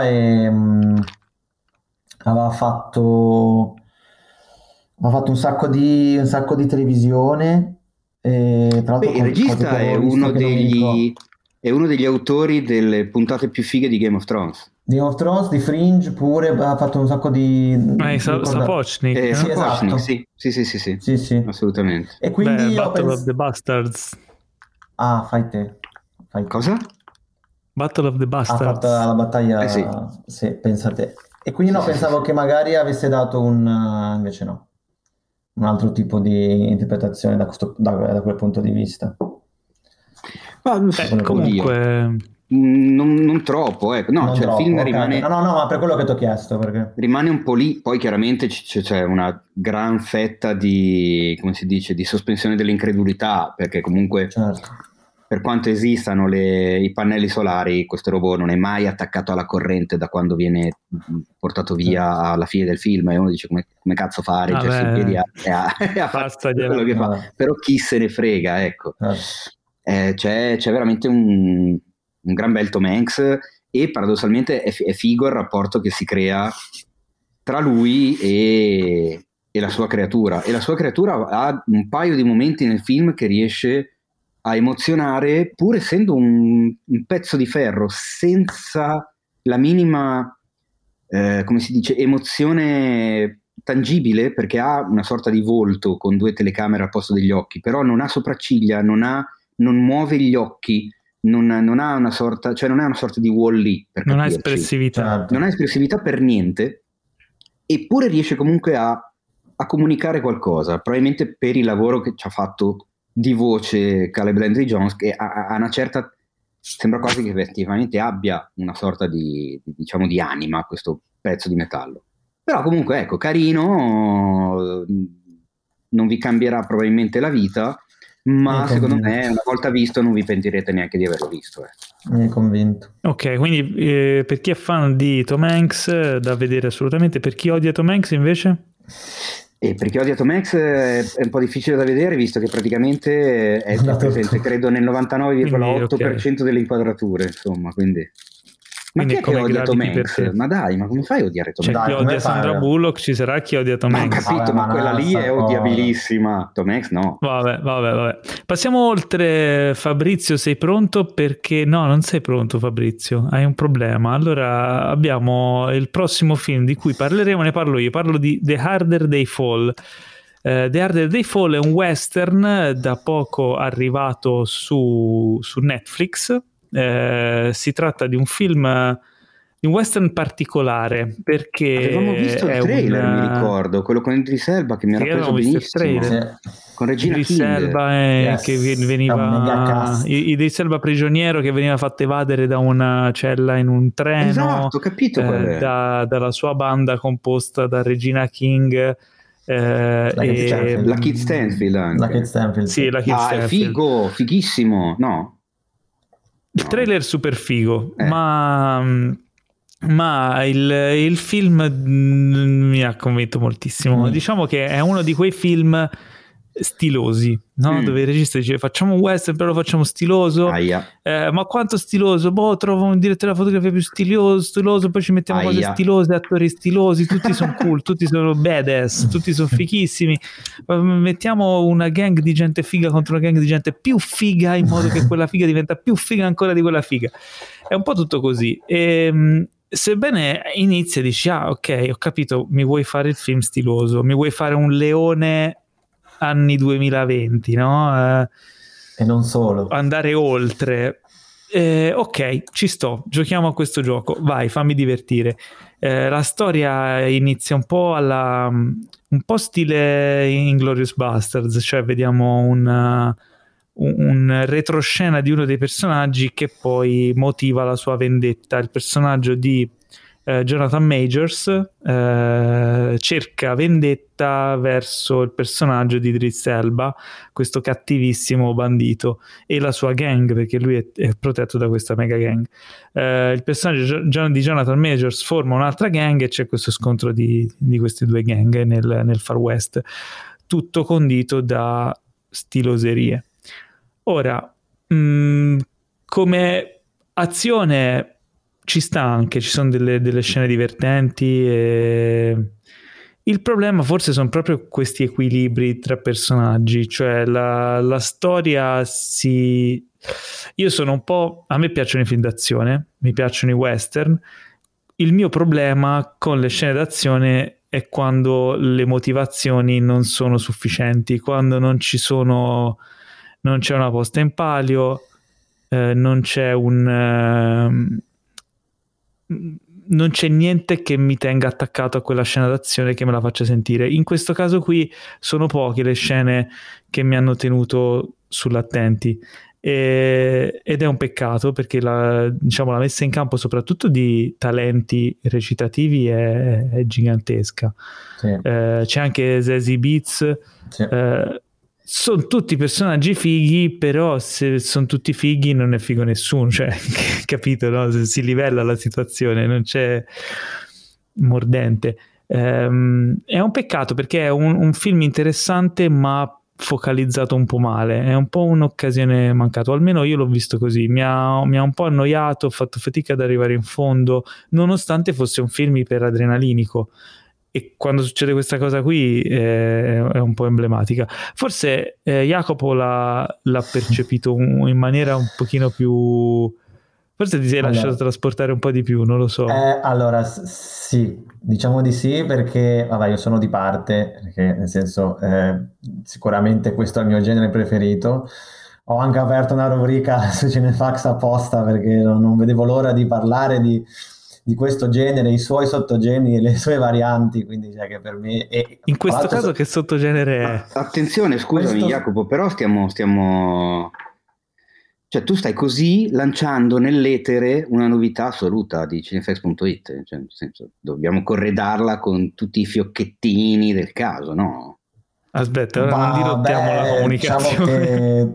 aveva fatto, un sacco di televisione, e tra Beh, l'altro il cose che regista avevo visto che non mi ricordo. è uno degli autori delle puntate più fighe di Game of Thrones. Game of Thrones, di Fringe pure, ha fatto un sacco di... mi ricordo... Sapochnik, Sì, Sapochnik, esatto. sì, Sì, sì. assolutamente. E Beh, quindi io Battle of penso... the Bastards. Ah, fai te. Fai te. Cosa? Battle of the Ha fatto Bastards. la Sì. battaglia, sì, pensa te. E quindi no, Sì. pensavo che magari avesse dato invece no, un altro tipo di interpretazione da quel punto di vista. Ma, oddio, Comunque, non troppo, ecco. No, Non cioè il troppo, film ok. No, no, no, ma per quello che ti ho chiesto, perché... rimane un po' lì, poi chiaramente c'è una gran fetta di, come si dice, di sospensione dell'incredulità, perché comunque Certo. per quanto esistano i pannelli solari, questo robot non è mai attaccato alla corrente da quando viene portato via Certo. alla fine del film, e uno dice come cazzo fa a reggersi in piedi e a fare quello che fa, Vabbè, però chi se ne frega, ecco. certo. C'è veramente un gran bel Tom Hanks, e paradossalmente è figo il rapporto che si crea tra lui e la sua creatura. E la sua creatura ha un paio di momenti nel film che riesce a emozionare, pur essendo un pezzo di ferro, senza la minima, come si dice, emozione tangibile, perché ha una sorta di volto con 2 telecamere al posto degli occhi, però non ha sopracciglia, non muove gli occhi, non ha una sorta, cioè non è una sorta di Wall-E, per non ha capirci. espressività. Certo. Non ha espressività per niente, eppure riesce comunque a comunicare qualcosa, probabilmente per il lavoro che ci ha fatto di voce Caleb Landry Jones, che ha una certa, sembra quasi che effettivamente abbia una sorta diciamo, di anima questo pezzo di metallo. Però comunque ecco, carino, non vi cambierà probabilmente la vita, ma Mi secondo convinto. me una volta visto non vi pentirete neanche di averlo visto. Mi hai convinto. Ok, quindi per chi è fan di Tom Hanks, da vedere assolutamente. Per chi odia Tom Hanks invece? E perché odia Tom Hanks è un po' difficile da vedere, visto che praticamente è presente, credo, nel 99,8% delle inquadrature, insomma, quindi... Ma Quindi chi è che come odia Tom Gravity per Hanks? te. Ma dai, ma come fai a odiare Tom C'è Hanks? chi Dai, odia come fai? Sandra Bullock, ci sarà chi odia Tom Ma ho Hanks. capito, Vabbè, ma ma quella non è lì è sta cosa. odiabilissima. Tom Hanks no. Vabbè. Passiamo oltre. Fabrizio, sei pronto? Perché no, non sei pronto, Fabrizio, hai un problema. Allora abbiamo il prossimo film di cui parleremo, ne parlo io, parlo di The Harder They Fall. The Harder They Fall è un western da poco arrivato su Netflix. Si tratta di un film, di un western particolare, perché Avevamo visto il è trailer, mi ricordo, quello con Idris Elba che mi era Sì, preso avevamo visto il benissimo. trailer. Sì. Con Regina Idris King. Elba Yes. che È un mega veniva cast. Idris Elba prigioniero, che veniva fatto evadere da una cella in un treno, Esatto, ho capito qual è. dalla sua banda composta da Regina King, Keith Stanfield. La Keith Stanfield anche. La Keith Stanfield, sì, la Keith È Stanfield. figo, fighissimo, no? Il trailer super figo, Eh. ma il film mi ha convinto moltissimo. Diciamo che è uno di quei film stilosi, no? Dove il regista dice facciamo un western però lo facciamo stiloso. Ma quanto stiloso? Trovo un direttore della fotografia più stiloso, poi ci mettiamo cose stilose, attori stilosi, tutti sono cool, tutti sono badass, tutti sono fighissimi, mettiamo una gang di gente figa contro una gang di gente più figa, in modo che quella figa diventa più figa ancora di quella figa. È un po' tutto così. Sebbene inizia e dici ok, ho capito, mi vuoi fare il film stiloso, mi vuoi fare un leone anni 2020, no? E non solo. Andare oltre. Ok, ci sto, giochiamo a questo gioco, vai, fammi divertire. La storia inizia un po' un po' stile Inglourious Basterds, cioè vediamo un retroscena di uno dei personaggi che poi motiva la sua vendetta. Il personaggio di Jonathan Majors cerca vendetta verso il personaggio di Idris Elba, questo cattivissimo bandito, e la sua gang, perché lui è protetto da questa mega gang. Il personaggio di Jonathan Majors forma un'altra gang e c'è questo scontro di queste due gang nel Far West, tutto condito da stiloserie. Ora, come azione ci sta anche, ci sono delle scene divertenti il problema forse sono proprio questi equilibri tra personaggi, cioè la storia io sono un po', a me piacciono i film d'azione, mi piacciono i western, il mio problema con le scene d'azione è quando le motivazioni non sono sufficienti, quando non c'è una posta in palio, non c'è niente che mi tenga attaccato a quella scena d'azione che me la faccia sentire. In questo caso qui sono poche le scene che mi hanno tenuto sull'attenti ed è un peccato, perché la messa in campo soprattutto di talenti recitativi è gigantesca. Sì. C'è anche Zazie Beetz. Sì. Sono tutti personaggi fighi, però se sono tutti fighi non è figo nessuno, cioè, capito, no? Se si livella la situazione, non c'è mordente. È un peccato, perché è un film interessante ma focalizzato un po' male, è un po' un'occasione mancata, o almeno io l'ho visto così, mi ha un po' annoiato, ho fatto fatica ad arrivare in fondo, nonostante fosse un film iperadrenalinico. E quando succede questa cosa qui è un po' emblematica. Forse Jacopo l'ha percepito in maniera un pochino più... Forse ti sei lasciato trasportare un po' di più, non lo so. Allora, sì, diciamo di sì, perché vabbè, io sono di parte, perché nel senso sicuramente questo è il mio genere preferito. Ho anche aperto una rubrica su Cinefax apposta, perché non vedevo l'ora di parlare di questo genere, i suoi sottogeneri e le sue varianti, quindi cioè che per me... In questo caso che sottogenere è? Attenzione, scusami Jacopo, però stiamo... Cioè tu stai così lanciando nell'etere una novità assoluta di Cinefax.it, cioè nel senso, dobbiamo corredarla con tutti i fiocchettini del caso, no? Aspetta, ora non dirottiamo la comunicazione.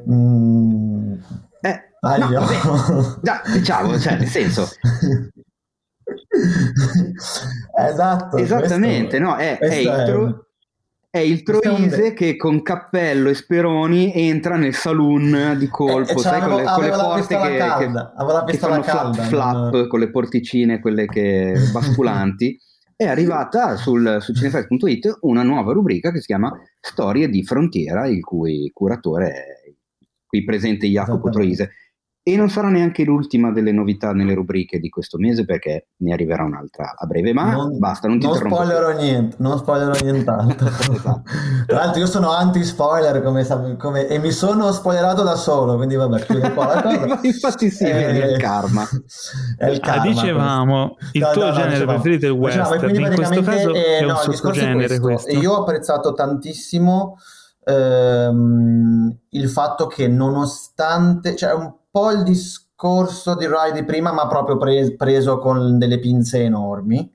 Diciamo, cioè nel senso... Esatto, esattamente, no? È il Troise che con cappello e speroni entra nel saloon di colpo, sai, con le porte che fanno flap, con le porticine, quelle che basculanti. È arrivata su Cinefax.it una nuova rubrica che si chiama Storie di frontiera, il cui curatore è qui presente Jacopo Troise. E non sarà neanche l'ultima delle novità nelle rubriche di questo mese, perché ne arriverà un'altra a breve, ma basta, non ti interrompo. Non spoilerò nient'altro. Esatto. Tra l'altro io sono anti-spoiler e mi sono spoilerato da solo, quindi vabbè, chiudo qua la cosa. Infatti sì, è il karma. È il karma. Dicevamo, il tuo genere preferito è il western, in questo caso è un sottogenere questo. Io ho apprezzato tantissimo il fatto che nonostante... cioè un po' il discorso di Rai di prima, ma proprio preso con delle pinze enormi,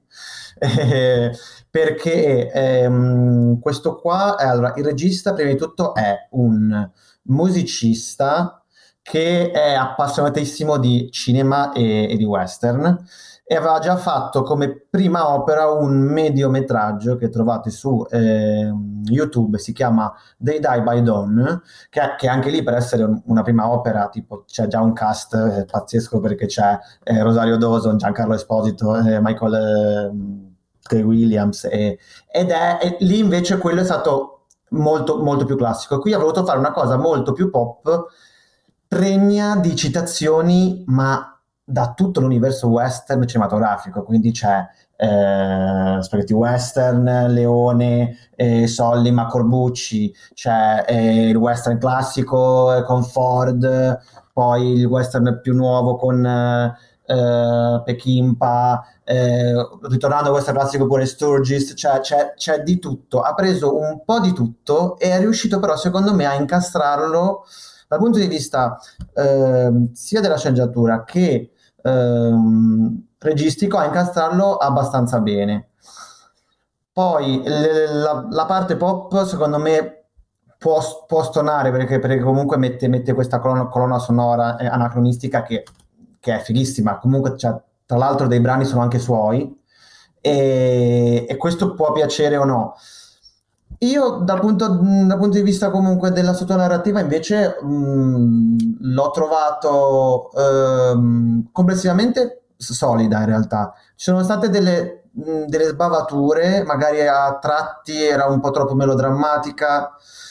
perché questo qua allora, il regista prima di tutto è un musicista che è appassionatissimo di cinema e di western, e aveva già fatto come prima opera un mediometraggio che trovate su YouTube, si chiama They Die by Dawn, che anche lì, per essere una prima opera, tipo c'è già un cast pazzesco, perché c'è Rosario Dawson, Giancarlo Esposito, Michael K. Williams, e lì invece quello è stato molto, molto più classico. Qui ha voluto fare una cosa molto più pop, pregna di citazioni, ma da tutto l'universo western cinematografico, quindi c'è Spaghetti Western, Leone, Sollima, Corbucci, c'è il western classico con Ford, poi il western più nuovo con Peckinpah, ritornando al western classico pure Sturgis, c'è di tutto, ha preso un po' di tutto e è riuscito però secondo me a incastrarlo dal punto di vista sia della sceneggiatura che registico a incastrarlo abbastanza bene. Poi la parte pop secondo me può stonare perché comunque mette questa colonna sonora anacronistica che è fighissima. Comunque, cioè, tra l'altro dei brani sono anche suoi e questo può piacere o no. Io dal punto di vista comunque della sottonarrativa invece l'ho trovato complessivamente solida in realtà. Ci sono state delle sbavature, magari a tratti era un po' troppo melodrammatica,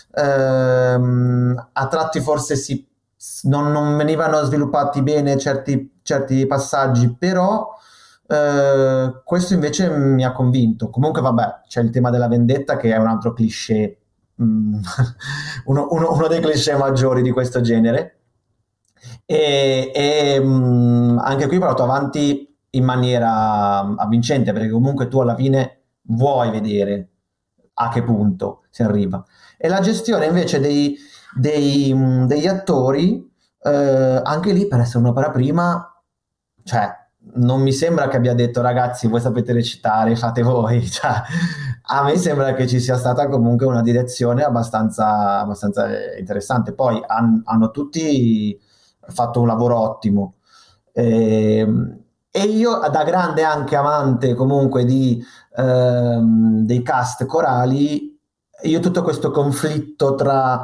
a tratti forse non venivano sviluppati bene certi passaggi, però questo invece mi ha convinto. Comunque vabbè, c'è il tema della vendetta che è un altro cliché, uno dei cliché maggiori di questo genere e anche qui portato avanti in maniera avvincente, perché comunque tu alla fine vuoi vedere a che punto si arriva. E la gestione invece degli attori, anche lì per essere un'opera prima, cioè non mi sembra che abbia detto ragazzi voi sapete recitare, fate voi, cioè, a me sembra che ci sia stata comunque una direzione abbastanza interessante. Poi hanno tutti fatto un lavoro ottimo e io da grande anche amante comunque dei cast corali, io tutto questo conflitto tra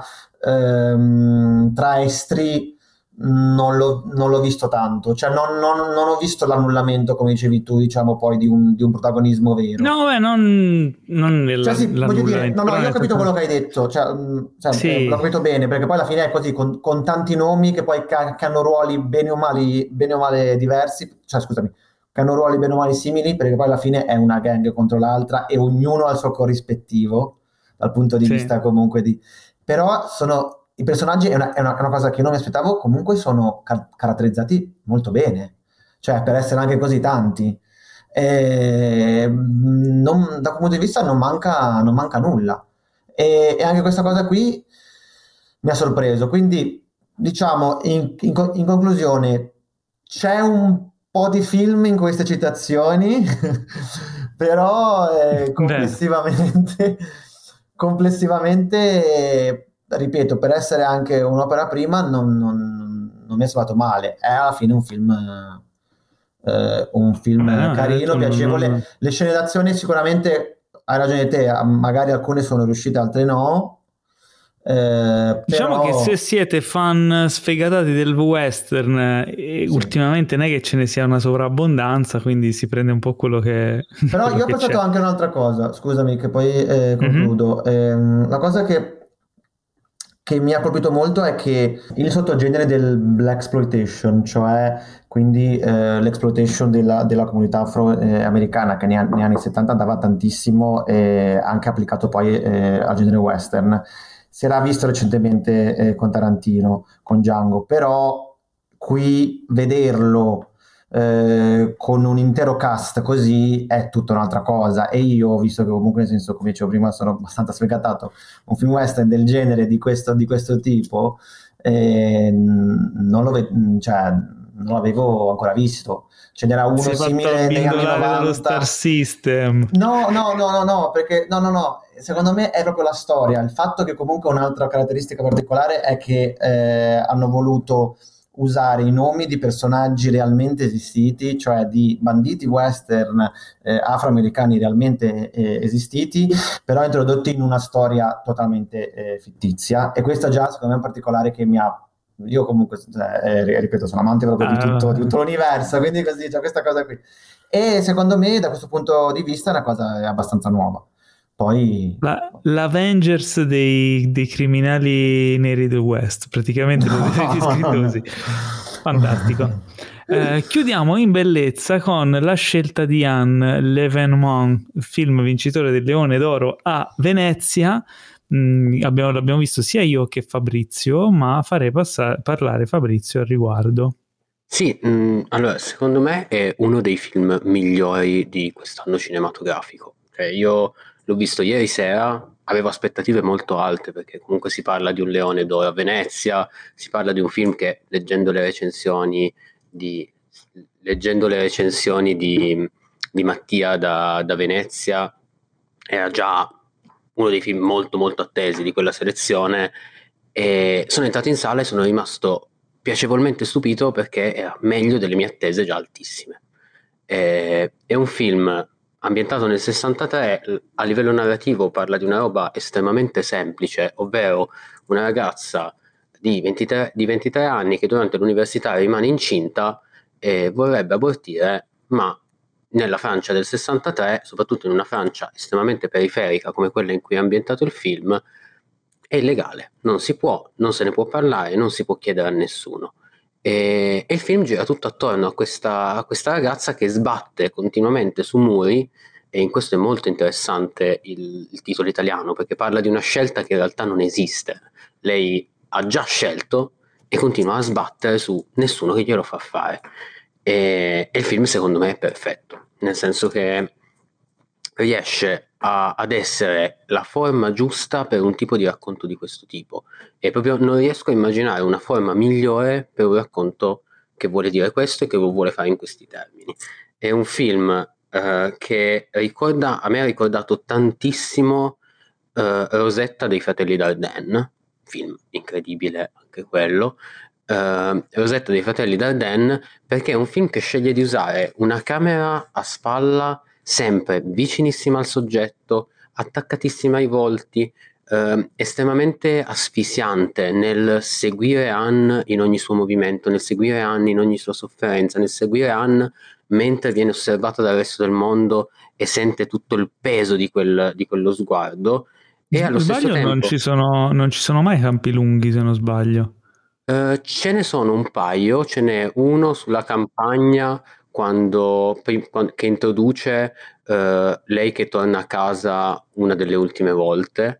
estri non l'ho visto tanto, cioè non ho visto l'annullamento, come dicevi tu, diciamo poi di un protagonismo vero. No, beh, non Cioè sì, voglio dire, no, io ho capito quello che hai detto, Sì. l'ho capito bene, perché poi alla fine è così, con tanti nomi che poi che hanno ruoli bene o male diversi, cioè scusami, che hanno ruoli bene o male simili, perché poi alla fine è una gang contro l'altra e ognuno ha il suo corrispettivo, dal punto di Sì. vista comunque di... Però i personaggi, è una cosa che non mi aspettavo, comunque sono caratterizzati molto bene, cioè per essere anche così tanti. Da quel punto di vista non manca nulla e anche questa cosa qui mi ha sorpreso, quindi diciamo in conclusione c'è un po' di film in queste citazioni però complessivamente ripeto, per essere anche un'opera prima non mi è stato male, è alla fine un film carino, piacevole. Le scene d'azione sicuramente, hai ragione te, magari alcune sono riuscite, altre no. Diciamo Però... che se siete fan sfegatati del western, Sì. ultimamente non è che ce ne sia una sovrabbondanza, quindi si prende un po' quello che... Però quello io ho che pensato c'è. anche un'altra cosa, scusami che poi concludo. La cosa che mi ha colpito molto è che il sottogenere del blaxploitation, cioè quindi l'exploitation della comunità afroamericana che negli anni 70 andava tantissimo, anche applicato poi al genere western. Si era visto recentemente con Tarantino, con Django, però qui vederlo con un intero cast così è tutta un'altra cosa. E io, visto che comunque, nel senso, come dicevo prima, sono abbastanza sfegatato, un film western del genere di questo tipo non l'avevo ancora visto. Ce n'era uno simile negli anni 90 dallo Star System. No, perché no, secondo me è proprio la storia, il fatto che comunque un'altra caratteristica particolare è che hanno voluto usare i nomi di personaggi realmente esistiti, cioè di banditi western afroamericani realmente esistiti, però introdotti in una storia totalmente fittizia, e questo già secondo me è un particolare che io comunque, ripeto, sono amante proprio di tutto l'universo, quindi così c'è questa cosa qui. E secondo me da questo punto di vista è una cosa abbastanza nuova. Poi l'Avengers dei criminali neri del West, praticamente lo devi scritto così. Fantastico. Chiudiamo in bellezza con la scelta di Anne Levenmont, film vincitore del Leone d'Oro a Venezia. L'abbiamo visto sia io che Fabrizio, ma farei parlare Fabrizio al riguardo. Sì, allora secondo me è uno dei film migliori di quest'anno cinematografico. Cioè, io l'ho visto ieri sera, avevo aspettative molto alte perché comunque si parla di un Leone d'Oro a Venezia, si parla di un film che, leggendo le recensioni di leggendo le recensioni di Mattia da Venezia, era già uno dei film molto molto attesi di quella selezione, e sono entrato in sala e sono rimasto piacevolmente stupito perché era meglio delle mie attese già altissime. È un film ambientato nel 63, a livello narrativo parla di una roba estremamente semplice, ovvero una ragazza di 23 anni che durante l'università rimane incinta e vorrebbe abortire, ma nella Francia del 63, soprattutto in una Francia estremamente periferica come quella in cui è ambientato il film, è illegale, non si può, non se ne può parlare, non si può chiedere a nessuno. E il film gira tutto attorno a questa ragazza che sbatte continuamente su muri, e in questo è molto interessante il titolo italiano, perché parla di una scelta che in realtà non esiste. Lei ha già scelto e continua a sbattere su nessuno che glielo fa fare. E il film secondo me è perfetto, nel senso che riesce ad essere la forma giusta per un tipo di racconto di questo tipo, e proprio non riesco a immaginare una forma migliore per un racconto che vuole dire questo e che lo vuole fare in questi termini. È un film che a me ha ricordato tantissimo Rosetta dei fratelli Dardenne, film incredibile anche quello. Rosetta dei fratelli Dardenne, perché è un film che sceglie di usare una camera a spalla sempre vicinissima al soggetto, attaccatissima ai volti, estremamente asfissiante nel seguire Anne in ogni suo movimento, nel seguire Anne in ogni sua sofferenza, nel seguire Anne mentre viene osservata dal resto del mondo e sente tutto il peso di quello sguardo. E allo stesso tempo non ci sono mai campi lunghi, se non sbaglio. Ce ne sono un paio, ce n'è uno sulla campagna che introduce lei che torna a casa una delle ultime volte,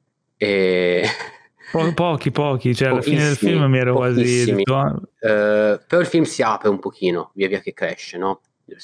e pochi, cioè alla fine del film mi ero quasi detto, però il film si apre un pochino via via che cresce, no?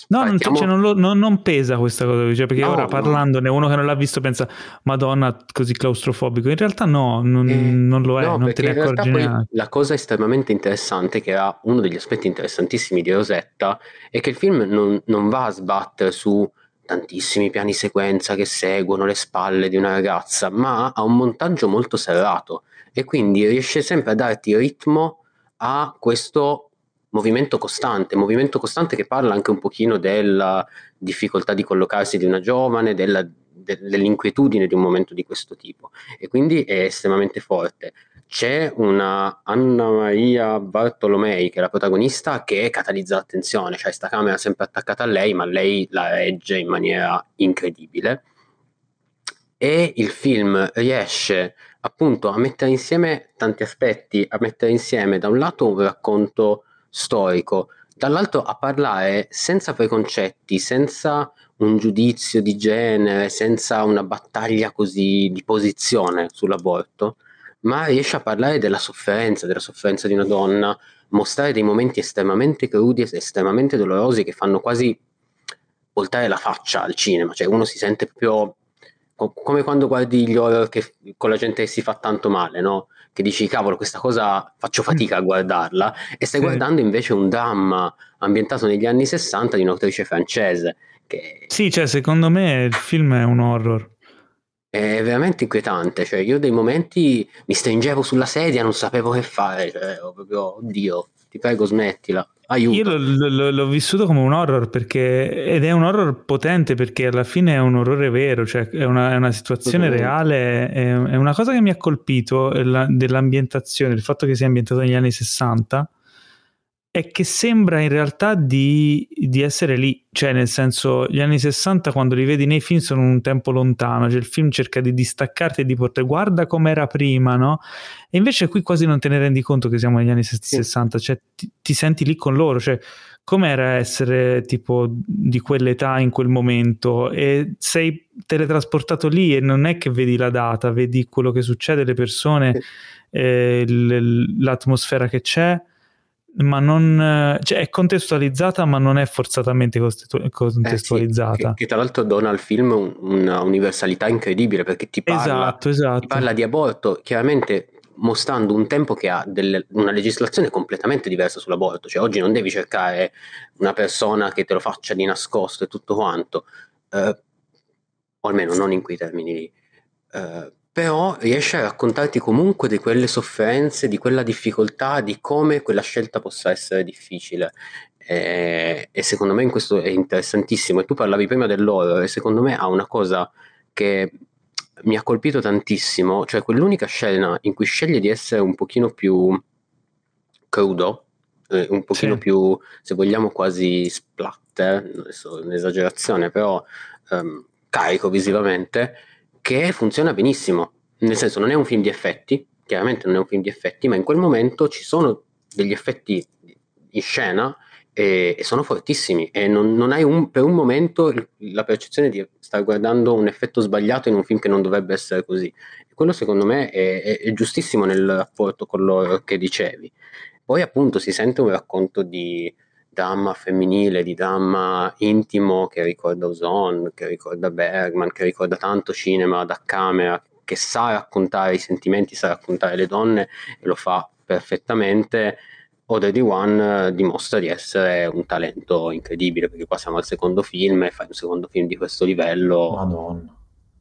Non pesa questa cosa, cioè, perché ora parlandone uno che non l'ha visto pensa Madonna, così claustrofobico. In realtà non lo è, non te ne accorgi neanche. La cosa estremamente interessante, che era uno degli aspetti interessantissimi di Rosetta, è che il film non va a sbattere su tantissimi piani sequenza che seguono le spalle di una ragazza, ma ha un montaggio molto serrato e quindi riesce sempre a darti ritmo a questo movimento costante che parla anche un pochino della difficoltà di collocarsi di una giovane, dell'inquietudine di un momento di questo tipo, e quindi è estremamente forte. C'è una Anna Maria Bartolomei, che è la protagonista, che catalizza l'attenzione, cioè sta camera sempre attaccata a lei, ma lei la regge in maniera incredibile, e il film riesce appunto a mettere insieme tanti aspetti, a mettere insieme da un lato un racconto storico, dall'altro a parlare senza preconcetti, senza un giudizio di genere, senza una battaglia così di posizione sull'aborto, ma riesce a parlare della sofferenza di una donna, mostrare dei momenti estremamente crudi e estremamente dolorosi che fanno quasi voltare la faccia al cinema, cioè uno si sente proprio come quando guardi gli horror con la gente che si fa tanto male, no? Che dici, cavolo, questa cosa faccio fatica a guardarla, e stai guardando invece un dramma ambientato negli anni 60 di un'autrice francese. Sì, cioè secondo me il film è un horror. È veramente inquietante, cioè io dei momenti mi stringevo sulla sedia, non sapevo che fare, cioè proprio, oddio, ti prego smettila, aiuto. Io l'ho vissuto come un horror, ed è un horror potente, perché alla fine è un orrore vero, cioè è una situazione reale, è una cosa che mi ha colpito dell'ambientazione, il fatto che sia ambientato negli anni 60, è che sembra in realtà di essere lì, cioè nel senso, gli anni 60 quando li vedi nei film sono un tempo lontano, cioè il film cerca di distaccarti e di portare, guarda com'era prima, no? E invece qui quasi non te ne rendi conto che siamo negli anni 60, cioè ti senti lì con loro, cioè com'era essere tipo di quell'età in quel momento, e sei teletrasportato lì e non è che vedi la data, vedi quello che succede, le persone, l'atmosfera che c'è, ma non, cioè è contestualizzata, ma non è forzatamente contestualizzata. Sì, che tra l'altro dona al film una universalità incredibile, perché ti parla, esatto. ti parla di aborto chiaramente mostrando un tempo che ha una legislazione completamente diversa sull'aborto. Cioè oggi non devi cercare una persona che te lo faccia di nascosto e tutto quanto, o almeno non in quei termini lì, però riesce a raccontarti comunque di quelle sofferenze, di quella difficoltà, di come quella scelta possa essere difficile. E secondo me in questo è interessantissimo. E tu parlavi prima dell'horror, e secondo me ha una cosa che mi ha colpito tantissimo, cioè quell'unica scena in cui sceglie di essere un pochino più crudo, un pochino più, se vogliamo, quasi splatter, adesso è un'esagerazione, però carico visivamente, che funziona benissimo. Nel senso, non è un film di effetti, chiaramente non è un film di effetti, ma in quel momento ci sono degli effetti in scena e sono fortissimi, e non hai per un momento la percezione di star guardando un effetto sbagliato in un film che non dovrebbe essere così. E quello secondo me è giustissimo nel rapporto con l'horror che dicevi. Poi appunto si sente un racconto di dramma femminile, di dramma intimo che ricorda Ozon, che ricorda Bergman, che ricorda tanto cinema da camera, che sa raccontare i sentimenti, sa raccontare le donne e lo fa perfettamente. Already One dimostra di essere un talento incredibile, perché qua siamo al secondo film e fai un secondo film di questo livello. Madonna.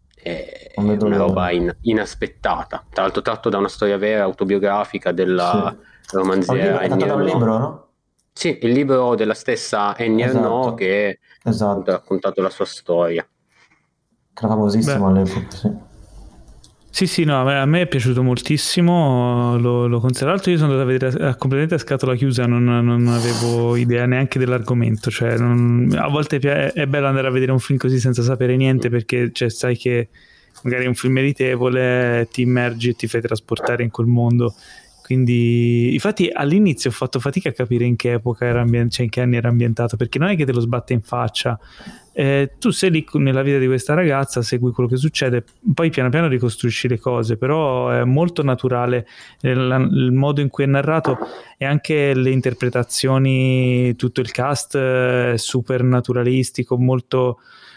È una roba inaspettata, tra l'altro tratto da una storia vera, autobiografica della romanziera è tratto da un libro, no? Sì, il libro della stessa Annie Ernaux che ha raccontato la sua storia. Che era famosissimo all'epoca, sì. Sì, no, a me è piaciuto moltissimo, lo considero. Tra l'altro io sono andato a vedere completamente a scatola chiusa, non avevo idea neanche dell'argomento, cioè a volte è bello andare a vedere un film così senza sapere niente, perché cioè, sai che magari è un film meritevole, ti immergi e ti fai trasportare in quel mondo. Quindi infatti all'inizio ho fatto fatica a capire in che epoca era cioè in che anni era ambientato, perché non è che te lo sbatte in faccia. Tu sei lì nella vita di questa ragazza, segui quello che succede, poi piano piano ricostruisci le cose, però è molto naturale il modo in cui è narrato, e anche le interpretazioni, tutto il cast è super naturalistico, molto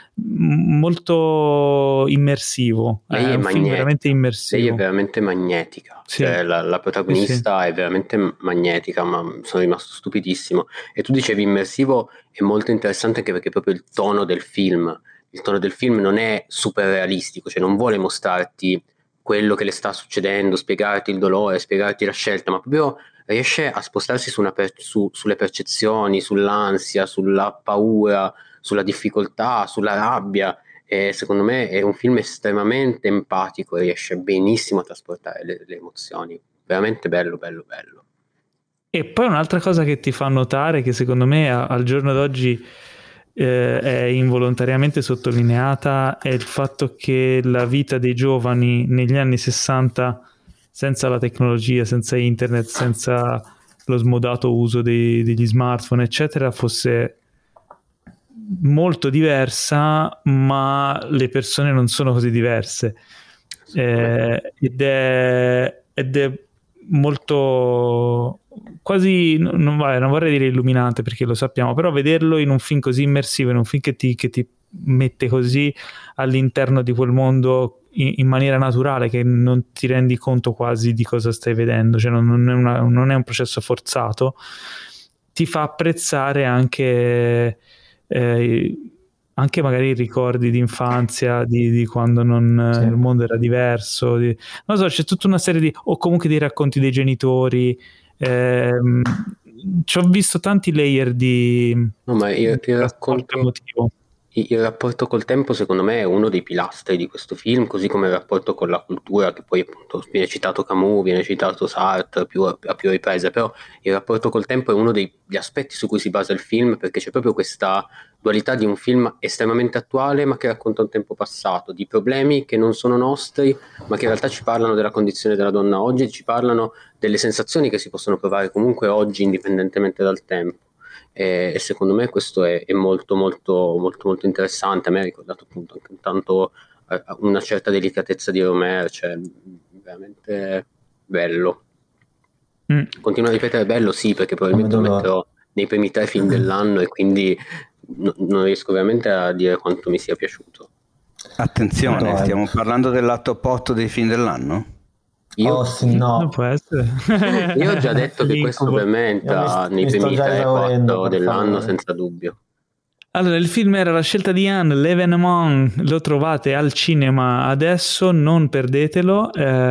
immersivo. Lei è un film veramente immersivo. Lei è veramente magnetica, sì. Cioè la protagonista sì. È veramente magnetica, ma sono rimasto stupidissimo. E tu dicevi immersivo, è molto interessante anche perché proprio il tono del film non è super realistico, cioè non vuole mostrarti quello che le sta succedendo, spiegarti il dolore, spiegarti la scelta, ma proprio riesce a spostarsi sulle percezioni, sull'ansia, sulla paura, sulla difficoltà, sulla rabbia. E secondo me è un film estremamente empatico, riesce benissimo a trasportare le emozioni, veramente bello. E poi un'altra cosa che ti fa notare, che secondo me al giorno d'oggi è involontariamente sottolineata, è il fatto che la vita dei giovani negli anni 60, senza la tecnologia, senza internet, senza lo smodato uso degli smartphone eccetera, fosse molto diversa, ma le persone non sono così diverse, ed è molto quasi non vorrei dire illuminante, perché lo sappiamo, però vederlo in un film così immersivo, in un film che ti mette così all'interno di quel mondo in maniera naturale, che non ti rendi conto quasi di cosa stai vedendo, cioè non è un processo forzato, ti fa apprezzare anche magari i ricordi di infanzia, di quando il mondo era diverso, non so, c'è tutta una serie o comunque dei racconti dei genitori. Ci ho visto tanti layer il racconto emotivo. Il rapporto col tempo secondo me è uno dei pilastri di questo film, così come il rapporto con la cultura, che poi appunto viene citato Camus, viene citato Sartre a più riprese, però il rapporto col tempo è uno degli aspetti su cui si basa il film, perché c'è proprio questa dualità di un film estremamente attuale ma che racconta un tempo passato, di problemi che non sono nostri ma che in realtà ci parlano della condizione della donna oggi, ci parlano delle sensazioni che si possono provare comunque oggi indipendentemente dal tempo. E secondo me questo è molto interessante. A me ha ricordato appunto anche tanto una certa delicatezza di Romer, cioè veramente bello. Continuo a ripetere bello, sì, perché probabilmente lo metterò nei primi 3 film dell'anno e quindi non riesco veramente a dire quanto mi sia piaciuto. Attenzione, stiamo parlando del top 8 dei film dell'anno? Non può essere. Io ho già detto che questo per me entra nei primi 3-4 dell'anno senza dubbio. Allora, il film era La scelta di Anne, L'Evenement, lo trovate al cinema adesso, non perdetelo,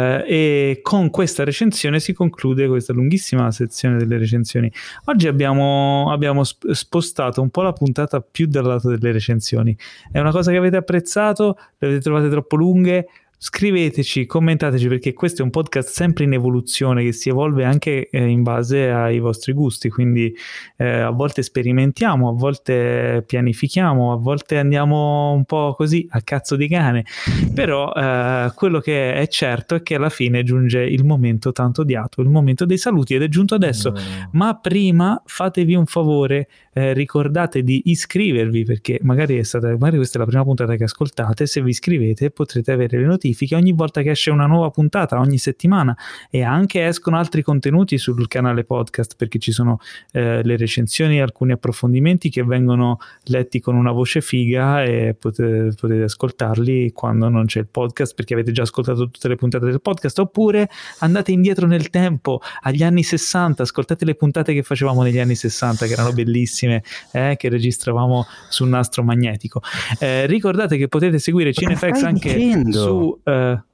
e con questa recensione si conclude questa lunghissima sezione delle recensioni. Oggi abbiamo spostato un po' la puntata più dal lato delle recensioni. È una cosa che avete apprezzato? Le avete trovate troppo lunghe? Scriveteci, commentateci, perché questo è un podcast sempre in evoluzione che si evolve anche in base ai vostri gusti, quindi a volte sperimentiamo, a volte pianifichiamo, a volte andiamo un po' così a cazzo di cane, però quello che è certo è che alla fine giunge il momento tanto odiato, il momento dei saluti, ed è giunto adesso. Ma prima fatevi un favore, ricordate di iscrivervi, perché magari questa è la prima puntata che ascoltate. Se vi iscrivete potrete avere le notifiche ogni volta che esce una nuova puntata, ogni settimana, e anche escono altri contenuti sul canale podcast, perché ci sono le recensioni e alcuni approfondimenti che vengono letti con una voce figa, e potete ascoltarli quando non c'è il podcast, perché avete già ascoltato tutte le puntate del podcast. Oppure andate indietro nel tempo, agli anni 60, ascoltate le puntate che facevamo negli anni 60, che erano bellissime, che registravamo su un nastro magnetico. Ricordate che potete seguire Cinefax anche su Ma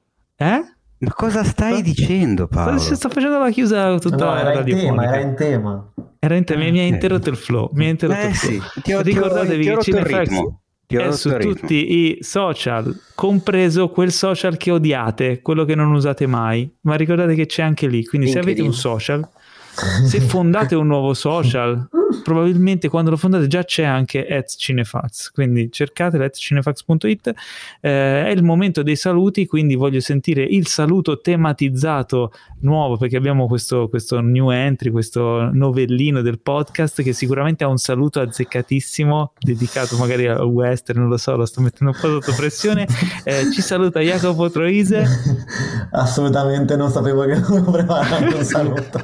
cosa stai dicendo, Paolo? Sto facendo la chiusa tutta radiofonica. Era in tema. Mi ha interrotto il flow. Sì. Ricordatevi che Cinefax è su tutti i social, compreso quel social che odiate, quello che non usate mai, ma ricordate che c'è anche lì. Quindi se avete un social, se fondate un nuovo social, probabilmente quando lo fondate già c'è anche @cinefax, quindi cercate @cinefax.it. È il momento dei saluti, quindi voglio sentire il saluto tematizzato nuovo, perché abbiamo questo new entry, questo novellino del podcast che sicuramente ha un saluto azzeccatissimo dedicato magari al western, non lo so, lo sto mettendo un po' sotto pressione. Ci saluta Jacopo Troise. Assolutamente non sapevo che avevo preparato un saluto.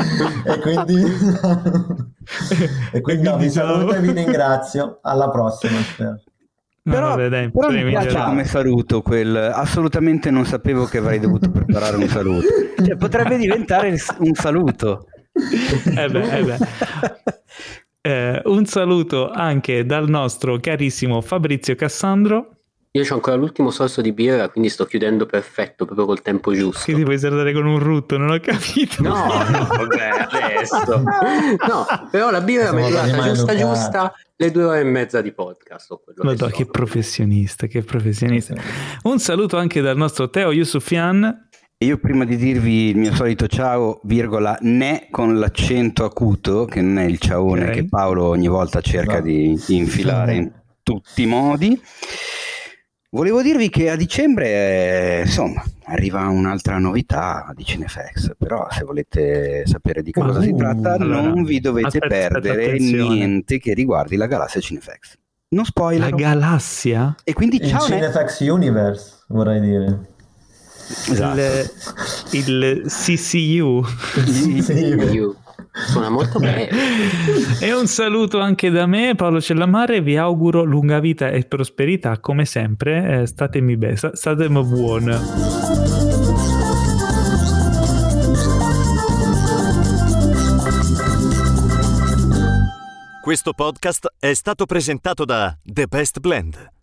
E quindi vi saluto e vi ringrazio. Alla prossima, spero. Però mi piace come saluto assolutamente non sapevo che avrei dovuto preparare un saluto, cioè, potrebbe diventare un saluto. Un saluto anche dal nostro carissimo Fabrizio Cassandro. Io c'ho ancora l'ultimo sorso di birra, quindi sto chiudendo perfetto, proprio col tempo giusto. Che ti puoi salutare con un rutto, non ho capito. No, vabbè, adesso. No, però la birra mi è durata giusta le 2 ore e mezza di podcast. Madonna, che professionista. Un saluto anche dal nostro Teo Yusufian. Io prima di dirvi il mio solito ciao, virgola, né con l'accento acuto, che non è il ciaone che Paolo ogni volta cerca di infilare in tutti i modi. Volevo dirvi che a dicembre, insomma, arriva un'altra novità di Cinefax, però se volete sapere di che cosa si tratta, non vi dovete perdere niente che riguardi la galassia Cinefax. Non spoiler. La galassia? E quindi ciao. Il Cinefax Universe, vorrei dire. Esatto. Il CCU. Suona molto bene. E un saluto anche da me, Paolo Cellamare. Vi auguro lunga vita e prosperità come sempre. Statemi buon. Questo podcast è stato presentato da The Best Blend,